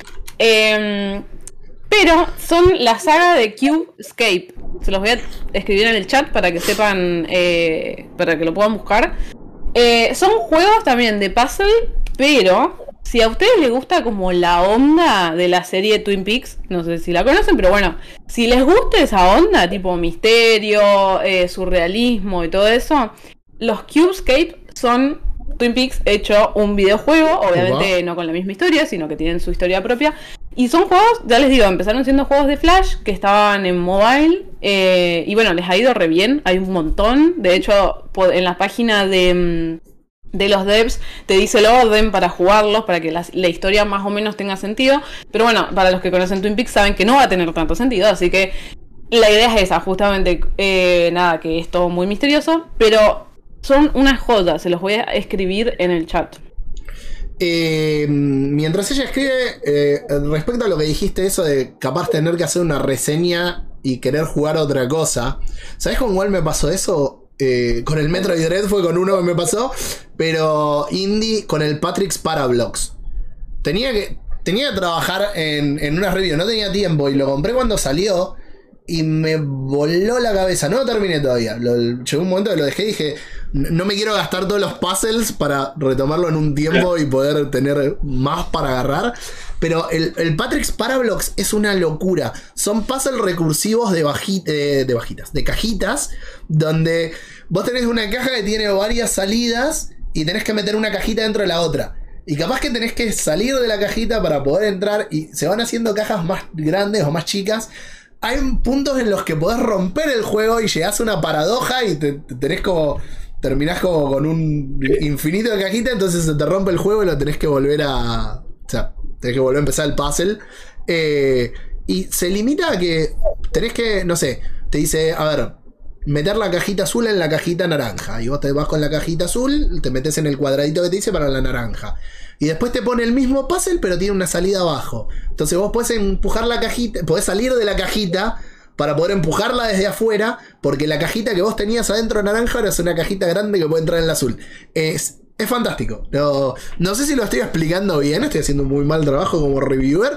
[SPEAKER 2] Eh, pero son la saga de Cubescape. Se los voy a escribir en el chat para que sepan, eh, para que lo puedan buscar. Eh, son juegos también de puzzle, pero si a ustedes les gusta como la onda de la serie Twin Peaks, no sé si la conocen, pero bueno, si les gusta esa onda, tipo misterio, eh, surrealismo y todo eso, los Cubescape son Twin Peaks hecho un videojuego, obviamente
[SPEAKER 3] Ujú.
[SPEAKER 2] no con la misma historia, sino que tienen su historia propia. Y son juegos, ya les digo, empezaron siendo juegos de Flash que estaban en mobile. Eh, y bueno, les ha ido re bien, hay un montón. De hecho, en la página de, de los devs te dice el orden para jugarlos, para que la, la historia más o menos tenga sentido. Pero bueno, para los que conocen Twin Peaks saben que no va a tener tanto sentido, así que la idea es esa, justamente, eh, nada, que es todo muy misterioso, pero son unas jodas, se los voy a escribir en el chat.
[SPEAKER 3] Eh, mientras ella escribe, eh, respecto a lo que dijiste, eso de capaz tener que hacer una reseña y querer jugar otra cosa. ¿Sabes con cuál me pasó eso? Eh, con el Metroid Dread fue con uno que me pasó, pero indie con el Patrick's Parablocks. Tenía que, tenía que trabajar en, en una review, no tenía tiempo y lo compré cuando salió y me voló la cabeza. No lo terminé todavía. Lo, llegó un momento que lo dejé y dije, no me quiero gastar todos los puzzles para retomarlo en un tiempo y poder tener más para agarrar. Pero el, el Patrick's Parablocks es una locura. Son puzzles recursivos de, baji, eh, de bajitas, de cajitas, donde vos tenés una caja que tiene varias salidas y tenés que meter una cajita dentro de la otra. Y capaz que tenés que salir de la cajita para poder entrar y se van haciendo cajas más grandes o más chicas. Hay puntos en los que podés romper el juego y llegás a una paradoja y te, te tenés como... Terminás como con un infinito de cajita, entonces se te rompe el juego y lo tenés que volver a... O sea, tenés que volver a empezar el puzzle. Eh, y se limita a que tenés que, no sé, te dice, a ver, meter la cajita azul en la cajita naranja. Y vos te vas con la cajita azul, te metes en el cuadradito que te dice para la naranja. Y después te pone el mismo puzzle, pero tiene una salida abajo. Entonces vos podés empujar la cajita, podés salir de la cajita para poder empujarla desde afuera, porque la cajita que vos tenías adentro naranja ahora es una cajita grande que puede entrar en el azul. Es, es fantástico. No, no sé si lo estoy explicando bien, estoy haciendo un muy mal trabajo como reviewer,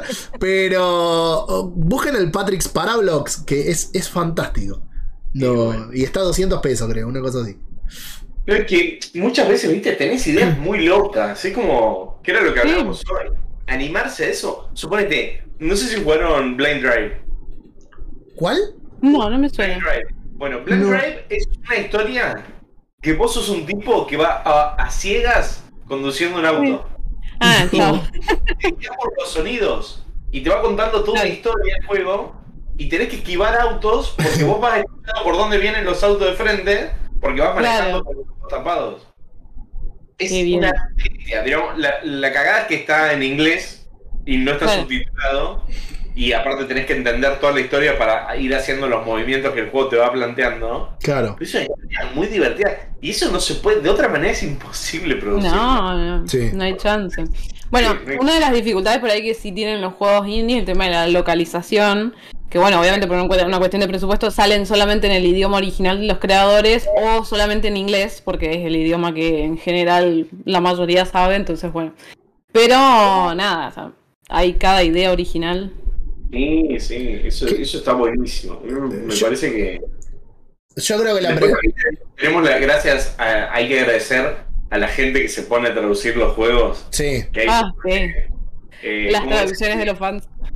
[SPEAKER 3] pero busquen el Patrick's Parablocks, que es, es fantástico. No, y está a doscientos pesos, creo, una cosa así.
[SPEAKER 5] Pero es que muchas veces, viste, tenés ideas muy locas. Es como, ¿qué era lo que
[SPEAKER 2] Sí.
[SPEAKER 5] hablábamos hoy? Animarse a eso. Suponete, no sé si jugaron Blind Drive.
[SPEAKER 3] ¿Cuál?
[SPEAKER 2] No, no me
[SPEAKER 5] Blind
[SPEAKER 2] suena.
[SPEAKER 5] Drive. Bueno, Blind
[SPEAKER 3] No.
[SPEAKER 5] Drive es una historia que vos sos un tipo que va a, a ciegas conduciendo un auto.
[SPEAKER 2] Ah, claro.
[SPEAKER 5] Te guías por los sonidos y te va contando toda
[SPEAKER 2] Claro.
[SPEAKER 5] la historia del juego y tenés que esquivar autos porque vos vas escuchando por dónde vienen los autos de frente porque vas manejando
[SPEAKER 2] Claro.
[SPEAKER 5] con los ojos tapados. Es
[SPEAKER 2] Qué bien.
[SPEAKER 5] una bestia, digamos, la, la cagada es que está en inglés y no está
[SPEAKER 2] Claro.
[SPEAKER 5] subtitulado y aparte tenés que entender toda la historia para ir haciendo los movimientos que el juego te va planteando.
[SPEAKER 3] Claro.
[SPEAKER 5] Pero es una historia muy divertida y eso no se puede, de otra manera es imposible producir.
[SPEAKER 2] No, no,
[SPEAKER 3] Sí.
[SPEAKER 2] no hay chance. Bueno,
[SPEAKER 5] Sí, sí.
[SPEAKER 2] una de las dificultades por ahí que sí tienen los juegos indie es el tema de la localización. Que bueno, obviamente por una cuestión de presupuesto salen solamente en el idioma original de los creadores o solamente en inglés, porque es el idioma que en general la mayoría sabe, entonces bueno. Pero nada, o sea, hay cada idea original.
[SPEAKER 5] Sí, sí, eso,
[SPEAKER 3] ¿Qué?
[SPEAKER 5] eso está buenísimo. Me
[SPEAKER 3] Yo-
[SPEAKER 5] parece que
[SPEAKER 3] Yo creo que la
[SPEAKER 5] después,
[SPEAKER 3] pre-
[SPEAKER 5] tenemos las gracias, a- hay que agradecer a la gente que se pone a traducir los juegos.
[SPEAKER 3] Sí.
[SPEAKER 5] Que hay,
[SPEAKER 2] Ah, sí.
[SPEAKER 5] eh,
[SPEAKER 2] Las
[SPEAKER 5] ¿cómo es?
[SPEAKER 2] traducciones de los fans.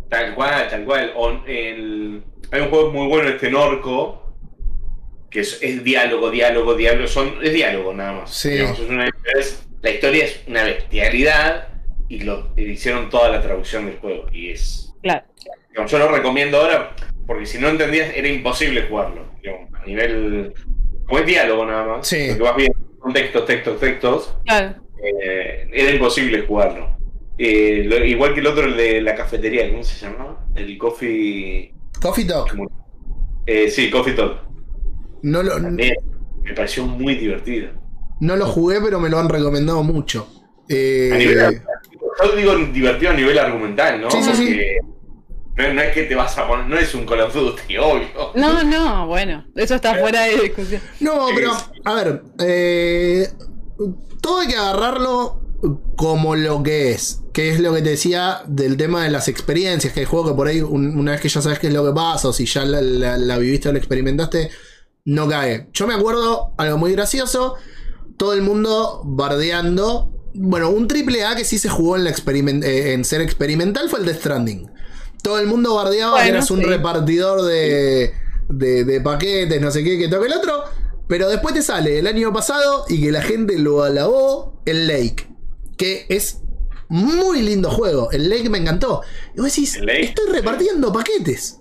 [SPEAKER 5] Tal cual, tal cual. O el... Hay un juego muy bueno, este Norco, que es, es diálogo, diálogo, diálogo. Son, es diálogo nada más.
[SPEAKER 3] Sí.
[SPEAKER 5] Digamos, es una, es, la historia es una bestialidad y lo y hicieron toda la traducción del juego. Y es...
[SPEAKER 2] Claro.
[SPEAKER 5] Digamos, yo lo recomiendo ahora porque si no entendías era imposible jugarlo. Digamos, a nivel... Como es diálogo nada más.
[SPEAKER 3] Sí.
[SPEAKER 5] Porque vas viendo con textos, textos, textos.
[SPEAKER 2] Claro.
[SPEAKER 5] Eh, era imposible jugarlo. Eh, lo, igual que el otro, el de la cafetería, ¿cómo se llamaba? El Coffee...
[SPEAKER 3] Coffee Talk.
[SPEAKER 5] Eh, sí, Coffee Talk.
[SPEAKER 3] No lo,
[SPEAKER 5] También me pareció muy divertido.
[SPEAKER 3] no lo jugué, pero me lo han recomendado mucho. Eh,
[SPEAKER 5] A nivel, yo digo divertido a nivel argumental, ¿no?
[SPEAKER 3] Sí, sí, sí.
[SPEAKER 5] Porque no, no es que te vas a poner, no es un Call of Duty, obvio.
[SPEAKER 2] No, no, bueno, eso está fuera de discusión.
[SPEAKER 3] No, pero, a ver, eh, todo hay que agarrarlo como lo que es, que es lo que te decía del tema de las experiencias, que hay juegos que por ahí, un, una vez que ya sabes qué es lo que pasa, o si ya la, la, la viviste o la experimentaste, no cae. Yo me acuerdo algo muy gracioso, todo el mundo bardeando. Bueno, un triple A que sí se jugó en, la experiment eh, en ser experimental fue el Death Stranding. Todo el mundo bardeaba
[SPEAKER 2] Bueno,
[SPEAKER 3] que eras un
[SPEAKER 2] sí.
[SPEAKER 3] repartidor de, de, de paquetes, no sé qué, que toque el otro. Pero después te sale el año pasado y que la gente lo alabó, el Lake. Que es muy lindo juego. El Lake me encantó. Y vos decís, estoy repartiendo paquetes.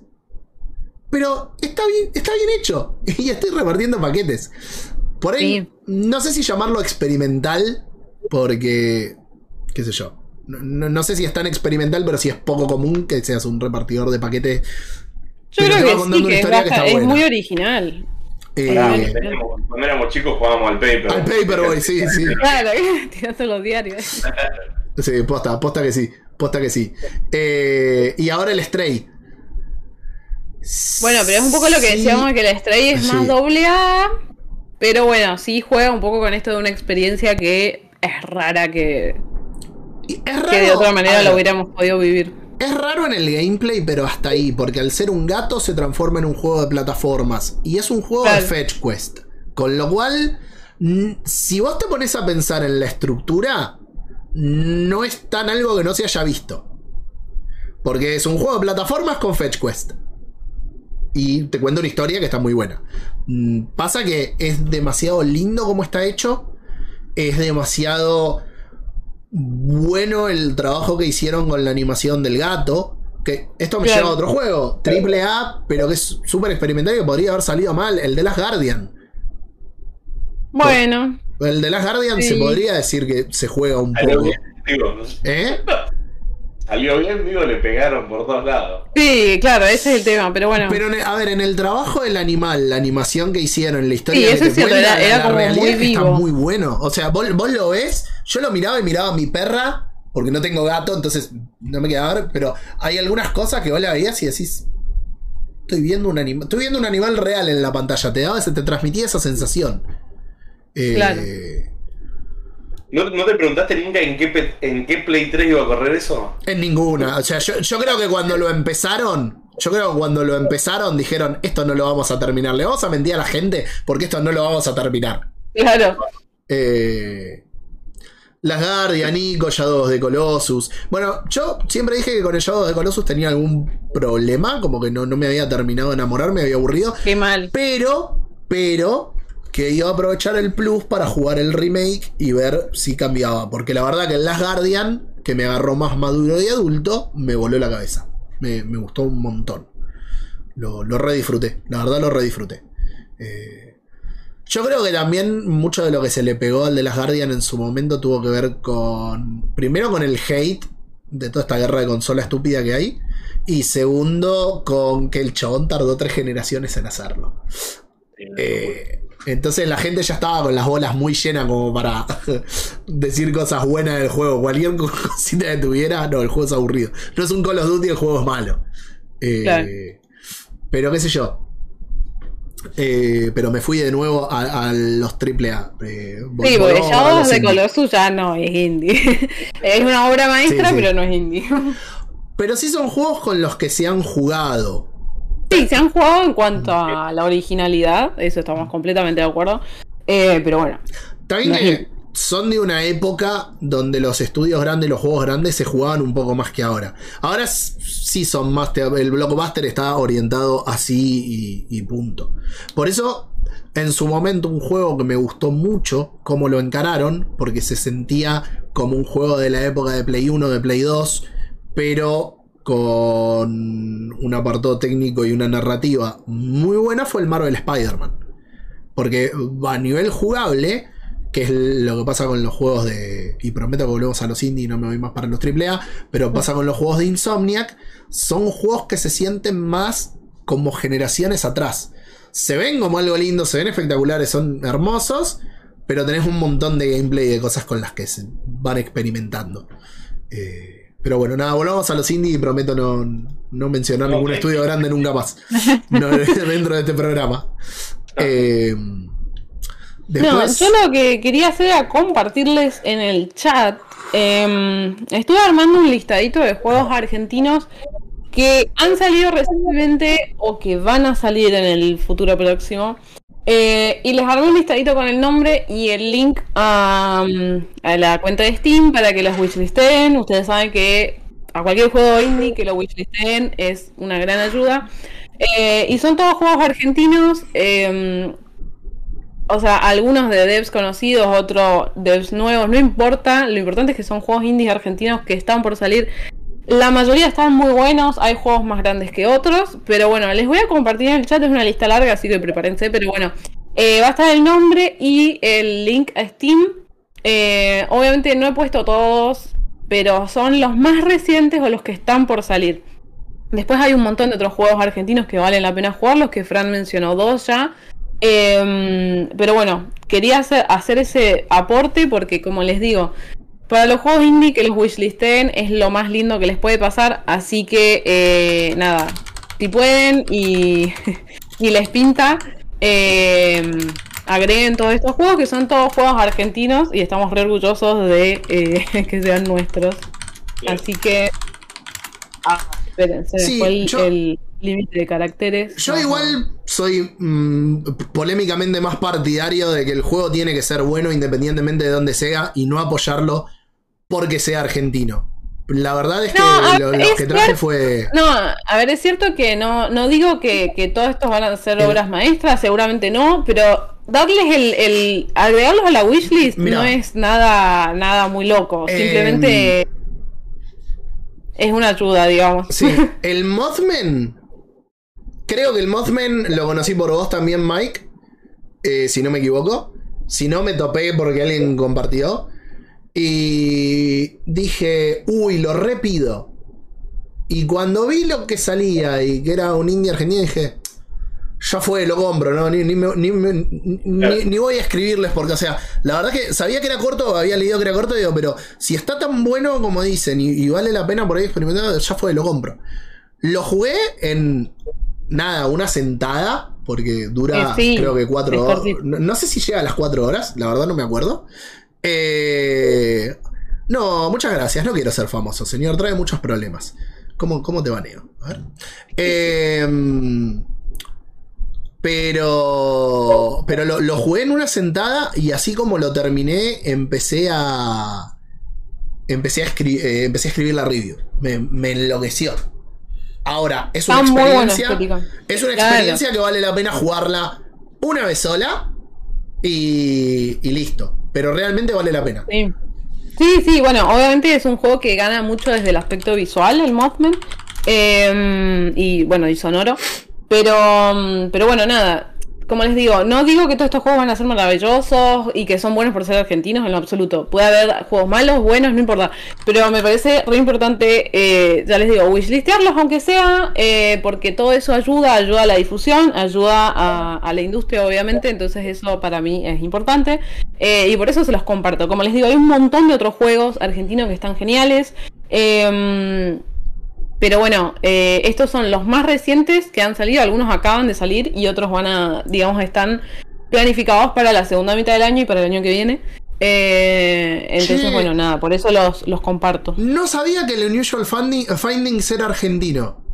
[SPEAKER 3] Pero está bien, está bien hecho. Y estoy repartiendo paquetes. Por ahí,
[SPEAKER 2] Sí.
[SPEAKER 3] no sé si llamarlo experimental. Porque, qué sé yo. No, no, no sé si es tan experimental, pero sí es poco común que seas un repartidor de paquetes.
[SPEAKER 2] Yo
[SPEAKER 3] Pero te
[SPEAKER 2] creo
[SPEAKER 3] va
[SPEAKER 2] que
[SPEAKER 3] contando
[SPEAKER 2] sí,
[SPEAKER 3] una
[SPEAKER 2] que es,
[SPEAKER 3] historia que
[SPEAKER 2] baja-
[SPEAKER 3] está
[SPEAKER 2] es
[SPEAKER 3] buena.
[SPEAKER 2] muy original.
[SPEAKER 3] Eh,
[SPEAKER 5] Pará,
[SPEAKER 2] Eh,
[SPEAKER 5] teníamos- cuando éramos chicos jugábamos al Paper.
[SPEAKER 3] al Paperboy, sí, sí.
[SPEAKER 2] Claro, tirando los diarios.
[SPEAKER 3] Sí, posta, posta que sí. Posta que sí. Eh, y ahora el Stray.
[SPEAKER 2] Bueno, pero es un poco lo que
[SPEAKER 3] Sí.
[SPEAKER 2] decíamos, que el Stray es
[SPEAKER 3] Sí.
[SPEAKER 2] más doble A. Pero bueno, sí juega un poco con esto de una experiencia que es rara, que,
[SPEAKER 3] Y es raro,
[SPEAKER 2] que de otra manera
[SPEAKER 3] a ver,
[SPEAKER 2] lo hubiéramos podido vivir.
[SPEAKER 3] es raro en el gameplay, pero hasta ahí, porque al ser un gato se transforma en un juego de plataformas. Y es un juego
[SPEAKER 2] Claro.
[SPEAKER 3] de fetch quest. Con lo cual, n- si vos te pones a pensar en la estructura, no es tan algo que no se haya visto. Porque es un juego de plataformas con fetch quest. Y te cuento una historia que está muy buena. Mm, Pasa que es demasiado lindo como está hecho. Es demasiado bueno el trabajo que hicieron con la animación del gato. Que esto me
[SPEAKER 2] Claro.
[SPEAKER 3] lleva a otro juego, triple A, pero que es súper experimental y que podría haber salido mal. El de Last Guardian.
[SPEAKER 2] Bueno,
[SPEAKER 3] El de Last Guardian
[SPEAKER 2] Sí.
[SPEAKER 3] se podría decir que se juega un
[SPEAKER 5] Salió
[SPEAKER 3] poco.
[SPEAKER 5] bien, digo, no sé.
[SPEAKER 3] ¿Eh?
[SPEAKER 5] Salió bien, digo, le pegaron por todos lados.
[SPEAKER 2] sí, claro, ese es el tema, pero bueno.
[SPEAKER 3] Pero, en el- a ver, en el trabajo del animal, la animación que hicieron, la historia
[SPEAKER 2] Sí,
[SPEAKER 3] que
[SPEAKER 2] eso
[SPEAKER 3] te
[SPEAKER 2] es cierto,
[SPEAKER 3] cuenta,
[SPEAKER 2] era- era
[SPEAKER 3] la
[SPEAKER 2] como
[SPEAKER 3] realidad
[SPEAKER 2] muy
[SPEAKER 3] es que está
[SPEAKER 2] vivo.
[SPEAKER 3] muy bueno. O sea, vos, vos lo ves, yo lo miraba y miraba a mi perra, porque no tengo gato, entonces no me queda ver, pero hay algunas cosas que vos la veías y decís, estoy viendo un animal, estoy viendo un animal real en la pantalla, te daba, se te transmitía esa sensación. Eh,
[SPEAKER 2] Claro.
[SPEAKER 5] ¿No, ¿No te preguntaste nunca en qué, pe- en qué Play tres iba a correr eso?
[SPEAKER 3] En ninguna. O sea, yo, yo creo que cuando lo empezaron, yo creo que cuando lo empezaron dijeron, esto no lo vamos a terminar, le vamos a mentir a la gente porque esto no lo vamos a terminar.
[SPEAKER 2] Claro.
[SPEAKER 3] Eh, Las Guardian, Nico, Shadow of the Colossus. Bueno, yo siempre dije que con el Shadow of the Colossus tenía algún problema, como que no, no me había terminado de enamorar, me había aburrido.
[SPEAKER 2] Qué mal.
[SPEAKER 3] Pero, pero, que iba a aprovechar el plus para jugar el remake y ver si cambiaba. Porque la verdad que el Last Guardian, que me agarró más maduro y adulto, me voló la cabeza. Me, me gustó un montón. Lo, lo redisfruté. La verdad lo redisfruté. Eh, yo creo que también mucho de lo que se le pegó al de Last Guardian en su momento tuvo que ver con... Primero con el hate de toda esta guerra de consola estúpida que hay. Y segundo, con que el chabón tardó tres generaciones en hacerlo. Eh, entonces la gente ya estaba con las bolas muy llenas como para decir cosas buenas del juego. Cualquier cosita que tuviera, no, el juego es aburrido. No es un Call of Duty, el juego es malo. Eh,
[SPEAKER 2] Claro.
[SPEAKER 3] Pero qué sé yo. Eh, pero me fui de nuevo a, a los triple A. Eh,
[SPEAKER 2] Sí, porque
[SPEAKER 3] volvamos a
[SPEAKER 2] Shadow
[SPEAKER 3] los
[SPEAKER 2] of the
[SPEAKER 3] indie.
[SPEAKER 2] Colossus ya no es indie. Es una obra maestra,
[SPEAKER 3] Sí, sí.
[SPEAKER 2] pero no es indie.
[SPEAKER 3] Pero sí son juegos con los que se han jugado.
[SPEAKER 2] Sí, se han jugado en cuanto a la originalidad, eso estamos completamente de acuerdo. Eh, pero bueno,
[SPEAKER 3] También
[SPEAKER 2] No,
[SPEAKER 3] que son de una época donde los estudios grandes, los juegos grandes se jugaban un poco más que ahora. Ahora s- sí son más, te- el blockbuster está orientado así y, y punto. Por eso, en su momento, un juego que me gustó mucho cómo lo encararon, porque se sentía como un juego de la época de Play uno, de Play dos, pero con un apartado técnico y una narrativa muy buena, fue el Marvel Spider-Man. Porque a nivel jugable, que es lo que pasa con los juegos de... Y prometo que volvemos a los indie y no me voy más para los triple A, pero pasa con los juegos de Insomniac, son juegos que se sienten más como generaciones atrás. Se ven como algo lindo, se ven espectaculares, son hermosos, pero tenés un montón de gameplay y de cosas con las que se van experimentando. Eh, pero bueno, nada, volvamos a los indie y prometo no, no mencionar ningún
[SPEAKER 5] Ok.
[SPEAKER 3] estudio grande nunca más. No, dentro de este programa. Eh, después,
[SPEAKER 2] No, yo lo que quería hacer era compartirles en el chat. eh, estuve armando un listadito de juegos argentinos que han salido recientemente o que van a salir en el futuro próximo. Eh, y les armé un listadito con el nombre y el link a, a la cuenta de Steam para que los wishlisten. Ustedes saben que a cualquier juego indie que lo wishlisten es una gran ayuda. Eh, y son todos juegos argentinos. eh, O sea, algunos de devs conocidos, otros devs nuevos, no importa. Lo importante es que son juegos indies argentinos que están por salir. La mayoría están muy buenos, hay juegos más grandes que otros. Pero bueno, les voy a compartir en el chat, es una lista larga, así que prepárense. Pero bueno, eh, va a estar el nombre y el link a Steam. Eh, obviamente no he puesto todos, pero son los más recientes o los que están por salir. Después hay un montón de otros juegos argentinos que valen la pena jugarlos, que Fran mencionó dos ya. Eh, pero bueno, quería hacer, hacer ese aporte porque, como les digo, para los juegos indie que los wishlisten es lo más lindo que les puede pasar. Así que, eh, nada, si pueden y, y les pinta, eh, agreguen todos estos juegos, que son todos juegos argentinos y estamos re orgullosos de eh, que sean nuestros.
[SPEAKER 5] Bien.
[SPEAKER 2] Así que... Ah, esperen, se
[SPEAKER 3] Sí,
[SPEAKER 2] me fue el,
[SPEAKER 3] yo-
[SPEAKER 2] el límite de caracteres.
[SPEAKER 3] yo
[SPEAKER 2] No,
[SPEAKER 3] igual soy mm, polémicamente más partidario de que el juego tiene que ser bueno independientemente de dónde sea y no apoyarlo porque sea argentino. La verdad es que
[SPEAKER 2] No, a-
[SPEAKER 3] lo, los
[SPEAKER 2] es
[SPEAKER 3] que traje
[SPEAKER 2] cierto.
[SPEAKER 3] fue...
[SPEAKER 2] No, a ver, es cierto que no, no digo que, que todos estos van a ser
[SPEAKER 3] El-
[SPEAKER 2] obras maestras, seguramente no, pero darles el, el agregarlos a la wishlist
[SPEAKER 3] Mirá.
[SPEAKER 2] no es nada, nada muy loco,
[SPEAKER 3] Em,
[SPEAKER 2] simplemente es una ayuda, digamos.
[SPEAKER 3] Sí, el Mothman. Creo que el Mothman lo conocí por vos también, Mike. eh, si no me equivoco. Si no, me topé porque alguien compartió. Y dije, uy, lo repido. Y cuando vi lo que salía y que era un indie argentino, dije, ya fue, lo compro, ¿no? Ni, ni, me- ni, me- ni- ni voy a escribirles porque, o sea, la verdad que sabía que era corto, había leído que era corto, digo, pero si está tan bueno como dicen y, y vale la pena por ahí experimentar, ya fue, lo compro. Lo jugué en, nada, una sentada, porque dura,
[SPEAKER 2] Eh, sí,
[SPEAKER 3] creo que cuatro
[SPEAKER 2] es
[SPEAKER 3] horas.
[SPEAKER 2] cortito.
[SPEAKER 3] No, no sé si llega a las cuatro horas, la verdad no me acuerdo. Eh, no, muchas gracias, no quiero ser famoso, señor, trae muchos problemas. ¿Cómo, cómo te baneo? A ver. Eh, pero pero lo, lo jugué en una sentada y así como lo terminé, empecé a. Empecé a, escri- eh, empecé a escribir la review. Me, me enloqueció. Ahora, es una
[SPEAKER 2] Está muy buena
[SPEAKER 3] experiencia.
[SPEAKER 2] estética.
[SPEAKER 3] Es una
[SPEAKER 2] Claro.
[SPEAKER 3] experiencia que vale la pena jugarla una vez sola y, y listo. Pero realmente vale la pena.
[SPEAKER 2] Sí. Sí, sí, bueno, obviamente es un juego que gana mucho desde el aspecto visual, el Mothman, eh, y bueno, y sonoro, pero, mm, pero bueno, nada, como les digo, no digo que todos estos juegos van a ser maravillosos y que son buenos por ser argentinos en lo absoluto, puede haber juegos malos, buenos, no importa, pero me parece re importante, eh, ya les digo, wishlistearlos aunque sea, eh, porque todo eso ayuda, ayuda a la difusión, ayuda a, a la industria obviamente, entonces eso para mí es importante. Eh, y por eso se los comparto. Como les digo, hay un montón de otros juegos argentinos que están geniales. Eh, pero bueno, eh, estos son los más recientes que han salido. Algunos acaban de salir y otros van a, digamos, están planificados para la segunda mitad del año y para el año que viene. Eh, entonces,
[SPEAKER 3] Che.
[SPEAKER 2] bueno, nada, por eso los, los comparto.
[SPEAKER 3] No sabía que el Unusual Finding- Findings era argentino.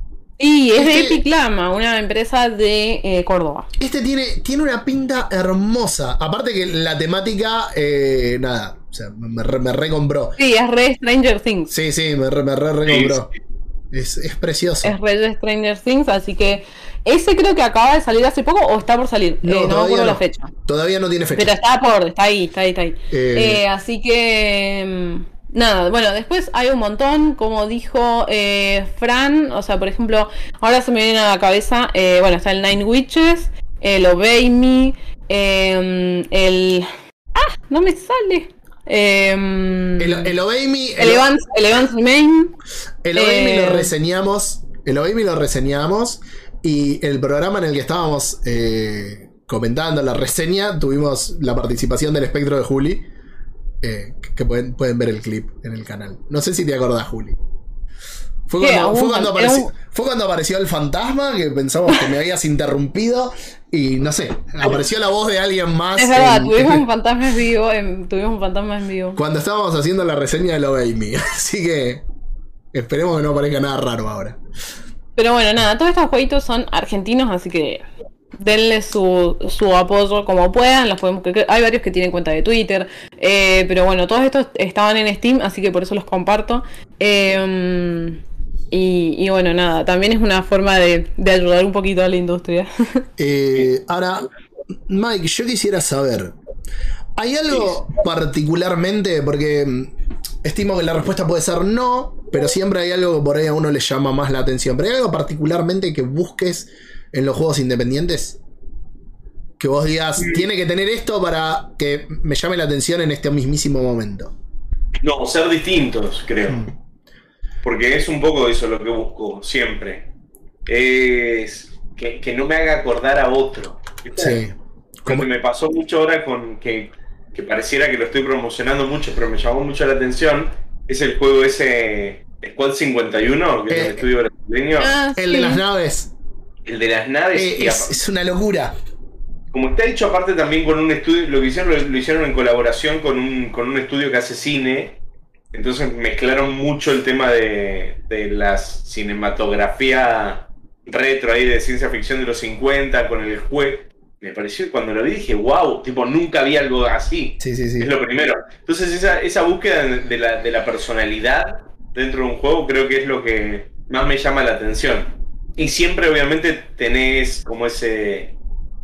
[SPEAKER 2] Y es de
[SPEAKER 3] Este-
[SPEAKER 2] Epic Lama, una empresa de eh, Córdoba.
[SPEAKER 3] Este tiene, tiene una pinta hermosa. Aparte que la temática, eh, nada, o sea, me, re- me recompró.
[SPEAKER 2] Sí, es re Stranger Things.
[SPEAKER 3] Sí, sí, me, re- me re recompró. Es, es precioso.
[SPEAKER 2] Es re de Stranger Things, así que ese creo que acaba de salir hace poco o está por salir.
[SPEAKER 3] No,
[SPEAKER 2] Eh, no me
[SPEAKER 3] todavía
[SPEAKER 2] acuerdo
[SPEAKER 3] no.
[SPEAKER 2] la fecha.
[SPEAKER 3] Todavía no tiene fecha.
[SPEAKER 2] Pero está por, está ahí, está ahí, está ahí.
[SPEAKER 3] Eh.
[SPEAKER 2] Eh, así que mm, nada, bueno, después hay un montón, como dijo eh, Fran, o sea, por ejemplo, ahora se me viene a la cabeza, eh, bueno, está el Nine Witches, el Obey Me, eh, el... ¡Ah! No me sale. Eh,
[SPEAKER 3] El, el Obey Me,
[SPEAKER 2] el Evans, el Evans Remain.
[SPEAKER 3] el Obey Me
[SPEAKER 2] eh,
[SPEAKER 3] lo reseñamos. El Obey Me lo reseñamos. Y el programa en el que estábamos eh, comentando la reseña, tuvimos la participación del espectro de Juli. Eh, que pueden, pueden ver el clip en el canal. No sé si te acordás, Juli. Fue
[SPEAKER 2] ¿Qué?
[SPEAKER 3] cuando, fue,
[SPEAKER 2] ¿Algún
[SPEAKER 3] cuando
[SPEAKER 2] fan-
[SPEAKER 3] apareció,
[SPEAKER 2] algún-
[SPEAKER 3] fue cuando apareció el fantasma, que pensamos que me habías interrumpido. Y no sé, apareció la voz de alguien más.
[SPEAKER 2] Es verdad,
[SPEAKER 3] en-
[SPEAKER 2] tuvimos un fantasma en vivo, en- tuvimos un fantasma en vivo.
[SPEAKER 3] cuando estábamos haciendo la reseña del Obey Me. Así que esperemos que no aparezca nada raro ahora.
[SPEAKER 2] Pero bueno, nada, todos estos jueguitos son argentinos, así que denle su, su apoyo como puedan. Los podemos, que- hay varios que tienen cuenta de Twitter, eh, pero bueno, todos estos estaban en Steam, así que por eso los comparto. Eh, y, y bueno, nada, también es una forma de, de ayudar un poquito a la industria.
[SPEAKER 3] Eh, ahora, Mike, yo quisiera saber, ¿hay algo particularmente? Porque mm, estimo que la respuesta puede ser no, pero siempre hay algo que por ahí a uno le llama más la atención. ¿Pero hay algo particularmente que busques en los juegos independientes? Que vos digas, tiene que tener esto para que me llame la atención en este mismísimo momento.
[SPEAKER 5] No, ser distintos, creo.
[SPEAKER 3] Mm.
[SPEAKER 5] Porque es un poco eso lo que busco siempre. Es que, que no me haga acordar a otro. ¿Viste?
[SPEAKER 3] Sí.
[SPEAKER 5] Como me pasó mucho ahora con que, que pareciera que lo estoy promocionando mucho, pero me llamó mucho la atención. Es el juego ese Squad cincuenta y uno, que es
[SPEAKER 3] Eh,
[SPEAKER 5] el estudio brasileño.
[SPEAKER 2] Ah,
[SPEAKER 3] El
[SPEAKER 2] sí.
[SPEAKER 3] de las naves.
[SPEAKER 5] El de las naves.
[SPEAKER 3] Eh,
[SPEAKER 5] y
[SPEAKER 3] es, es una locura.
[SPEAKER 5] como está hecho aparte también con un estudio, lo que hicieron lo, lo hicieron en colaboración con un, con un estudio que hace cine, entonces mezclaron mucho el tema de, de la cinematografía retro ahí de ciencia ficción de los cincuenta con el juego. Me pareció, cuando lo vi dije, wow, tipo, nunca vi algo así.
[SPEAKER 3] Sí, sí, sí.
[SPEAKER 5] Es lo primero. Entonces esa, esa búsqueda de la, de la personalidad dentro de un juego creo que es lo que más me llama la atención. Y siempre obviamente tenés como ese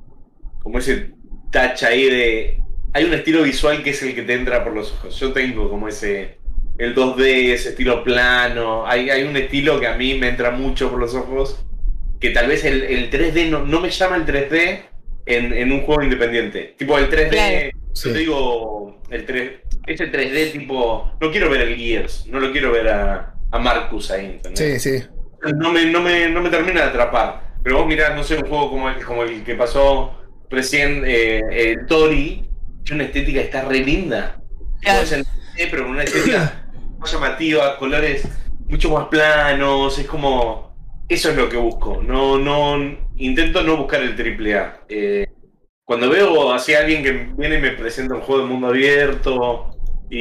[SPEAKER 5] como ese touch ahí de... Hay un estilo visual que es el que te entra por los ojos. Yo tengo como ese... el dos D, ese estilo plano. Hay, hay un estilo que a mí me entra mucho por los ojos. Que tal vez el, el tres D no, no me llama el tres D en, en un juego independiente. Tipo el tres D...
[SPEAKER 2] Claro.
[SPEAKER 3] Sí.
[SPEAKER 5] Yo te digo... El tres, ese tres D tipo... No quiero ver el Gears. No lo quiero ver a, a Marcus ahí. ¿entendés?
[SPEAKER 3] Sí, sí.
[SPEAKER 5] No me, no, me, no me termina de atrapar. Pero vos mirás, no sé, un juego como el, como el que pasó recién, eh, el Tori, tiene una estética que está re linda.
[SPEAKER 2] Claro.
[SPEAKER 5] Como es el- pero con una estética más llamativa, colores mucho más planos, es como... Eso es lo que busco. No, no, intento no buscar el triple A. Eh, cuando veo así a alguien que viene y me presenta un juego de mundo abierto,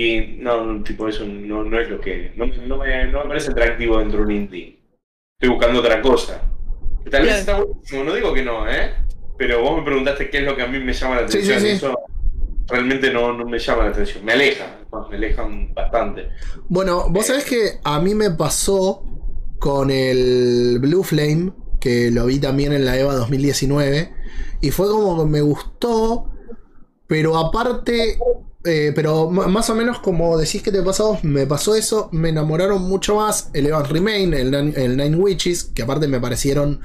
[SPEAKER 5] y no, tipo eso no, no es lo que... No, no, me, no me parece atractivo dentro de un indie. Estoy buscando otra cosa. Que tal vez
[SPEAKER 2] Claro.
[SPEAKER 5] está buenísimo, no digo que no, ¿eh? Pero vos me preguntaste qué es lo que a mí me llama la
[SPEAKER 3] Sí,
[SPEAKER 5] atención.
[SPEAKER 3] sí, sí.
[SPEAKER 5] Eso realmente no, no me llama la atención. Me aleja, me alejan bastante.
[SPEAKER 3] Bueno, vos sabés que a mí me pasó con el Blue Flame, que lo vi también en la EVA dos mil diecinueve, y fue como que me gustó, pero aparte, eh, pero m- más o menos como decís que te pasó, me pasó eso, me enamoraron mucho más el Evans Remain, el, Nin- el Nine Witches, que aparte me parecieron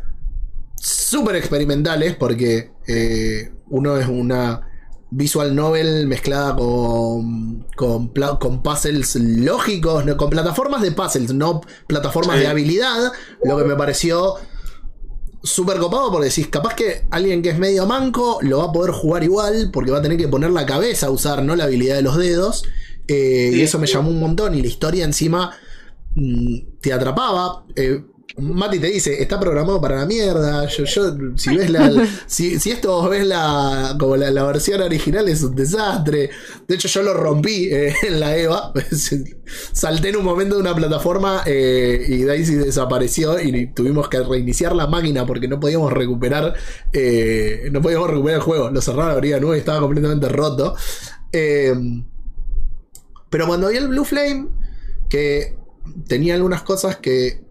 [SPEAKER 3] súper experimentales, porque eh, uno es una visual novel mezclada con con, pla- con puzzles lógicos, no, con plataformas de puzzles, no plataformas
[SPEAKER 5] Sí.
[SPEAKER 3] de habilidad, lo que me pareció súper copado, porque decís, capaz que alguien que es medio manco lo va a poder jugar igual, porque va a tener que poner la cabeza a usar, no la habilidad de los dedos, eh,
[SPEAKER 5] Sí,
[SPEAKER 3] y eso me
[SPEAKER 5] sí.
[SPEAKER 3] llamó un montón, y la historia encima mm, te atrapaba. eh, Mati te dice, está programado para la mierda. Yo, yo si ves la. si, si esto vos ves la. Como la, la versión original es un desastre. De hecho, yo lo rompí eh, en la EVA. Salté en un momento de una plataforma eh, y Daisy desapareció y tuvimos que reiniciar la máquina porque no podíamos recuperar. Eh, no podíamos recuperar el juego. Lo cerraron, abría de nuevo y estaba completamente roto. Eh, pero cuando vi el Blue Flame, que tenía algunas cosas que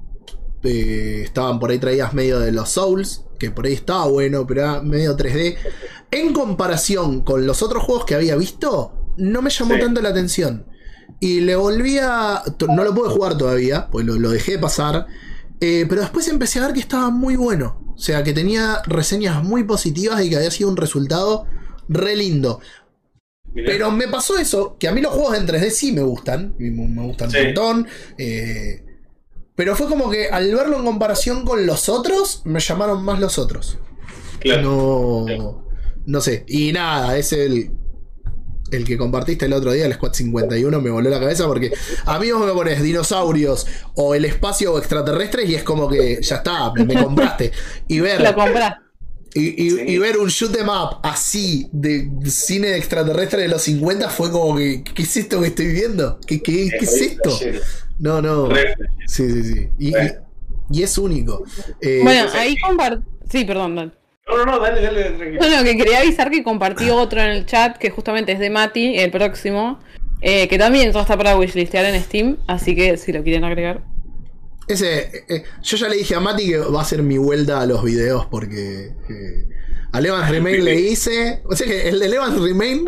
[SPEAKER 3] eh, estaban por ahí traídas medio de los Souls, que por ahí estaba bueno, pero era medio tres D, en comparación con los otros juegos que había visto, no me llamó sí. tanto la atención. Y le volví a... No lo pude jugar todavía, pues lo, lo dejé pasar, eh, pero después empecé a ver que estaba muy bueno. O sea, que tenía reseñas muy positivas y que había sido un resultado re lindo. Mirá. Pero me pasó eso, que a mí los juegos en tres D sí me gustan, me gustan sí. un montón, eh, pero fue como que al verlo en comparación con los otros, me llamaron más los otros. Claro. No, claro. no sé, y nada, es el, el que compartiste el otro día, el Squad cincuenta y uno, me voló la cabeza porque a mí vos me pones dinosaurios o el espacio o extraterrestres y es como que ya está, me, me compraste. Y ver...
[SPEAKER 2] Lo compraste.
[SPEAKER 3] Y, y, sí. y ver un shoot 'em up así de cine de extraterrestre de los cincuenta fue como que ¿qué es esto que estoy viendo? ¿Qué, qué, qué es esto? No, no. Sí, sí, sí. Y, y, y es único. Eh,
[SPEAKER 2] bueno, ahí compartí. Sí, perdón, dale.
[SPEAKER 5] No, no, no, dale, dale, tranquilo.
[SPEAKER 2] Bueno, que quería avisar que compartí otro en el chat que justamente es de Mati, el próximo, eh, que también ya está para wishlistear en Steam, así que si lo quieren agregar.
[SPEAKER 3] Ese, eh, yo ya le dije a Mati que va a ser mi vuelta a los videos porque eh, a Levan's Remain le hice. O sea que el de Levan's Remain.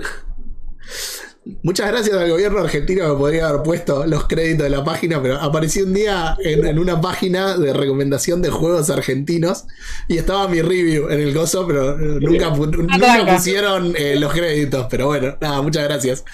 [SPEAKER 3] Muchas gracias al gobierno argentino, me podría haber puesto los créditos de la página, pero aparecí un día en, en una página de recomendación de juegos argentinos y estaba mi review en el gozo, pero nunca, nunca pusieron eh, los créditos. Pero bueno, nada, muchas gracias.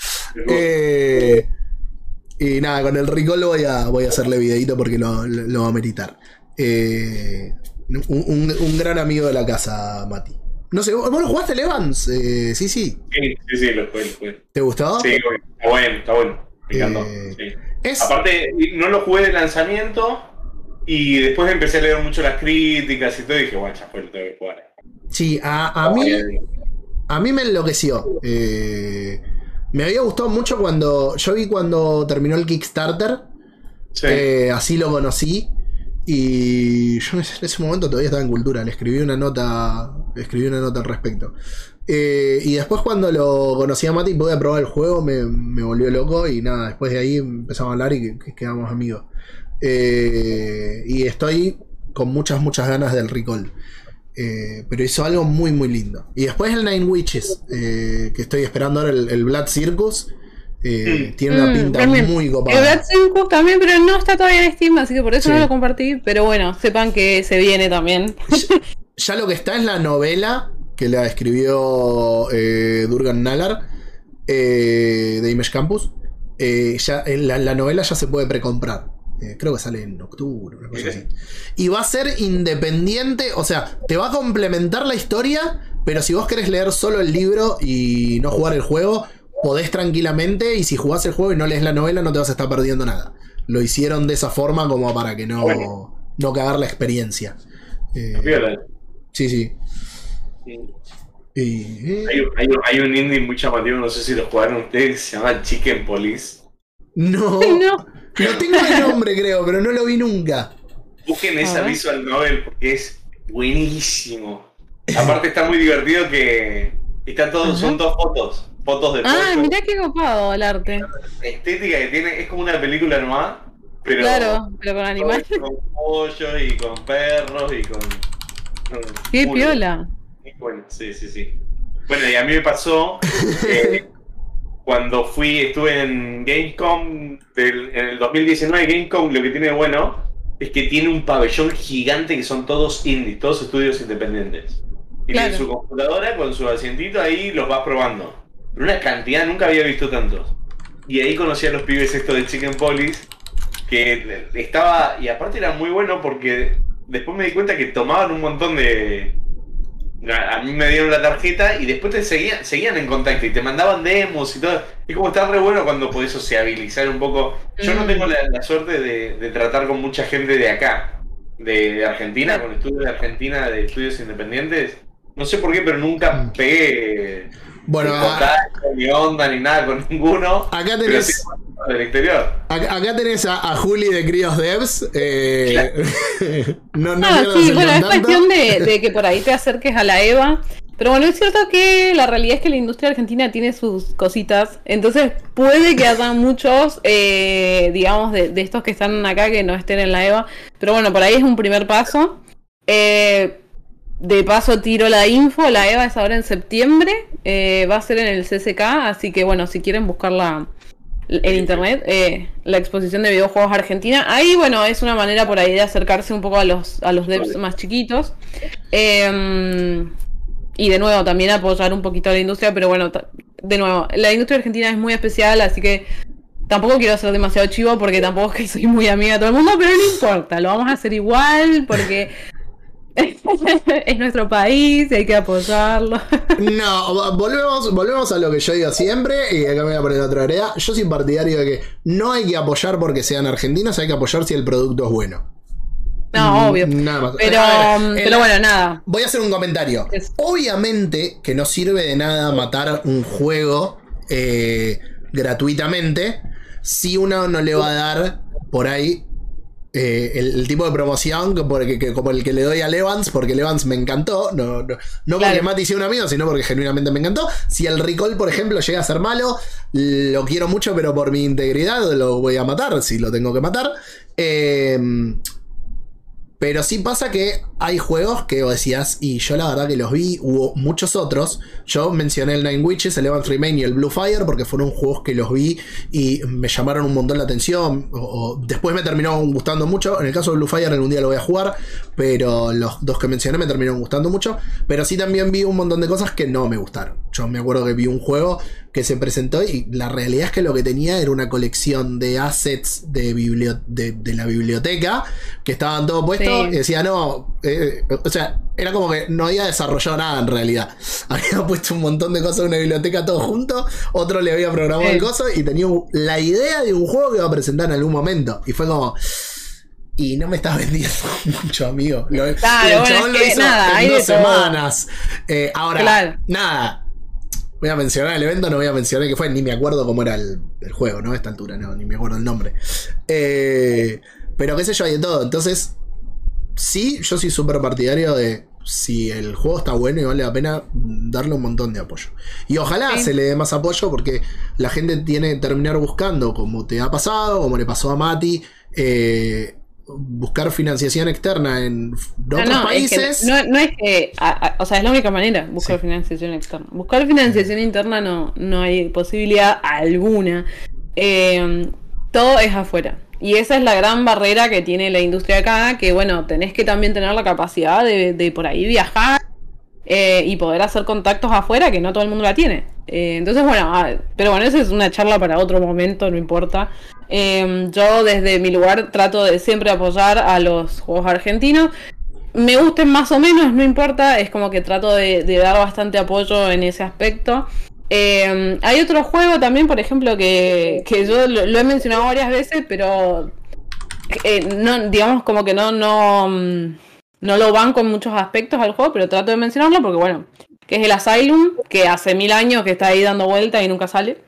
[SPEAKER 3] Eh. Y nada, con el Recall voy a, voy a hacerle videito porque lo, lo, lo va a meritar. Eh, un, un, un gran amigo de la casa, Mati. No sé, ¿vos lo jugaste el Evans? Eh, sí, sí.
[SPEAKER 5] Sí, sí, sí, lo jugué, lo jugué.
[SPEAKER 3] ¿Te gustó?
[SPEAKER 5] Sí, está bueno, está bueno. Me encantó. Eh, sí. es... Aparte, no lo jugué de lanzamiento y después empecé a leer mucho las críticas y todo y dije, bueno, ya fue, lo tengo que jugar.
[SPEAKER 3] Sí, a, a, mí, a mí me enloqueció. Eh... Me había gustado mucho cuando... Yo vi cuando terminó el Kickstarter. Sí. Eh, así lo conocí. Y yo en ese momento todavía estaba en cultura. Le escribí una nota. Le escribí una nota al respecto. Eh, y después cuando lo conocí a Mati y pude probar el juego, me, me volvió loco. Y nada, después de ahí empezamos a hablar y que, que quedamos amigos. Eh, y estoy con muchas, muchas ganas del Recall. Eh, pero hizo algo muy muy lindo. Y después el Nine Witches, eh, que estoy esperando ahora el, el Blood Circus, eh, mm. tiene una pinta mm, muy copada.
[SPEAKER 2] El Blood Circus también, pero no está todavía en Steam, así que por eso sí. no lo compartí. Pero bueno, sepan que se viene también.
[SPEAKER 3] Ya, ya lo que está es la novela que la escribió eh, Durgan Nalar eh, de Image Campus. Eh, ya, la, la novela ya se puede precomprar. Eh, creo que sale en octubre, una cosa así. Y va a ser independiente, o sea, te va a complementar la historia, pero si vos querés leer solo el libro y no jugar el juego, podés tranquilamente, y si jugás el juego y no lees la novela, no te vas a estar perdiendo nada. Lo hicieron de esa forma como para que no, bueno. no cagar la experiencia. Eh, sí, sí.
[SPEAKER 5] sí. Y, eh. hay, hay, hay un indie muy llamativo, no sé si lo jugaron ustedes, que se llama Chicken Police.
[SPEAKER 3] No, no. Lo tengo de nombre, creo, pero no lo vi nunca.
[SPEAKER 5] Busquen esa visual novel porque es buenísimo. Aparte está muy divertido que están todos, uh-huh. son dos fotos, fotos de
[SPEAKER 2] Ah, pollo. Mirá qué copado el arte.
[SPEAKER 5] La estética que tiene, es como una película nomás, pero
[SPEAKER 2] claro, pero con animales.
[SPEAKER 5] Con pollos y con perros y con.
[SPEAKER 2] Qué muy piola.
[SPEAKER 5] Bueno, sí, sí, sí. Bueno, y a mí me pasó. Eh, Cuando fui, estuve en Gamescom, del, en el dos mil diecinueve, Gamescom lo que tiene de bueno es que tiene un pabellón gigante que son todos indies, todos estudios independientes. Y claro. tiene su computadora con su asientito ahí los vas probando. Pero una cantidad, nunca había visto tantos. Y ahí conocí a los pibes esto de Chicken Police, que estaba, y aparte era muy bueno porque después me di cuenta que tomaban un montón de... A mí me dieron la tarjeta y después te seguían, seguían en contacto y te mandaban demos y todo. Es como está re bueno cuando podés sociabilizar un poco. Yo no tengo la, la suerte de, de tratar con mucha gente de acá. de, de Argentina, con estudios de Argentina, de estudios independientes. No sé por qué, pero nunca pegué
[SPEAKER 3] Bueno,
[SPEAKER 5] ni,
[SPEAKER 3] a-
[SPEAKER 5] contacto, ni onda, ni nada con ninguno.
[SPEAKER 3] Acá
[SPEAKER 5] Pero
[SPEAKER 3] tenés-
[SPEAKER 5] sí del exterior.
[SPEAKER 3] Acá, acá tenés a, a Juli de Críos Devs. Eh, no no
[SPEAKER 2] Ah,
[SPEAKER 3] pierdas
[SPEAKER 2] sí,
[SPEAKER 3] el
[SPEAKER 2] bueno, es
[SPEAKER 3] contacto.
[SPEAKER 2] cuestión de, de que por ahí te acerques a la EVA. Pero bueno, es cierto que la realidad es que la industria argentina tiene sus cositas. Entonces puede que haya muchos, eh, digamos, de, de estos que están acá que no estén en la EVA. Pero bueno, por ahí es un primer paso. Eh, de paso tiro la info. La EVA es ahora en septiembre. Eh, va a ser en el C C K. Así que bueno, si quieren buscarla en internet, eh, la exposición de videojuegos argentina. Ahí, bueno, es una manera por ahí de acercarse un poco a los, a los devs más chiquitos. Eh, y de nuevo, también apoyar un poquito a la industria, pero bueno, ta- de nuevo, la industria argentina es muy especial, así que tampoco quiero ser demasiado chivo porque tampoco es que soy muy amiga de todo el mundo, pero no importa, lo vamos a hacer igual porque es nuestro país y hay que apoyarlo.
[SPEAKER 3] No, volvemos, volvemos a lo que yo digo siempre, y acá me voy a poner otra área. Yo soy partidario de que no hay que apoyar porque sean argentinos, hay que apoyar si el producto es bueno.
[SPEAKER 2] No, obvio.
[SPEAKER 3] Nada más.
[SPEAKER 2] Pero,
[SPEAKER 3] A ver,
[SPEAKER 2] pero
[SPEAKER 3] el-
[SPEAKER 2] bueno, nada.
[SPEAKER 3] Voy a hacer un comentario.
[SPEAKER 2] Es-
[SPEAKER 3] Obviamente que no sirve de nada matar un juego eh, gratuitamente si uno no le va a dar por ahí eh, el, el tipo de promoción que, porque, que, como el que le doy a Evans, porque el Evans me encantó. No, no, no porque
[SPEAKER 2] Claro.
[SPEAKER 3] Mati sea un amigo, sino porque genuinamente me encantó. Si el Recall, por ejemplo, llega a ser malo, lo quiero mucho, pero por mi integridad lo voy a matar si lo tengo que matar. Eh, Pero sí pasa que hay juegos que vos decías, y yo la verdad que los vi, hubo muchos otros. Yo mencioné el Nine Witches, el Evans Remain y el Blue Fire porque fueron juegos que los vi y me llamaron un montón la atención. O, o después me terminó gustando mucho. En el caso de Blue Fire algún día lo voy a jugar, pero los dos que mencioné me terminaron gustando mucho. Pero sí también vi un montón de cosas que no me gustaron. Yo me acuerdo que vi un juego que se presentó y la realidad es que lo que tenía era una colección de assets de, biblio- de, de la biblioteca que estaban todos puestos
[SPEAKER 2] Sí.
[SPEAKER 3] y decía no, eh, o sea, era como que no había desarrollado nada en realidad. Había puesto un montón de cosas en una biblioteca todo junto, otro le había programado
[SPEAKER 2] Sí.
[SPEAKER 3] el coso y tenía un- la idea de un juego que iba a presentar en algún momento y fue como... Y no me estás vendiendo mucho, amigo. Lo,
[SPEAKER 2] Claro,
[SPEAKER 3] y el
[SPEAKER 2] bueno,
[SPEAKER 3] chabón
[SPEAKER 2] es
[SPEAKER 3] lo
[SPEAKER 2] que
[SPEAKER 3] hizo
[SPEAKER 2] nada, hay
[SPEAKER 3] en
[SPEAKER 2] de
[SPEAKER 3] dos
[SPEAKER 2] todo.
[SPEAKER 3] semanas. Eh, ahora,
[SPEAKER 2] Claro.
[SPEAKER 3] nada. Voy a mencionar el evento, no voy a mencionar qué fue, ni me acuerdo cómo era el, el juego, ¿no? A esta altura, no, ni me acuerdo el nombre. Eh, pero qué sé yo, hay de todo. Entonces, sí, yo soy súper partidario de si el juego está bueno y vale la pena darle un montón de apoyo. Y ojalá
[SPEAKER 2] Sí.
[SPEAKER 3] se le dé más apoyo porque la gente tiene que terminar buscando, como te ha pasado, como le pasó a Mati, eh, buscar financiación externa en
[SPEAKER 2] No,
[SPEAKER 3] otros
[SPEAKER 2] no, es
[SPEAKER 3] países.
[SPEAKER 2] que no, no es que, a- a- o sea, es la única manera, buscar
[SPEAKER 3] Sí.
[SPEAKER 2] financiación externa. Buscar financiación interna no, no hay posibilidad alguna. Eh, todo es afuera. Y esa es la gran barrera que tiene la industria acá, que bueno, tenés que también tener la capacidad de, de por ahí viajar eh, y poder hacer contactos afuera, que no todo el mundo la tiene. Eh, entonces, bueno, ah, pero bueno, esa es una charla para otro momento, no importa. Eh, yo desde mi lugar trato de siempre apoyar a los juegos argentinos. Me gusten más o menos, no importa, es como que trato de, de dar bastante apoyo en ese aspecto. Eh, hay otro juego también, por ejemplo, que, que yo lo, lo he mencionado varias veces, pero eh, no, digamos como que no, no, mm, no lo banco en muchos aspectos al juego, pero trato de mencionarlo porque bueno, que es el Asylum, que hace mil años que está ahí dando vuelta y nunca sale.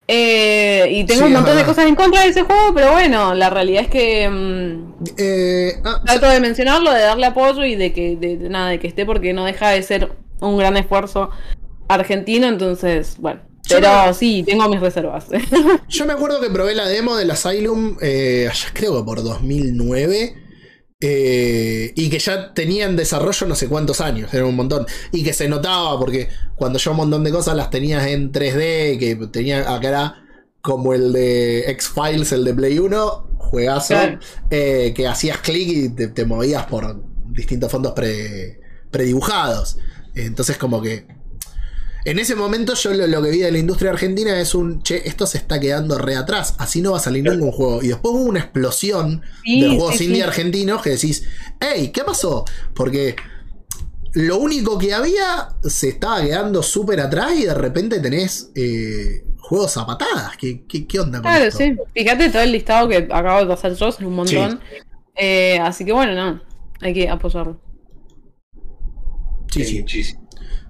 [SPEAKER 2] Eh, y tengo
[SPEAKER 3] Sí,
[SPEAKER 2] un
[SPEAKER 3] es
[SPEAKER 2] montón de
[SPEAKER 3] verdad.
[SPEAKER 2] cosas en contra de ese juego, pero bueno, la realidad es que mm,
[SPEAKER 3] Eh, ah,
[SPEAKER 2] trato de mencionarlo, de darle apoyo y de que de, de nada, de que esté porque no deja de ser un gran esfuerzo argentino, entonces, bueno.
[SPEAKER 3] Yo
[SPEAKER 2] Pero
[SPEAKER 3] no-
[SPEAKER 2] sí, tengo mis reservas.
[SPEAKER 3] Yo me acuerdo que probé la demo del Asylum, eh, allá creo que por dos mil nueve. eh, y que ya tenía en desarrollo no sé cuántos años, era un montón. Y que se notaba porque cuando yo un montón de cosas las tenías en tres D, que tenía acá era como el de X-Files, el de Play uno, juegazo,
[SPEAKER 2] Claro.
[SPEAKER 3] eh, que hacías clic y te, te movías por distintos fondos pre, predibujados. Entonces como que... En ese momento yo lo, lo que vi de la industria argentina es un, che, esto se está quedando re atrás, así no va a salir ningún juego. Y después hubo una explosión
[SPEAKER 2] Sí,
[SPEAKER 3] de juegos
[SPEAKER 2] sí,
[SPEAKER 3] indie
[SPEAKER 2] sí.
[SPEAKER 3] argentinos que decís, hey, ¿qué pasó? Porque lo único que había se estaba quedando súper atrás y de repente tenés eh, juegos a patadas. ¿Qué, qué, qué onda con
[SPEAKER 2] Claro,
[SPEAKER 3] esto?
[SPEAKER 2] sí. Fíjate todo el listado que acabo de pasar yo, son un montón. Eh, así que bueno, no. Hay que apoyarlo.
[SPEAKER 3] Sí, sí.
[SPEAKER 5] Muchísimo.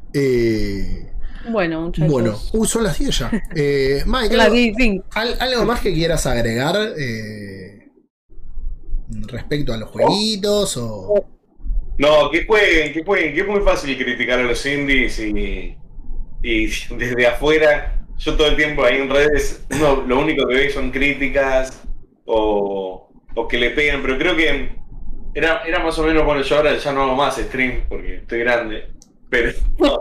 [SPEAKER 3] Eh,
[SPEAKER 2] Bueno, muchachos.
[SPEAKER 3] bueno, uh, son las diez ya. Eh, Mike,
[SPEAKER 2] Las
[SPEAKER 3] ¿algo,
[SPEAKER 2] diez y cinco.
[SPEAKER 3] al- ¿algo más que quieras agregar eh, respecto a los jueguitos? O...
[SPEAKER 5] No, que jueguen, que jueguen, que es muy fácil criticar a los indies y, y desde afuera, yo todo el tiempo ahí en redes, no, lo único que veo son críticas o, o que le pegan, pero creo que era, era más o menos, bueno, yo ahora ya no hago más stream porque estoy grande, pero,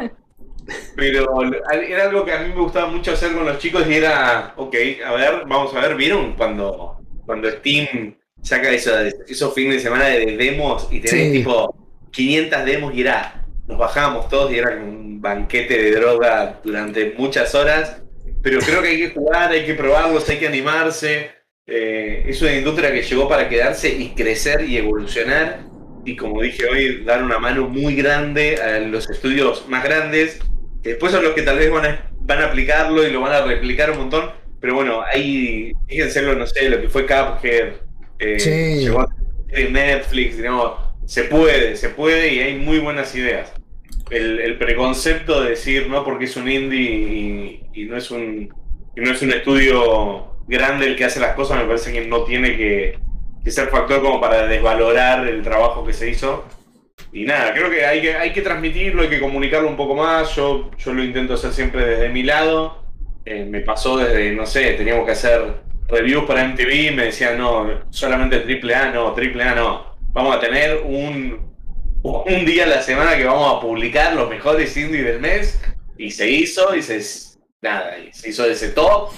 [SPEAKER 5] pero era algo que a mí me gustaba mucho hacer con los chicos y era, ok, a ver, vamos a ver, ¿vieron cuando, cuando Steam saca eso, esos fines de semana de demos y tenés
[SPEAKER 3] Sí.
[SPEAKER 5] tipo quinientas demos y era, nos bajábamos todos y era como un banquete de droga durante muchas horas, pero creo que hay que jugar, hay que probarlos, hay que animarse, eh, es una industria que llegó para quedarse y crecer y evolucionar y como dije hoy, dar una mano muy grande a los estudios más grandes, que después son los que tal vez van a, van a aplicarlo y lo van a replicar un montón, pero bueno, ahí, fíjense, no sé, lo que fue Cuphead, eh,
[SPEAKER 3] Sí.
[SPEAKER 5] llegó a Netflix, digamos, se puede, se puede y hay muy buenas ideas. El, el preconcepto de decir, no, porque es un indie y, y no es un y no es un estudio grande el que hace las cosas, me parece que no tiene que, que ser factor como para desvalorar el trabajo que se hizo. Y nada, creo que hay que, hay que transmitirlo, hay que comunicarlo un poco más. Yo, yo lo intento hacer siempre desde mi lado. Eh, me pasó desde, no sé, teníamos que hacer reviews para M T V, me decían, no, solamente triple A, no, triple A no. Vamos a tener un, un día a la semana que vamos a publicar los mejores indies del mes. Y se hizo, y se, nada, y se hizo ese top,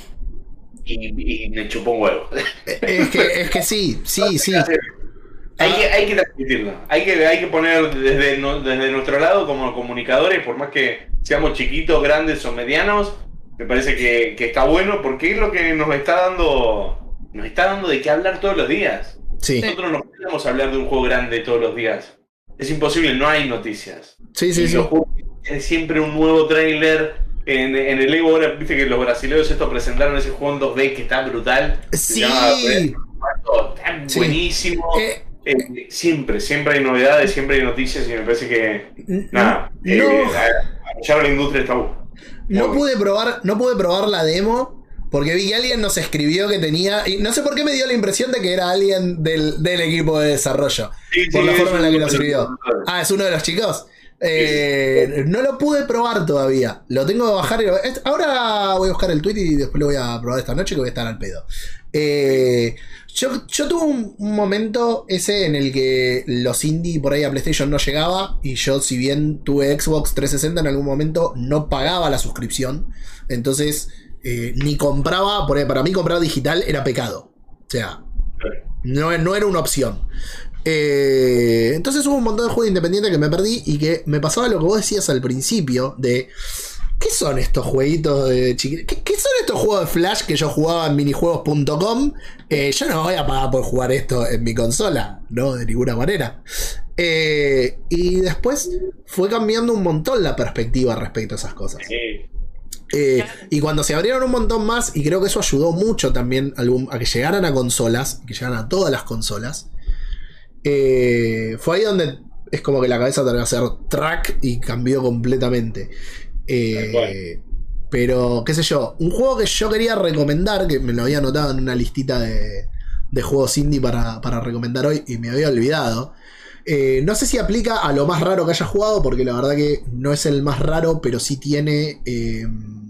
[SPEAKER 5] y, y me chupó un huevo.
[SPEAKER 3] Es que, es que sí, sí, sí.
[SPEAKER 5] Hay que, hay que transmitirlo, hay que, hay que poner desde, no, desde nuestro lado como comunicadores, por más que seamos chiquitos, grandes o medianos, me parece que, que está bueno porque es lo que nos está dando, nos está dando de qué hablar todos los días.
[SPEAKER 3] Sí,
[SPEAKER 5] Nosotros no podemos hablar de un juego grande todos los días. Es imposible, no hay noticias.
[SPEAKER 3] sí, sí.
[SPEAKER 5] Y
[SPEAKER 3] sí.
[SPEAKER 5] los juegos tienen siempre un nuevo tráiler. En, en el Evo ahora, viste que los brasileños esto presentaron ese juego en dos D que está brutal. Se
[SPEAKER 3] Sí.
[SPEAKER 5] llama, está
[SPEAKER 3] Sí.
[SPEAKER 5] buenísimo.
[SPEAKER 3] Eh,
[SPEAKER 5] Eh, siempre, siempre hay novedades, siempre hay noticias y me parece que nada,
[SPEAKER 3] no,
[SPEAKER 5] eh, a- apoyar a la industria está bueno.
[SPEAKER 3] no pude probar, no pude probar la demo porque vi que alguien nos escribió que tenía y no sé por qué me dio la impresión de que era alguien del, del equipo de desarrollo
[SPEAKER 5] Sí,
[SPEAKER 3] por
[SPEAKER 5] sí,
[SPEAKER 3] la
[SPEAKER 5] es
[SPEAKER 3] forma en la que
[SPEAKER 5] uno
[SPEAKER 3] lo
[SPEAKER 5] de los
[SPEAKER 3] escribió.
[SPEAKER 5] desarrolladores.
[SPEAKER 3] Ah, es uno de los chicos. Eh, no lo pude probar todavía. Lo tengo que bajar. Y lo- est- ahora voy a buscar el tweet y después lo voy a probar esta noche que voy a estar al pedo. Eh, yo, yo tuve un, un momento ese en el que los indie por ahí a PlayStation no llegaba. Y yo, si bien tuve Xbox trescientos sesenta en algún momento, no pagaba la suscripción. Entonces, eh, ni compraba. Porque para mí comprar digital era pecado. O sea, no, no era una opción. Eh, entonces hubo un montón de juegos independientes que me perdí y que me pasaba lo que vos decías al principio de ¿qué son estos jueguitos de chiqui- ¿Qué, ¿Qué son estos juegos de Flash que yo jugaba en minijuegos punto com? Eh, yo no voy a pagar por jugar esto en mi consola, no, de ninguna manera. Eh, y después fue cambiando un montón la perspectiva respecto a esas cosas.
[SPEAKER 5] Sí.
[SPEAKER 3] Eh, y cuando se abrieron un montón más, y creo que eso ayudó mucho también a, algún- a que llegaran a consolas, que llegaran a todas las consolas, eh, fue ahí donde es como que la cabeza te va a hacer track y cambió completamente. Eh, pero, qué sé yo, un juego que yo quería recomendar, que me lo había anotado en una listita de, de juegos indie para, para recomendar hoy y me había olvidado. Eh, no sé si aplica a lo más raro que haya jugado, porque la verdad que no es el más raro, pero sí tiene... Eh,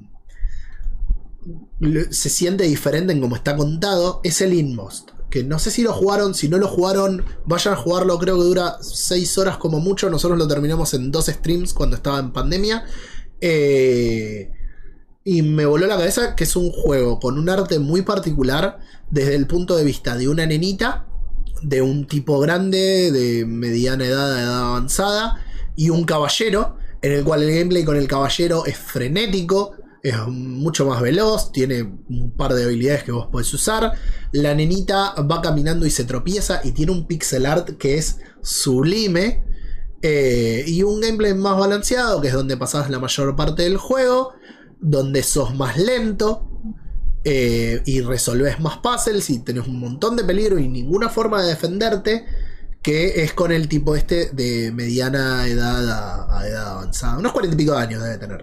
[SPEAKER 3] se siente diferente en cómo está contado. Es el Inmost, que no sé si lo jugaron. Si no lo jugaron, vayan a jugarlo. Creo que dura seis horas como mucho. Nosotros lo terminamos en dos streams cuando estaba en pandemia. Eh, y me voló la cabeza que es un juego con un arte muy particular desde el punto de vista de una nenita, de un tipo grande, de mediana edad, de edad avanzada, y un caballero, en el cual el gameplay con el caballero es frenético, es mucho más veloz, tiene un par de habilidades que vos podés usar. La nenita va caminando y se tropieza y tiene un pixel art que es sublime. Eh, y un gameplay más balanceado, que es donde pasás la mayor parte del juego, donde sos más lento. Eh, y resolvés más puzzles y tenés un montón de peligro y ninguna forma de defenderte, que es con el tipo este de mediana edad a, a edad avanzada. Unos cuarenta y pico de años debe tener.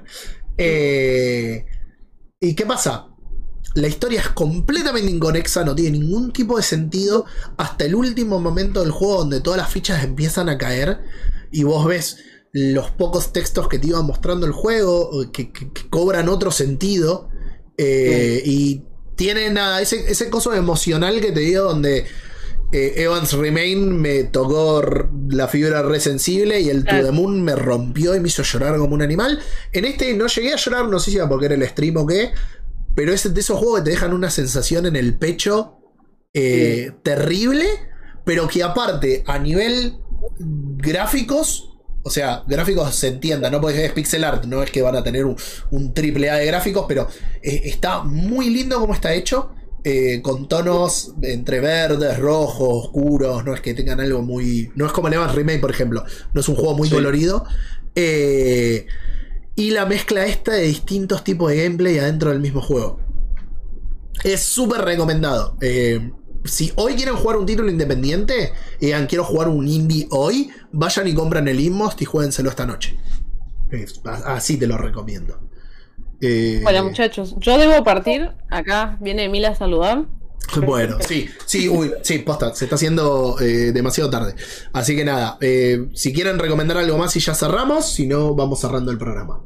[SPEAKER 3] Eh, ¿Y qué pasa? La historia es completamente inconexa, no tiene ningún tipo de sentido hasta el último momento del juego donde todas las fichas empiezan a caer y vos ves los pocos textos que te iban mostrando el juego que, que, que cobran otro sentido eh, sí. Y tiene nada, ese, ese coso emocional que te digo donde eh, Evans Remain me tocó la fibra re sensible y el claro. To The Moon me rompió y me hizo llorar como un animal. En este no llegué a llorar, no sé si era porque era el stream o qué, pero es de esos juegos que te dejan una sensación en el pecho eh, sí. terrible, pero que aparte a nivel gráficos, o sea, gráficos se entienda, no porque es pixel art, no es que van a tener un, un triple A de gráficos, pero eh, está muy lindo como está hecho, eh, con tonos entre verdes, rojos, oscuros, no es que tengan algo muy... No es como el Evans Remake, por ejemplo, no es un juego muy sí. colorido. Eh... Y la mezcla esta de distintos tipos de gameplay adentro del mismo juego. Es súper recomendado. Eh, si hoy quieren jugar un título independiente y digan quiero jugar un indie hoy, vayan y compran el Inmost y juéguenselo esta noche. Es, así te lo recomiendo. Eh,
[SPEAKER 2] Hola muchachos, yo debo partir. Acá viene Emila a saludar.
[SPEAKER 3] Bueno, sí, sí, uy, sí, posta, se está haciendo eh, demasiado tarde. Así que nada, eh, si quieren recomendar algo más y ya cerramos, si no, vamos cerrando el programa.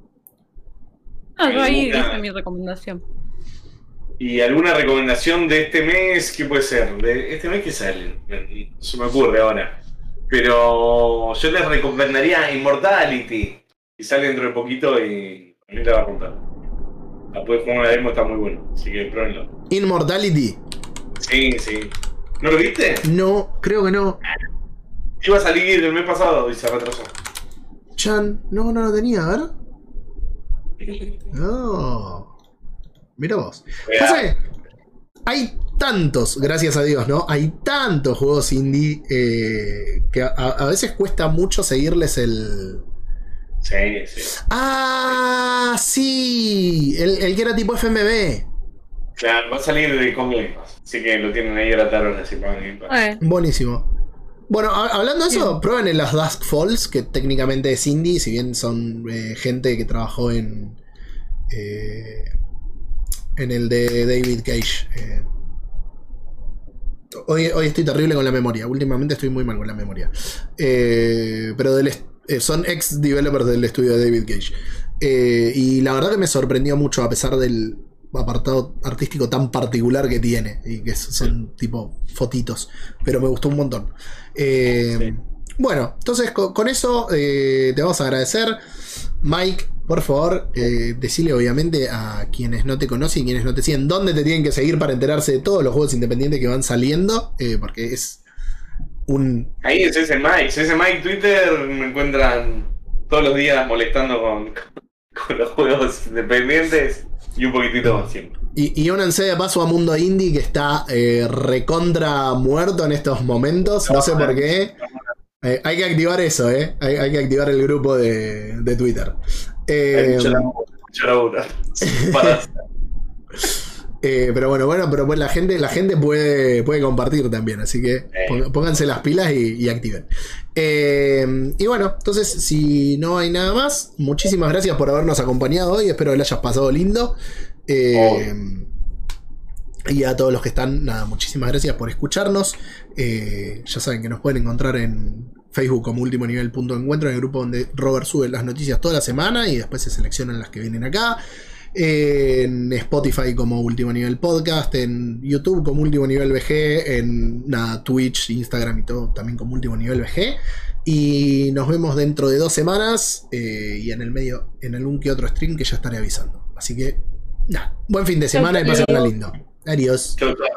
[SPEAKER 2] Ah, yo ahí hice mi recomendación.
[SPEAKER 5] ¿Y alguna recomendación de este mes? ¿Qué puede ser? ¿De este mes qué sale? Se me ocurre ahora. Pero yo les recomendaría Immortality. Y sale dentro de poquito y a mí te va a contar. La puedes jugar una demo, está muy bueno. Así que pruébenlo.
[SPEAKER 3] Immortality.
[SPEAKER 5] Sí, sí. ¿No lo viste?
[SPEAKER 3] No, creo que no.
[SPEAKER 5] Iba a salir el mes pasado y se retrasó.
[SPEAKER 3] Chan, no, no lo tenía, a ver. No. Mira vos. José, hay tantos, gracias a Dios, ¿no? Hay tantos juegos indie eh, que a, a veces cuesta mucho seguirles el...
[SPEAKER 5] Sí, sí.
[SPEAKER 3] Ah, sí. El, el que era tipo F M V.
[SPEAKER 5] Claro, va a salir de con Game Pass. Así que lo tienen ahí a la tarde así para Game Pass.
[SPEAKER 2] Eh.
[SPEAKER 3] Buenísimo. Bueno, a, hablando de eso, sí. Prueben en las Dusk Falls, que técnicamente es indie, si bien son eh, gente que trabajó en eh, en el de David Cage. Eh. Hoy, hoy estoy terrible con la memoria. Últimamente estoy muy mal con la memoria. Eh, pero del eh, son ex developers del estudio de David Cage. Eh, y la verdad que me sorprendió mucho a pesar del apartado artístico tan particular que tiene y que son sí. tipo fotitos, pero me gustó un montón. Eh, sí. Bueno, entonces con, con eso eh, te vamos a agradecer, Mike. Por favor, eh, decile obviamente a quienes no te conocen y quienes no te siguen dónde te tienen que seguir para enterarse de todos los juegos independientes que van saliendo, eh, porque es un...
[SPEAKER 5] Ahí es ese Mike, ese Mike Twitter me encuentran todos los días molestando con, con los juegos independientes. Y un poquitito más siempre.
[SPEAKER 3] Y, y únanse de paso a Mundo Indie, que está eh, recontra muerto en estos momentos. No, no sé por qué. Eh, hay que activar eso, ¿eh? Hay, hay que activar el grupo de, de Twitter. Eh, eh, pero bueno, bueno, pero pues la gente, la gente puede, puede compartir también. Así que pónganse las pilas y, y activen. Eh, y bueno, entonces, si no hay nada más, muchísimas gracias por habernos acompañado hoy. Espero que lo hayas pasado lindo. Eh, oh. Y a todos los que están, nada, muchísimas gracias por escucharnos. Eh, ya saben que nos pueden encontrar en Facebook como Último Nivel Punto de Encuentro, en el grupo donde Robert sube las noticias toda la semana y después se seleccionan las que vienen acá. En Spotify como Último Nivel Podcast, en YouTube como Último Nivel V G, en nada, Twitch, Instagram y todo también como Último Nivel V G. Y nos vemos dentro de dos semanas eh, y en el medio, en algún que otro stream que ya estaré avisando. Así que, nada, buen fin de semana y pasen lindo. Adiós.
[SPEAKER 5] Chau, chau.